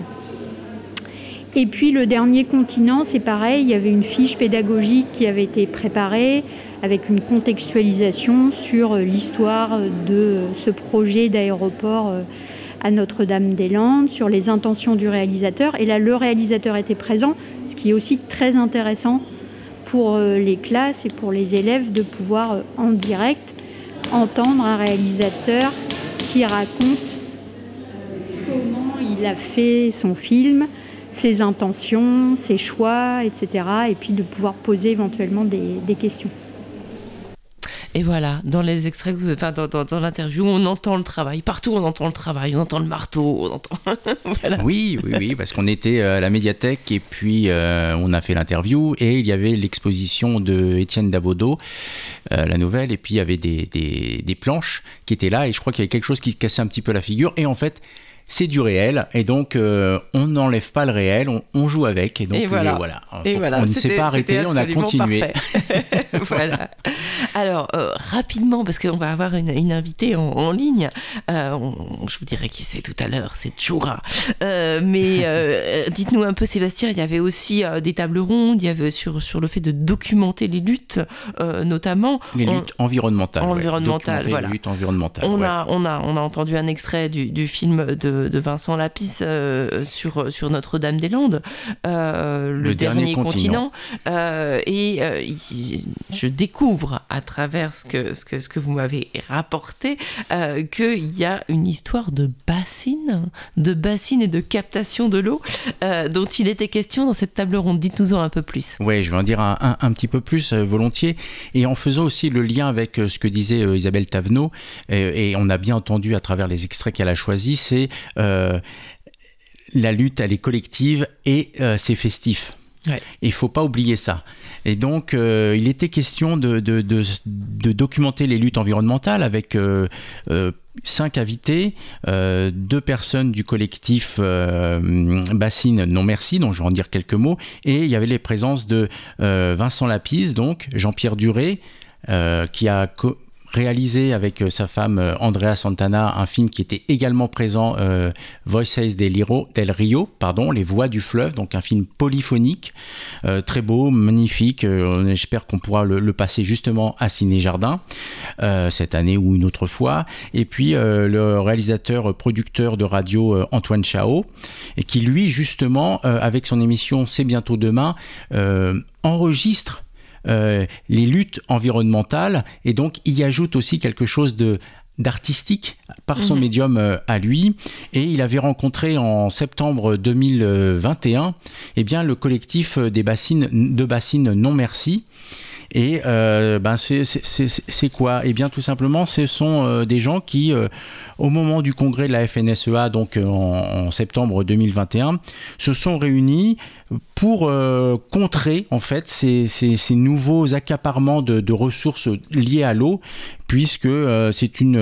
Et puis le dernier continent, c'est pareil, il y avait une fiche pédagogique qui avait été préparée avec une contextualisation sur l'histoire de ce projet d'aéroport à Notre-Dame-des-Landes, sur les intentions du réalisateur. Et là, le réalisateur était présent, ce qui est aussi très intéressant pour les classes et pour les élèves de pouvoir en direct entendre un réalisateur qui raconte comment il a fait son film, ses intentions, ses choix, et cetera. Et puis de pouvoir poser éventuellement des, des questions. Et voilà, dans les extraits, enfin dans, dans, dans l'interview, on entend le travail. Partout, on entend le travail, on entend le marteau, on entend. Voilà. Oui, oui, oui, parce qu'on était à la médiathèque et puis euh, on a fait l'interview et il y avait l'exposition de Étienne Davodo, euh, la nouvelle, et puis il y avait des, des, des planches qui étaient là et je crois qu'il y avait quelque chose qui cassait un petit peu la figure. Et en fait, c'est du réel et donc euh, on n'enlève pas le réel, on, on joue avec et donc et voilà. Et voilà. Et on, voilà. on ne s'est pas arrêté, on a continué. Voilà. Alors euh, rapidement parce qu'on va avoir une, une invitée en, en ligne. Euh, on, je vous dirai qui c'est tout à l'heure, c'est Tchoura. Euh, mais euh, dites-nous un peu, Sébastien, il y avait aussi euh, des tables rondes, il y avait sur sur le fait de documenter les luttes, euh, notamment les luttes on, environnementales. Environnementales, ouais. voilà. Les luttes environnementales. On ouais. a on a on a entendu un extrait du, du film de de Vincent Lapisse euh, sur, sur Notre-Dame-des-Landes, euh, le, le dernier, dernier continent. continent. Euh, et euh, y, je découvre à travers ce que, ce que, ce que vous m'avez rapporté euh, qu'il y a une histoire de bassine, de bassine et de captation de l'eau euh, dont il était question dans cette table ronde. Dites-nous-en un peu plus. Oui, je vais en dire un, un, un petit peu plus euh, volontiers. Et en faisant aussi le lien avec euh, ce que disait euh, Isabelle Thavenot, euh, et on a bien entendu à travers les extraits qu'elle a choisis, c'est Euh, la lutte, elle est collective et euh, c'est festif. Ouais. Il ne faut pas oublier ça. Et donc, euh, il était question de, de, de, de documenter les luttes environnementales avec euh, euh, cinq invités, euh, deux personnes du collectif euh, Bassine Non Merci, dont je vais en dire quelques mots. Et il y avait les présences de euh, Vincent Lapisse, donc Jean-Pierre Duré, euh, qui a... Co- réalisé avec sa femme Andrea Santana un film qui était également présent, euh, Voices del Rio, del Rio, pardon, Les Voix du Fleuve, donc un film polyphonique, euh, très beau, magnifique. Euh, j'espère qu'on pourra le, le passer justement à Ciné Jardin euh, cette année ou une autre fois. Et puis euh, le réalisateur producteur de radio euh, Antoine Chao, et qui lui justement euh, avec son émission C'est bientôt demain euh, enregistre Euh, les luttes environnementales et donc il y ajoute aussi quelque chose de d'artistique par son mmh. médium euh, à lui, et il avait rencontré en septembre deux mille vingt et un eh bien, le collectif des bassines, de bassines Non Merci. Et euh, ben c'est, c'est, c'est, c'est quoi ? Eh bien, tout simplement, ce sont euh, des gens qui, euh, au moment du congrès de la F N S E A, donc euh, en, en septembre deux mille vingt et un, se sont réunis pour euh, contrer en fait ces, ces, ces nouveaux accaparements de, de ressources liées à l'eau, puisque euh, c'est une,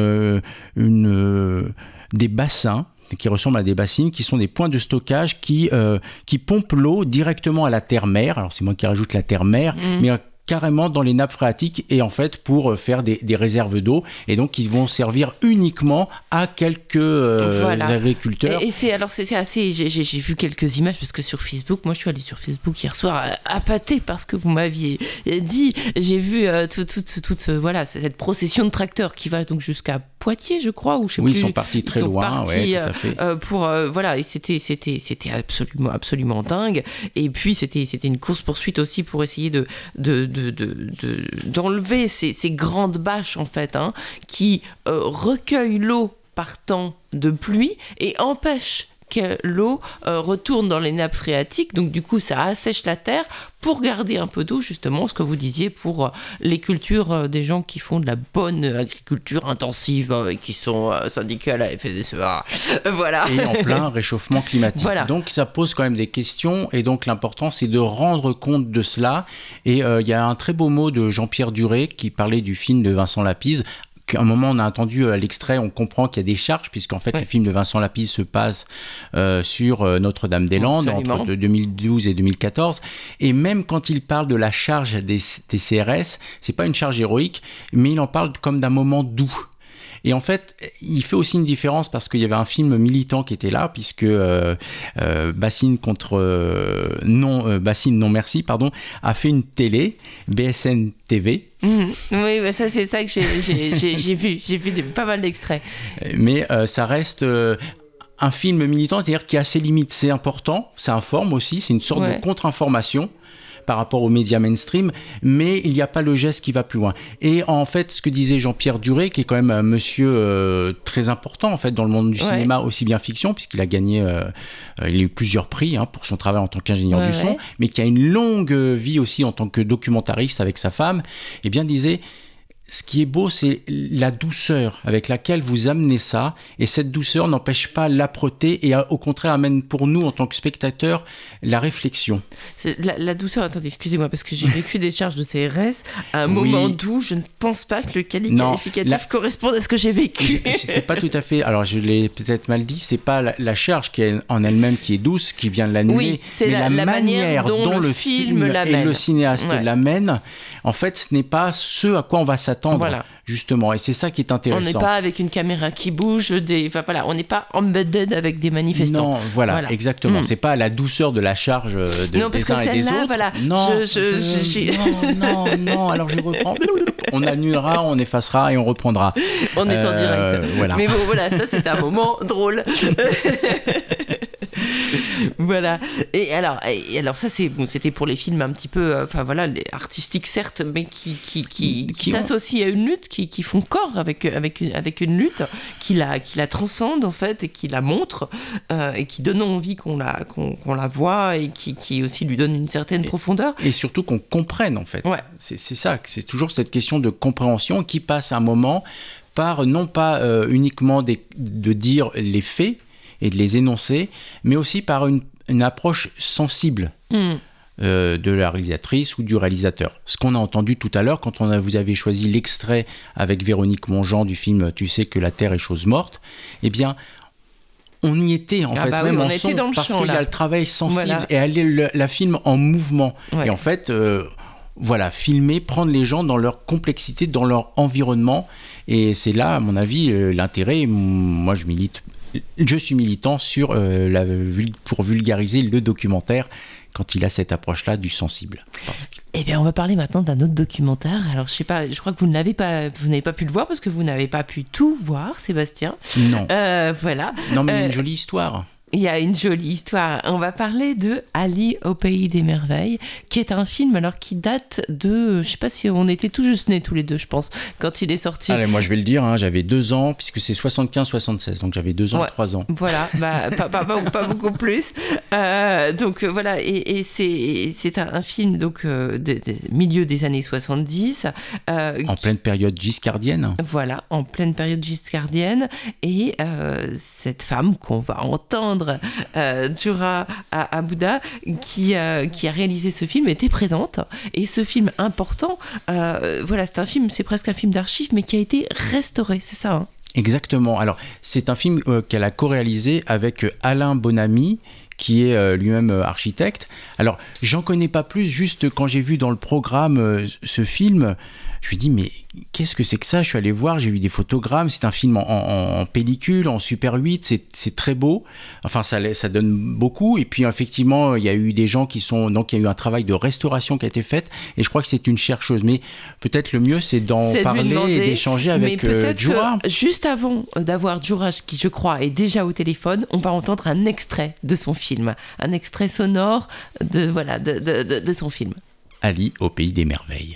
une euh, des bassins qui ressemblent à des bassines, qui sont des points de stockage qui, euh, qui pompent l'eau directement à la terre-mère. Alors c'est moi qui rajoute la terre-mère, mmh. mais carrément dans les nappes phréatiques et en fait pour faire des, des réserves d'eau, et donc ils vont servir uniquement à quelques euh, voilà. agriculteurs. Et, et c'est alors c'est, c'est assez j'ai, j'ai, j'ai vu quelques images parce que sur Facebook, moi je suis allée sur Facebook hier soir appâtée parce que vous m'aviez dit, j'ai vu euh, toute tout, tout, tout, tout, voilà cette procession de tracteurs qui va donc jusqu'à Poitiers, je crois, ou je sais oui, plus. Ils sont partis très ils sont loin, partis, ouais, tout à fait. Euh, pour euh, voilà, et c'était c'était c'était absolument absolument dingue. Et puis c'était c'était une course poursuite aussi pour essayer de de de, de, de d'enlever ces, ces grandes bâches en fait, hein, qui euh, recueillent l'eau partant de pluie et empêchent que l'eau euh, retourne dans les nappes phréatiques, donc du coup ça assèche la terre pour garder un peu d'eau, justement ce que vous disiez pour euh, les cultures euh, des gens qui font de la bonne agriculture intensive euh, et qui sont euh, syndiqués à la F N S E A. Voilà. Et en plein réchauffement climatique. Voilà. Donc ça pose quand même des questions, et donc l'important c'est de rendre compte de cela. Et il euh, y a un très beau mot de Jean-Pierre Duré qui parlait du film de Vincent Lapisse, qu'à un moment on a entendu euh, l'extrait, on comprend qu'il y a des charges, puisqu'en fait ouais. le film de Vincent Lapide se passe euh, sur euh, Notre-Dame-des-Landes entre deux mille douze et deux mille quatorze, et même quand il parle de la charge des, des C R S, c'est pas une charge héroïque, mais il en parle comme d'un moment doux. Et en fait, il fait aussi une différence parce qu'il y avait un film militant qui était là, puisque euh, euh, Bassine contre euh, non euh, Bassine non merci pardon a fait une télé B S N T V. Mmh. Oui, bah ça c'est ça que j'ai, j'ai, j'ai, j'ai vu, j'ai vu de, pas mal d'extraits. Mais euh, ça reste euh, un film militant, c'est-à-dire qui a ses limites. C'est important, ça informe aussi, c'est une sorte ouais. de contre-information par rapport aux médias mainstream, mais il n'y a pas le geste qui va plus loin. Et en fait, ce que disait Jean-Pierre Duret, qui est quand même un monsieur euh, très important en fait dans le monde du ouais. cinéma, aussi bien fiction, puisqu'il a gagné, euh, euh, il a eu plusieurs prix hein, pour son travail en tant qu'ingénieur ouais, du son, ouais. mais qui a une longue vie aussi en tant que documentariste avec sa femme, et bien disait. Ce qui est beau, c'est la douceur avec laquelle vous amenez ça, et cette douceur n'empêche pas l'âpreté, et au contraire amène pour nous, en tant que spectateurs, la réflexion. C'est la, la douceur, attendez, excusez-moi, parce que j'ai vécu des charges de C R S, à un oui. moment doux, je ne pense pas que le quali- non, qualificatif la... corresponde à ce que j'ai vécu. C'est pas tout à fait, alors je l'ai peut-être mal dit, c'est pas la, la charge qui est en elle-même qui est douce, qui vient de l'annuler, oui, c'est mais la, la, la manière dont, dont le film, film et le cinéaste ouais. l'amène, en fait, ce n'est pas ce à quoi on va s'attendre. Voilà. Justement, et c'est ça qui est intéressant. On n'est pas avec une caméra qui bouge, des... enfin, voilà, on n'est pas embedded avec des manifestants. Non, voilà, voilà. exactement. Mmh. C'est pas la douceur de la charge de, non, des uns et des autres. Voilà, non, je, je, je, je... non, non, non, alors je reprends. On annulera, on effacera et on reprendra. On est en direct. Euh, voilà. Mais bon, voilà, ça c'est un moment drôle. Voilà. Et alors, et alors ça c'est bon, c'était pour les films un petit peu, enfin euh, voilà, les artistiques certes, mais qui qui qui, qui, qui s'associent ont... à une lutte, qui qui font corps avec avec une avec une lutte, qui la qui la transcende en fait et qui la montre euh, et qui donne envie qu'on la qu'on, qu'on la voit et qui qui aussi lui donne une certaine et, profondeur. Et surtout qu'on comprenne en fait. Ouais. C'est c'est ça, c'est toujours cette question de compréhension qui passe un moment par non pas euh, uniquement des, de dire les faits et de les énoncer, mais aussi par une, une approche sensible mmh. euh, de la réalisatrice ou du réalisateur. Ce qu'on a entendu tout à l'heure, quand on a, vous avez choisi l'extrait avec Véronique Monjean du film « Tu sais que la Terre est chose morte », eh bien, on y était en ah fait, bah même oui, en on son, était dans le parce champ, qu'il là. y a le travail sensible, voilà. et elle le, la filme en mouvement. Ouais. Et en fait... Euh, Voilà, filmer, prendre les gens dans leur complexité, dans leur environnement. Et c'est là, à mon avis, euh, l'intérêt. Moi, je milite, je suis militant sur, euh, la, pour vulgariser le documentaire quand il a cette approche-là du sensible. Parce que... Eh bien, on va parler maintenant d'un autre documentaire. Alors, je sais pas, je crois que vous ne l'avez pas, vous n'avez pas pu le voir parce que vous n'avez pas pu tout voir, Sébastien. Non. Euh, voilà. Non, mais il y a euh, une jolie histoire. Il y a une jolie histoire. On va parler de Ali au pays des merveilles, qui est un film alors qui date de, je sais pas si on était tout juste nés tous les deux, je pense, quand il est sorti. Allez, moi je vais le dire, hein, j'avais deux ans puisque c'est soixante-quinze soixante-seize, donc j'avais deux ans ouais, et trois ans. Voilà, bah, pas, pas, pas, pas beaucoup plus. Euh, donc euh, voilà, et, et c'est, c'est un, un film donc euh, de, de milieu des années soixante-dix. Euh, en pleine période giscardienne. Voilà, en pleine période giscardienne, et euh, cette femme qu'on va entendre. Euh, Djura Abouda qui, euh, qui a réalisé ce film était présente, et ce film important euh, voilà, c'est un film, c'est presque un film d'archives mais qui a été restauré, c'est ça hein? Exactement, alors c'est un film euh, qu'elle a co-réalisé avec Alain Bonamy qui est euh, lui-même euh, architecte. Alors j'en connais pas plus, juste quand j'ai vu dans le programme euh, ce film, je me dis mais qu'est-ce que c'est que ça? Je suis allé voir, j'ai vu des photogrammes, c'est un film en, en, en pellicule, en Super huit, c'est, c'est très beau, enfin ça, ça donne beaucoup, et puis effectivement il y a eu des gens qui sont, donc il y a eu un travail de restauration qui a été fait, et je crois que c'est une chercheuse, mais peut-être le mieux c'est d'en c'est parler demander, et d'échanger avec euh, Djura. Juste avant d'avoir Djura, qui je crois est déjà au téléphone, on va entendre un extrait de son film, un extrait sonore de, voilà, de, de, de, de son film. Ali au pays des merveilles.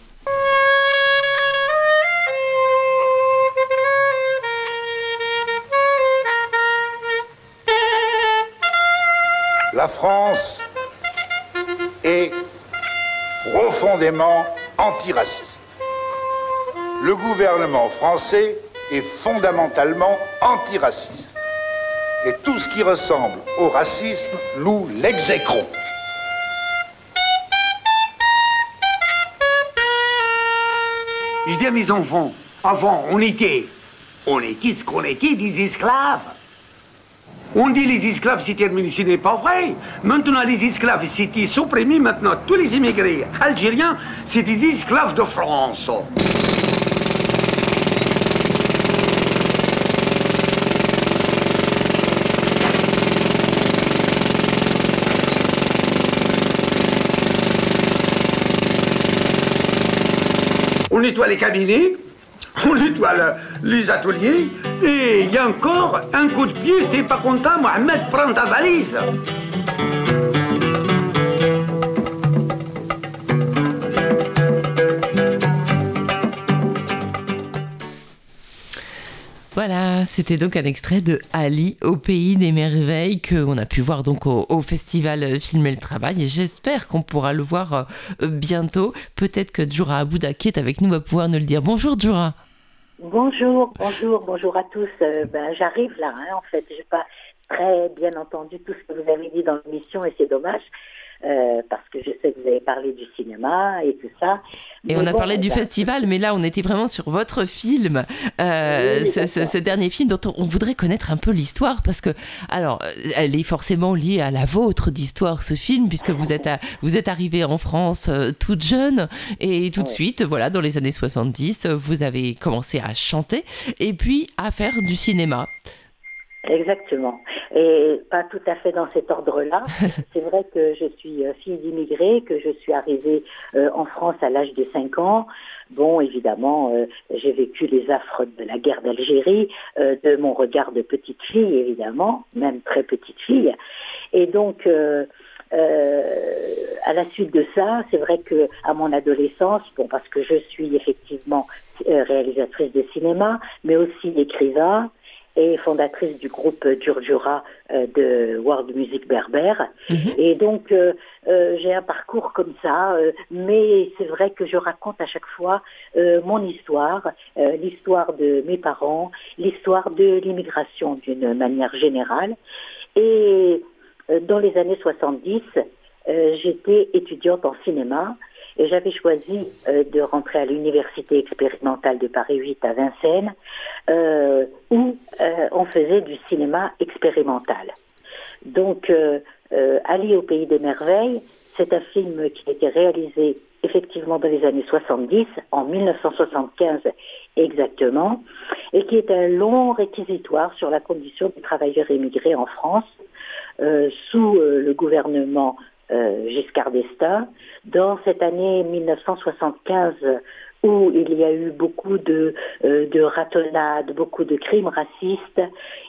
La France est profondément antiraciste. Le gouvernement français est fondamentalement antiraciste. Et tout ce qui ressemble au racisme, nous l'exécrons. Je dis à mes enfants, Avant, on était, on était ce qu'on était, des esclaves. On dit les esclaves, c'est terminé, ce n'est pas vrai. Maintenant, les esclaves, c'était supprimé. Maintenant, tous les immigrés algériens, c'est des esclaves de France. On nettoie les cabinets, on nettoie le, les ateliers, et il y a encore un coup de pied, si t'es pas content, Mohamed, prends ta valise. Voilà, c'était donc un extrait de Ali au pays des merveilles qu'on a pu voir donc au, au festival Filmer le Travail, et j'espère qu'on pourra le voir euh, bientôt. Peut-être que Djoura Abouda qui est avec nous va pouvoir nous le dire. Bonjour Djoura. Bonjour, bonjour, bonjour à tous. Euh, ben, j'arrive là, hein, en fait, j'ai pas très bien entendu tout ce que vous avez dit dans l'émission et c'est dommage. Euh, parce que je sais que vous avez parlé du cinéma et tout ça. Et mais on a bon, parlé du bah... festival, mais là on était vraiment sur votre film, euh, oui, ce, ce, ce dernier film dont on, on voudrait connaître un peu l'histoire, parce que, alors, elle est forcément liée à la vôtre d'histoire, ce film, puisque vous êtes, à, vous êtes arrivée en France euh, toute jeune, et tout de oui. suite, voilà, dans les années soixante-dix, vous avez commencé à chanter, et puis à faire du cinéma. Exactement. Et pas tout à fait dans cet ordre-là. C'est vrai que je suis fille d'immigrés, que je suis arrivée euh, en France à l'âge de cinq ans. Bon, évidemment, euh, j'ai vécu les affres de la guerre d'Algérie, euh, de mon regard de petite fille, évidemment, même très petite fille. Et donc... Euh, Euh, à la suite de ça, c'est vrai que à mon adolescence, bon, parce que je suis effectivement euh, réalisatrice de cinéma, mais aussi écrivain et fondatrice du groupe Djurdjura euh, de World Music Berbère. Mm-hmm. Et donc, euh, euh, j'ai un parcours comme ça, euh, mais c'est vrai que je raconte à chaque fois euh, mon histoire, euh, l'histoire de mes parents, l'histoire de l'immigration d'une manière générale. Et dans les années soixante-dix, euh, j'étais étudiante en cinéma et j'avais choisi euh, de rentrer à l'université expérimentale de Paris huit à Vincennes, euh, où euh, on faisait du cinéma expérimental. Donc, euh, euh, Ali au pays des merveilles, c'est un film qui a été réalisé effectivement dans les années soixante-dix, en mille neuf cent soixante-quinze exactement, et qui est un long réquisitoire sur la condition des travailleurs émigrés en France, euh, sous euh, le gouvernement euh, Giscard d'Estaing. Dans cette année mille neuf cent soixante-quinze, où il y a eu beaucoup de, euh, de ratonnades, beaucoup de crimes racistes,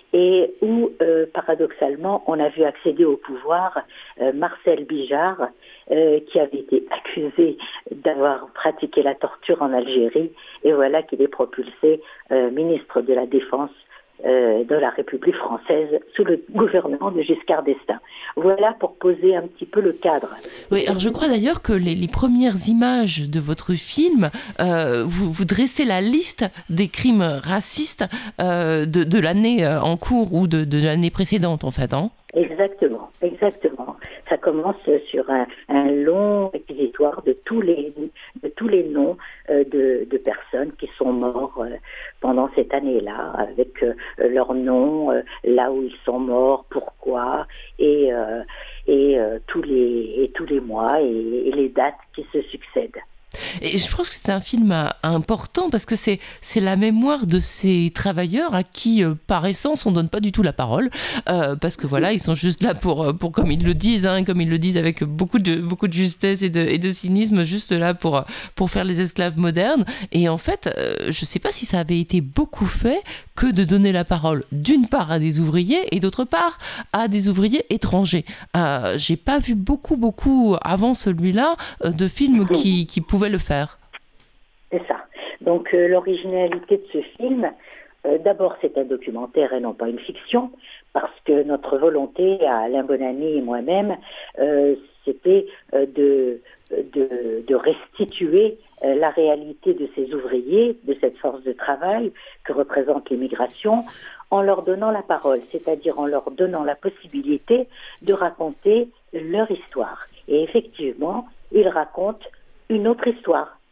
et où, euh, paradoxalement, on a vu accéder au pouvoir euh, Marcel Bijard, euh, qui avait été accusé d'avoir pratiqué la torture en Algérie, et voilà qu'il est propulsé euh, ministre de la Défense Euh, de la République française sous le gouvernement de Giscard d'Estaing. Voilà pour poser un petit peu le cadre. Oui, alors je crois d'ailleurs que les, les premières images de votre film, euh, vous, vous dressez la liste des crimes racistes euh, de, de l'année en cours ou de, de l'année précédente en fait, hein ? Exactement, exactement. Ça commence sur un, un long réquisitoire de tous les, de tous les noms euh, de, de personnes qui sont morts euh, pendant cette année-là, avec euh, leur nom, euh, là où ils sont morts, pourquoi, et, euh, et, euh, tous les, et tous les mois et, et les dates qui se succèdent. Et je pense que c'est un film important parce que c'est, c'est la mémoire de ces travailleurs à qui, euh, par essence, on ne donne pas du tout la parole. Euh, parce que voilà, ils sont juste là pour, pour comme ils le disent, hein, comme ils le disent avec beaucoup de, beaucoup de justesse et de, et de cynisme, juste là pour, pour faire les esclaves modernes. Et en fait, euh, je ne sais pas si ça avait été beaucoup fait que de donner la parole d'une part à des ouvriers et d'autre part à des ouvriers étrangers. Euh, j'ai pas vu beaucoup, beaucoup avant celui-là euh, de films qui, qui pouvaient le faire. C'est ça. Donc euh, l'originalité de ce film, euh, d'abord c'est un documentaire et non pas une fiction, parce que notre volonté à Alain Bonamy et moi-même, euh, c'était euh, de, de, de restituer euh, la réalité de ces ouvriers, de cette force de travail que représente l'immigration, en leur donnant la parole, c'est-à-dire en leur donnant la possibilité de raconter leur histoire. Et effectivement, ils racontent une autre histoire,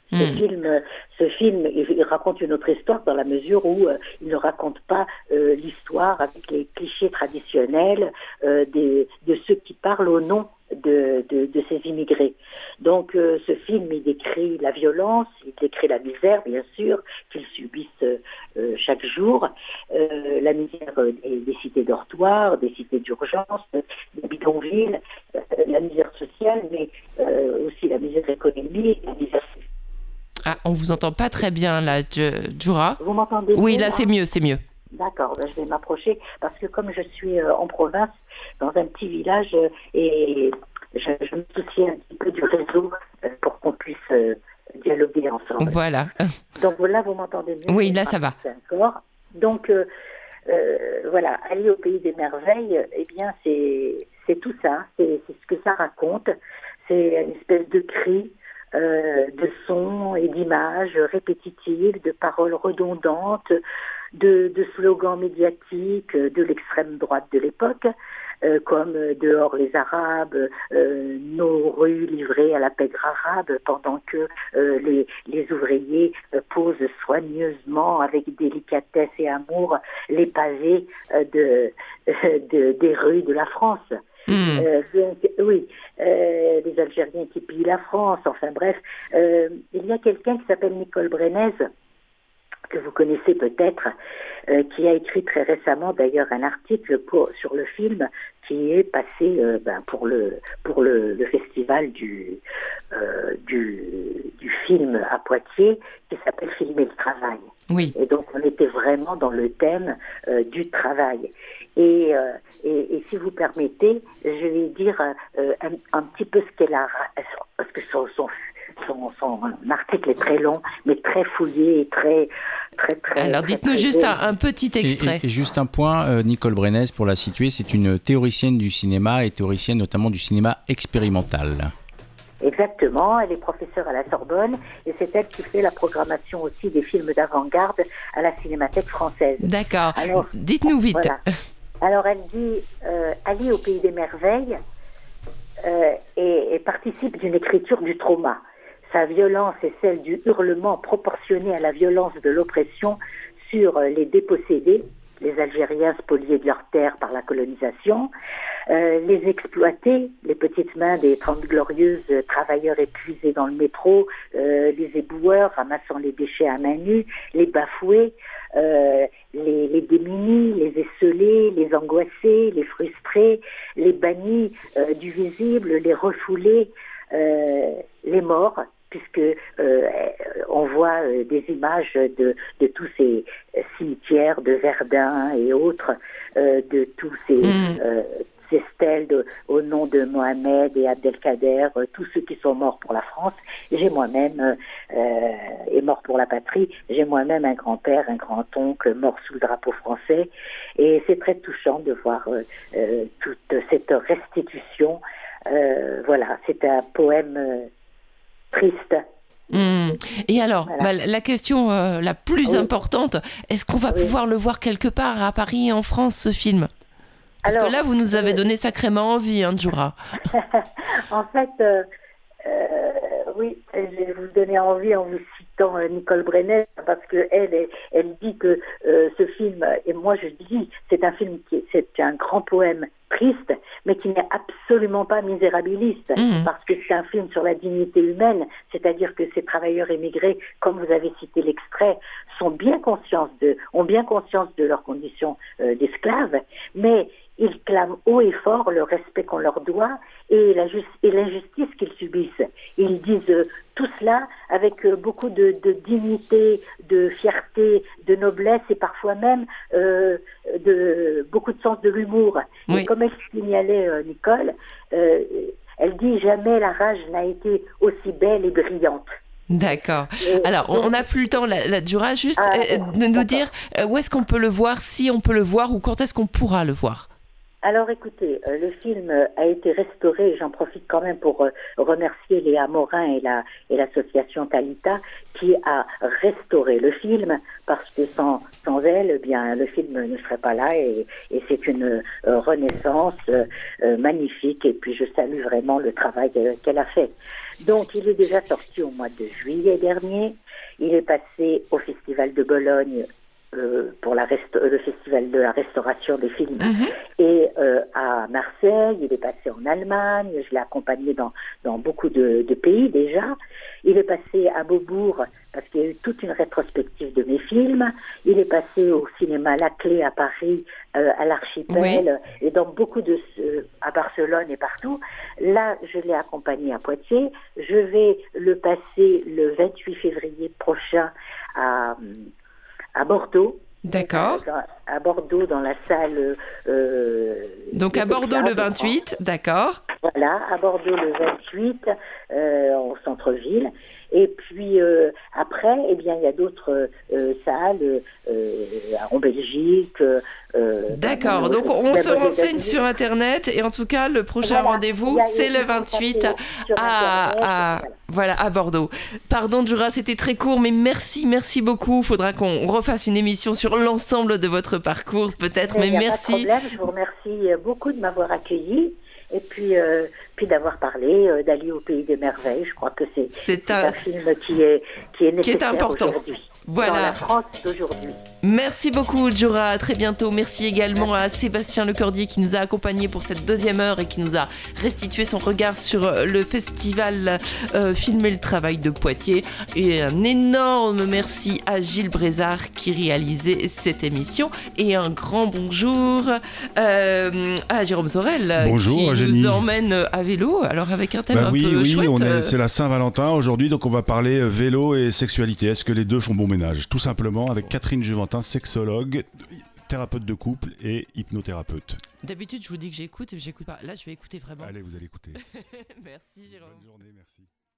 Ce Mm. film, ce film, il, il raconte une autre histoire dans la mesure où euh, il ne raconte pas euh, l'histoire avec les clichés traditionnels euh, des, de ceux qui parlent au nom de, de, de ces immigrés. Donc euh, ce film, il décrit la violence, il décrit la misère, bien sûr, qu'ils subissent euh, chaque jour, euh, la misère des, des cités dortoirs, des cités d'urgence, des bidonvilles, euh, la misère sociale, mais euh, aussi la misère économique, la misère... Ah, on vous entend pas très bien là, Djoura. Vous m'entendez Oui, bien, là, là c'est mieux, c'est mieux. D'accord, ben, je vais m'approcher parce que comme je suis euh, en province, dans un petit village, euh, et je, je me soucie un petit peu du réseau euh, pour qu'on puisse euh, dialoguer ensemble. Voilà. Donc là, vous m'entendez mieux? Oui, là, ça va. D'accord. Donc euh, euh, voilà, aller au pays des merveilles, eh bien, c'est c'est tout ça, c'est c'est ce que ça raconte. C'est une espèce de cri. Euh, de sons et d'images répétitives, de paroles redondantes, de, de slogans médiatiques de l'extrême droite de l'époque, euh, comme euh, « Dehors les Arabes euh, »,« Nos rues livrées à la pègre arabe », pendant que euh, les, les ouvriers euh, posent soigneusement, avec délicatesse et amour, les pavés euh, de, de, des rues de la France. Mmh. Euh, donc, oui, euh, les Algériens qui pillent la France, enfin bref. Euh, il y a quelqu'un qui s'appelle Nicole Brenez, que vous connaissez peut-être, euh, qui a écrit très récemment d'ailleurs un article pour, sur le film qui est passé euh, ben, pour le pour le, le festival du, euh, du du film à Poitiers, qui s'appelle Filmer le travail. Oui. Et donc on était vraiment dans le thème euh, du travail. Et, euh, et, et si vous permettez, je vais dire euh, un, un petit peu ce qu'elle a, parce que son, son, son, son article est très long, mais très fouillé et très, très, très. Alors très, dites-nous très juste bien. un, un petit extrait. Et, et, et juste un point, euh, Nicole Brenez, pour la situer, c'est une théoricienne du cinéma et théoricienne notamment du cinéma expérimental. Exactement, elle est professeure à la Sorbonne et c'est elle qui fait la programmation aussi des films d'avant-garde à la Cinémathèque française. D'accord, Alors, dites-nous vite. Voilà. Alors elle dit euh, aller au pays des merveilles euh, et, et participe d'une écriture du trauma. Sa violence est celle du hurlement proportionné à la violence de l'oppression sur les dépossédés, les Algériens spoliés de leurs terres par la colonisation, euh, les exploités, les petites mains des Trente Glorieuses, euh, travailleurs épuisés dans le métro, euh, les éboueurs ramassant les déchets à main nue, les bafoués, euh, les, les démunis, les esselés, les angoissés, les frustrés, les bannis euh, du visible, les refoulés, euh, les morts, puisque euh, on voit euh, des images de, de tous ces cimetières de Verdun et autres, euh, de tous ces, mmh. euh, ces stèles de, au nom de Mohamed et Abdelkader, euh, tous ceux qui sont morts pour la France. J'ai moi-même, euh, et mort pour la patrie, j'ai moi-même un grand-père, un grand-oncle mort sous le drapeau français, et c'est très touchant de voir euh, euh, toute cette restitution. Euh, voilà, c'est un poème euh, triste. Mmh. Et alors, voilà. bah, la question euh, la plus oui. importante, est-ce qu'on va oui. pouvoir le voir quelque part à Paris et en France, ce film? Parce alors, que là, vous nous avez euh... donné sacrément envie, hein, Djoura. En fait, euh, euh, oui, je vais vous donner envie en vous citant euh, Nicole Brenez, parce qu'elle elle, elle dit que euh, ce film, et moi je dis, c'est un film qui c'est un grand poème triste, mais qui n'est absolument pas misérabiliste, mmh. parce que c'est un film sur la dignité humaine, c'est-à-dire que ces travailleurs émigrés, comme vous avez cité l'extrait, sont bien conscients de, ont bien conscience de leurs conditions euh, d'esclaves, mais ils clament haut et fort le respect qu'on leur doit et, la just- et l'injustice qu'ils subissent. Ils disent euh, tout cela avec euh, beaucoup de, de dignité, de fierté, de noblesse et parfois même euh, de beaucoup de sens de l'humour. Oui. Et comme elle signalait euh, Nicole, euh, elle dit jamais la rage n'a été aussi belle et brillante. D'accord. Alors, on n'a plus le temps, la, la Djoura, juste ah, euh, de nous dire euh, où est-ce qu'on peut le voir, si on peut le voir ou quand est-ce qu'on pourra le voir. Alors écoutez, euh, le film a été restauré, j'en profite quand même pour euh, remercier Léa Morin et, la, et l'association Talita qui a restauré le film, parce que sans, sans elle, eh bien, le film ne serait pas là et, et c'est une euh, renaissance euh, magnifique et puis je salue vraiment le travail qu'elle, qu'elle a fait. Donc, il est déjà sorti au mois de juillet dernier. Il est passé au Festival de Bologne euh, pour la resta- le Festival de la restauration des films mm-hmm. et euh, à Marseille. Il est passé en Allemagne. Je l'ai accompagné dans, dans beaucoup de, de pays déjà. Il est passé à Beaubourg parce qu'il y a eu toute une rétrospective de mes films. Il est passé au cinéma La Clé à Paris, euh, à l'Archipel, oui. et dans beaucoup de... Euh, à Barcelone et partout. Là, je l'ai accompagné à Poitiers. Je vais le passer le vingt-huit février prochain à, à Bordeaux. D'accord. À, à Bordeaux, dans la salle... Euh, Donc à Bordeaux le vingt-huit, d'accord. Voilà, à Bordeaux le vingt-huit, euh, au centre-ville. Et puis euh, après, eh bien, il y a d'autres euh, salles euh, en Belgique. Euh, D'accord, donc on se renseigne sur Internet et en tout cas, le prochain voilà. rendez-vous, c'est le vingt-huit à, à, voilà, à Bordeaux. Pardon, Djoura, c'était très court, mais merci, merci beaucoup. Il faudra qu'on refasse une émission sur l'ensemble de votre parcours, peut-être, mais, mais merci. Pas de problème, je vous remercie beaucoup de m'avoir accueilli. Et puis, euh, puis d'avoir parlé euh, d'Ali au pays des merveilles. Je crois que c'est, c'est, c'est un, un film qui est, qui est nécessaire qui est important. Aujourd'hui. Voilà. Dans la France d'aujourd'hui. Merci beaucoup, Djoura. À très bientôt. Merci également à Sébastien Lecordier qui nous a accompagnés pour cette deuxième heure et qui nous a restitué son regard sur le festival euh, Filmer le travail de Poitiers. Et un énorme merci à Gilles Brézard qui réalisait cette émission. Et un grand bonjour euh, à Jérôme Sorel bonjour, qui Eugénie. nous emmène à vélo. Alors avec un thème bah un oui, peu oui, chouette. Oui, est, c'est la Saint-Valentin aujourd'hui, donc on va parler vélo et sexualité. Est-ce que les deux font bon ménage ? Tout simplement avec Catherine Juventin, sexologue, thérapeute de couple et hypnothérapeute. D'habitude, je vous dis que j'écoute, mais j'écoute pas. Là, je vais écouter vraiment. Allez, vous allez écouter. Merci, Jérôme. Bonne journée, merci.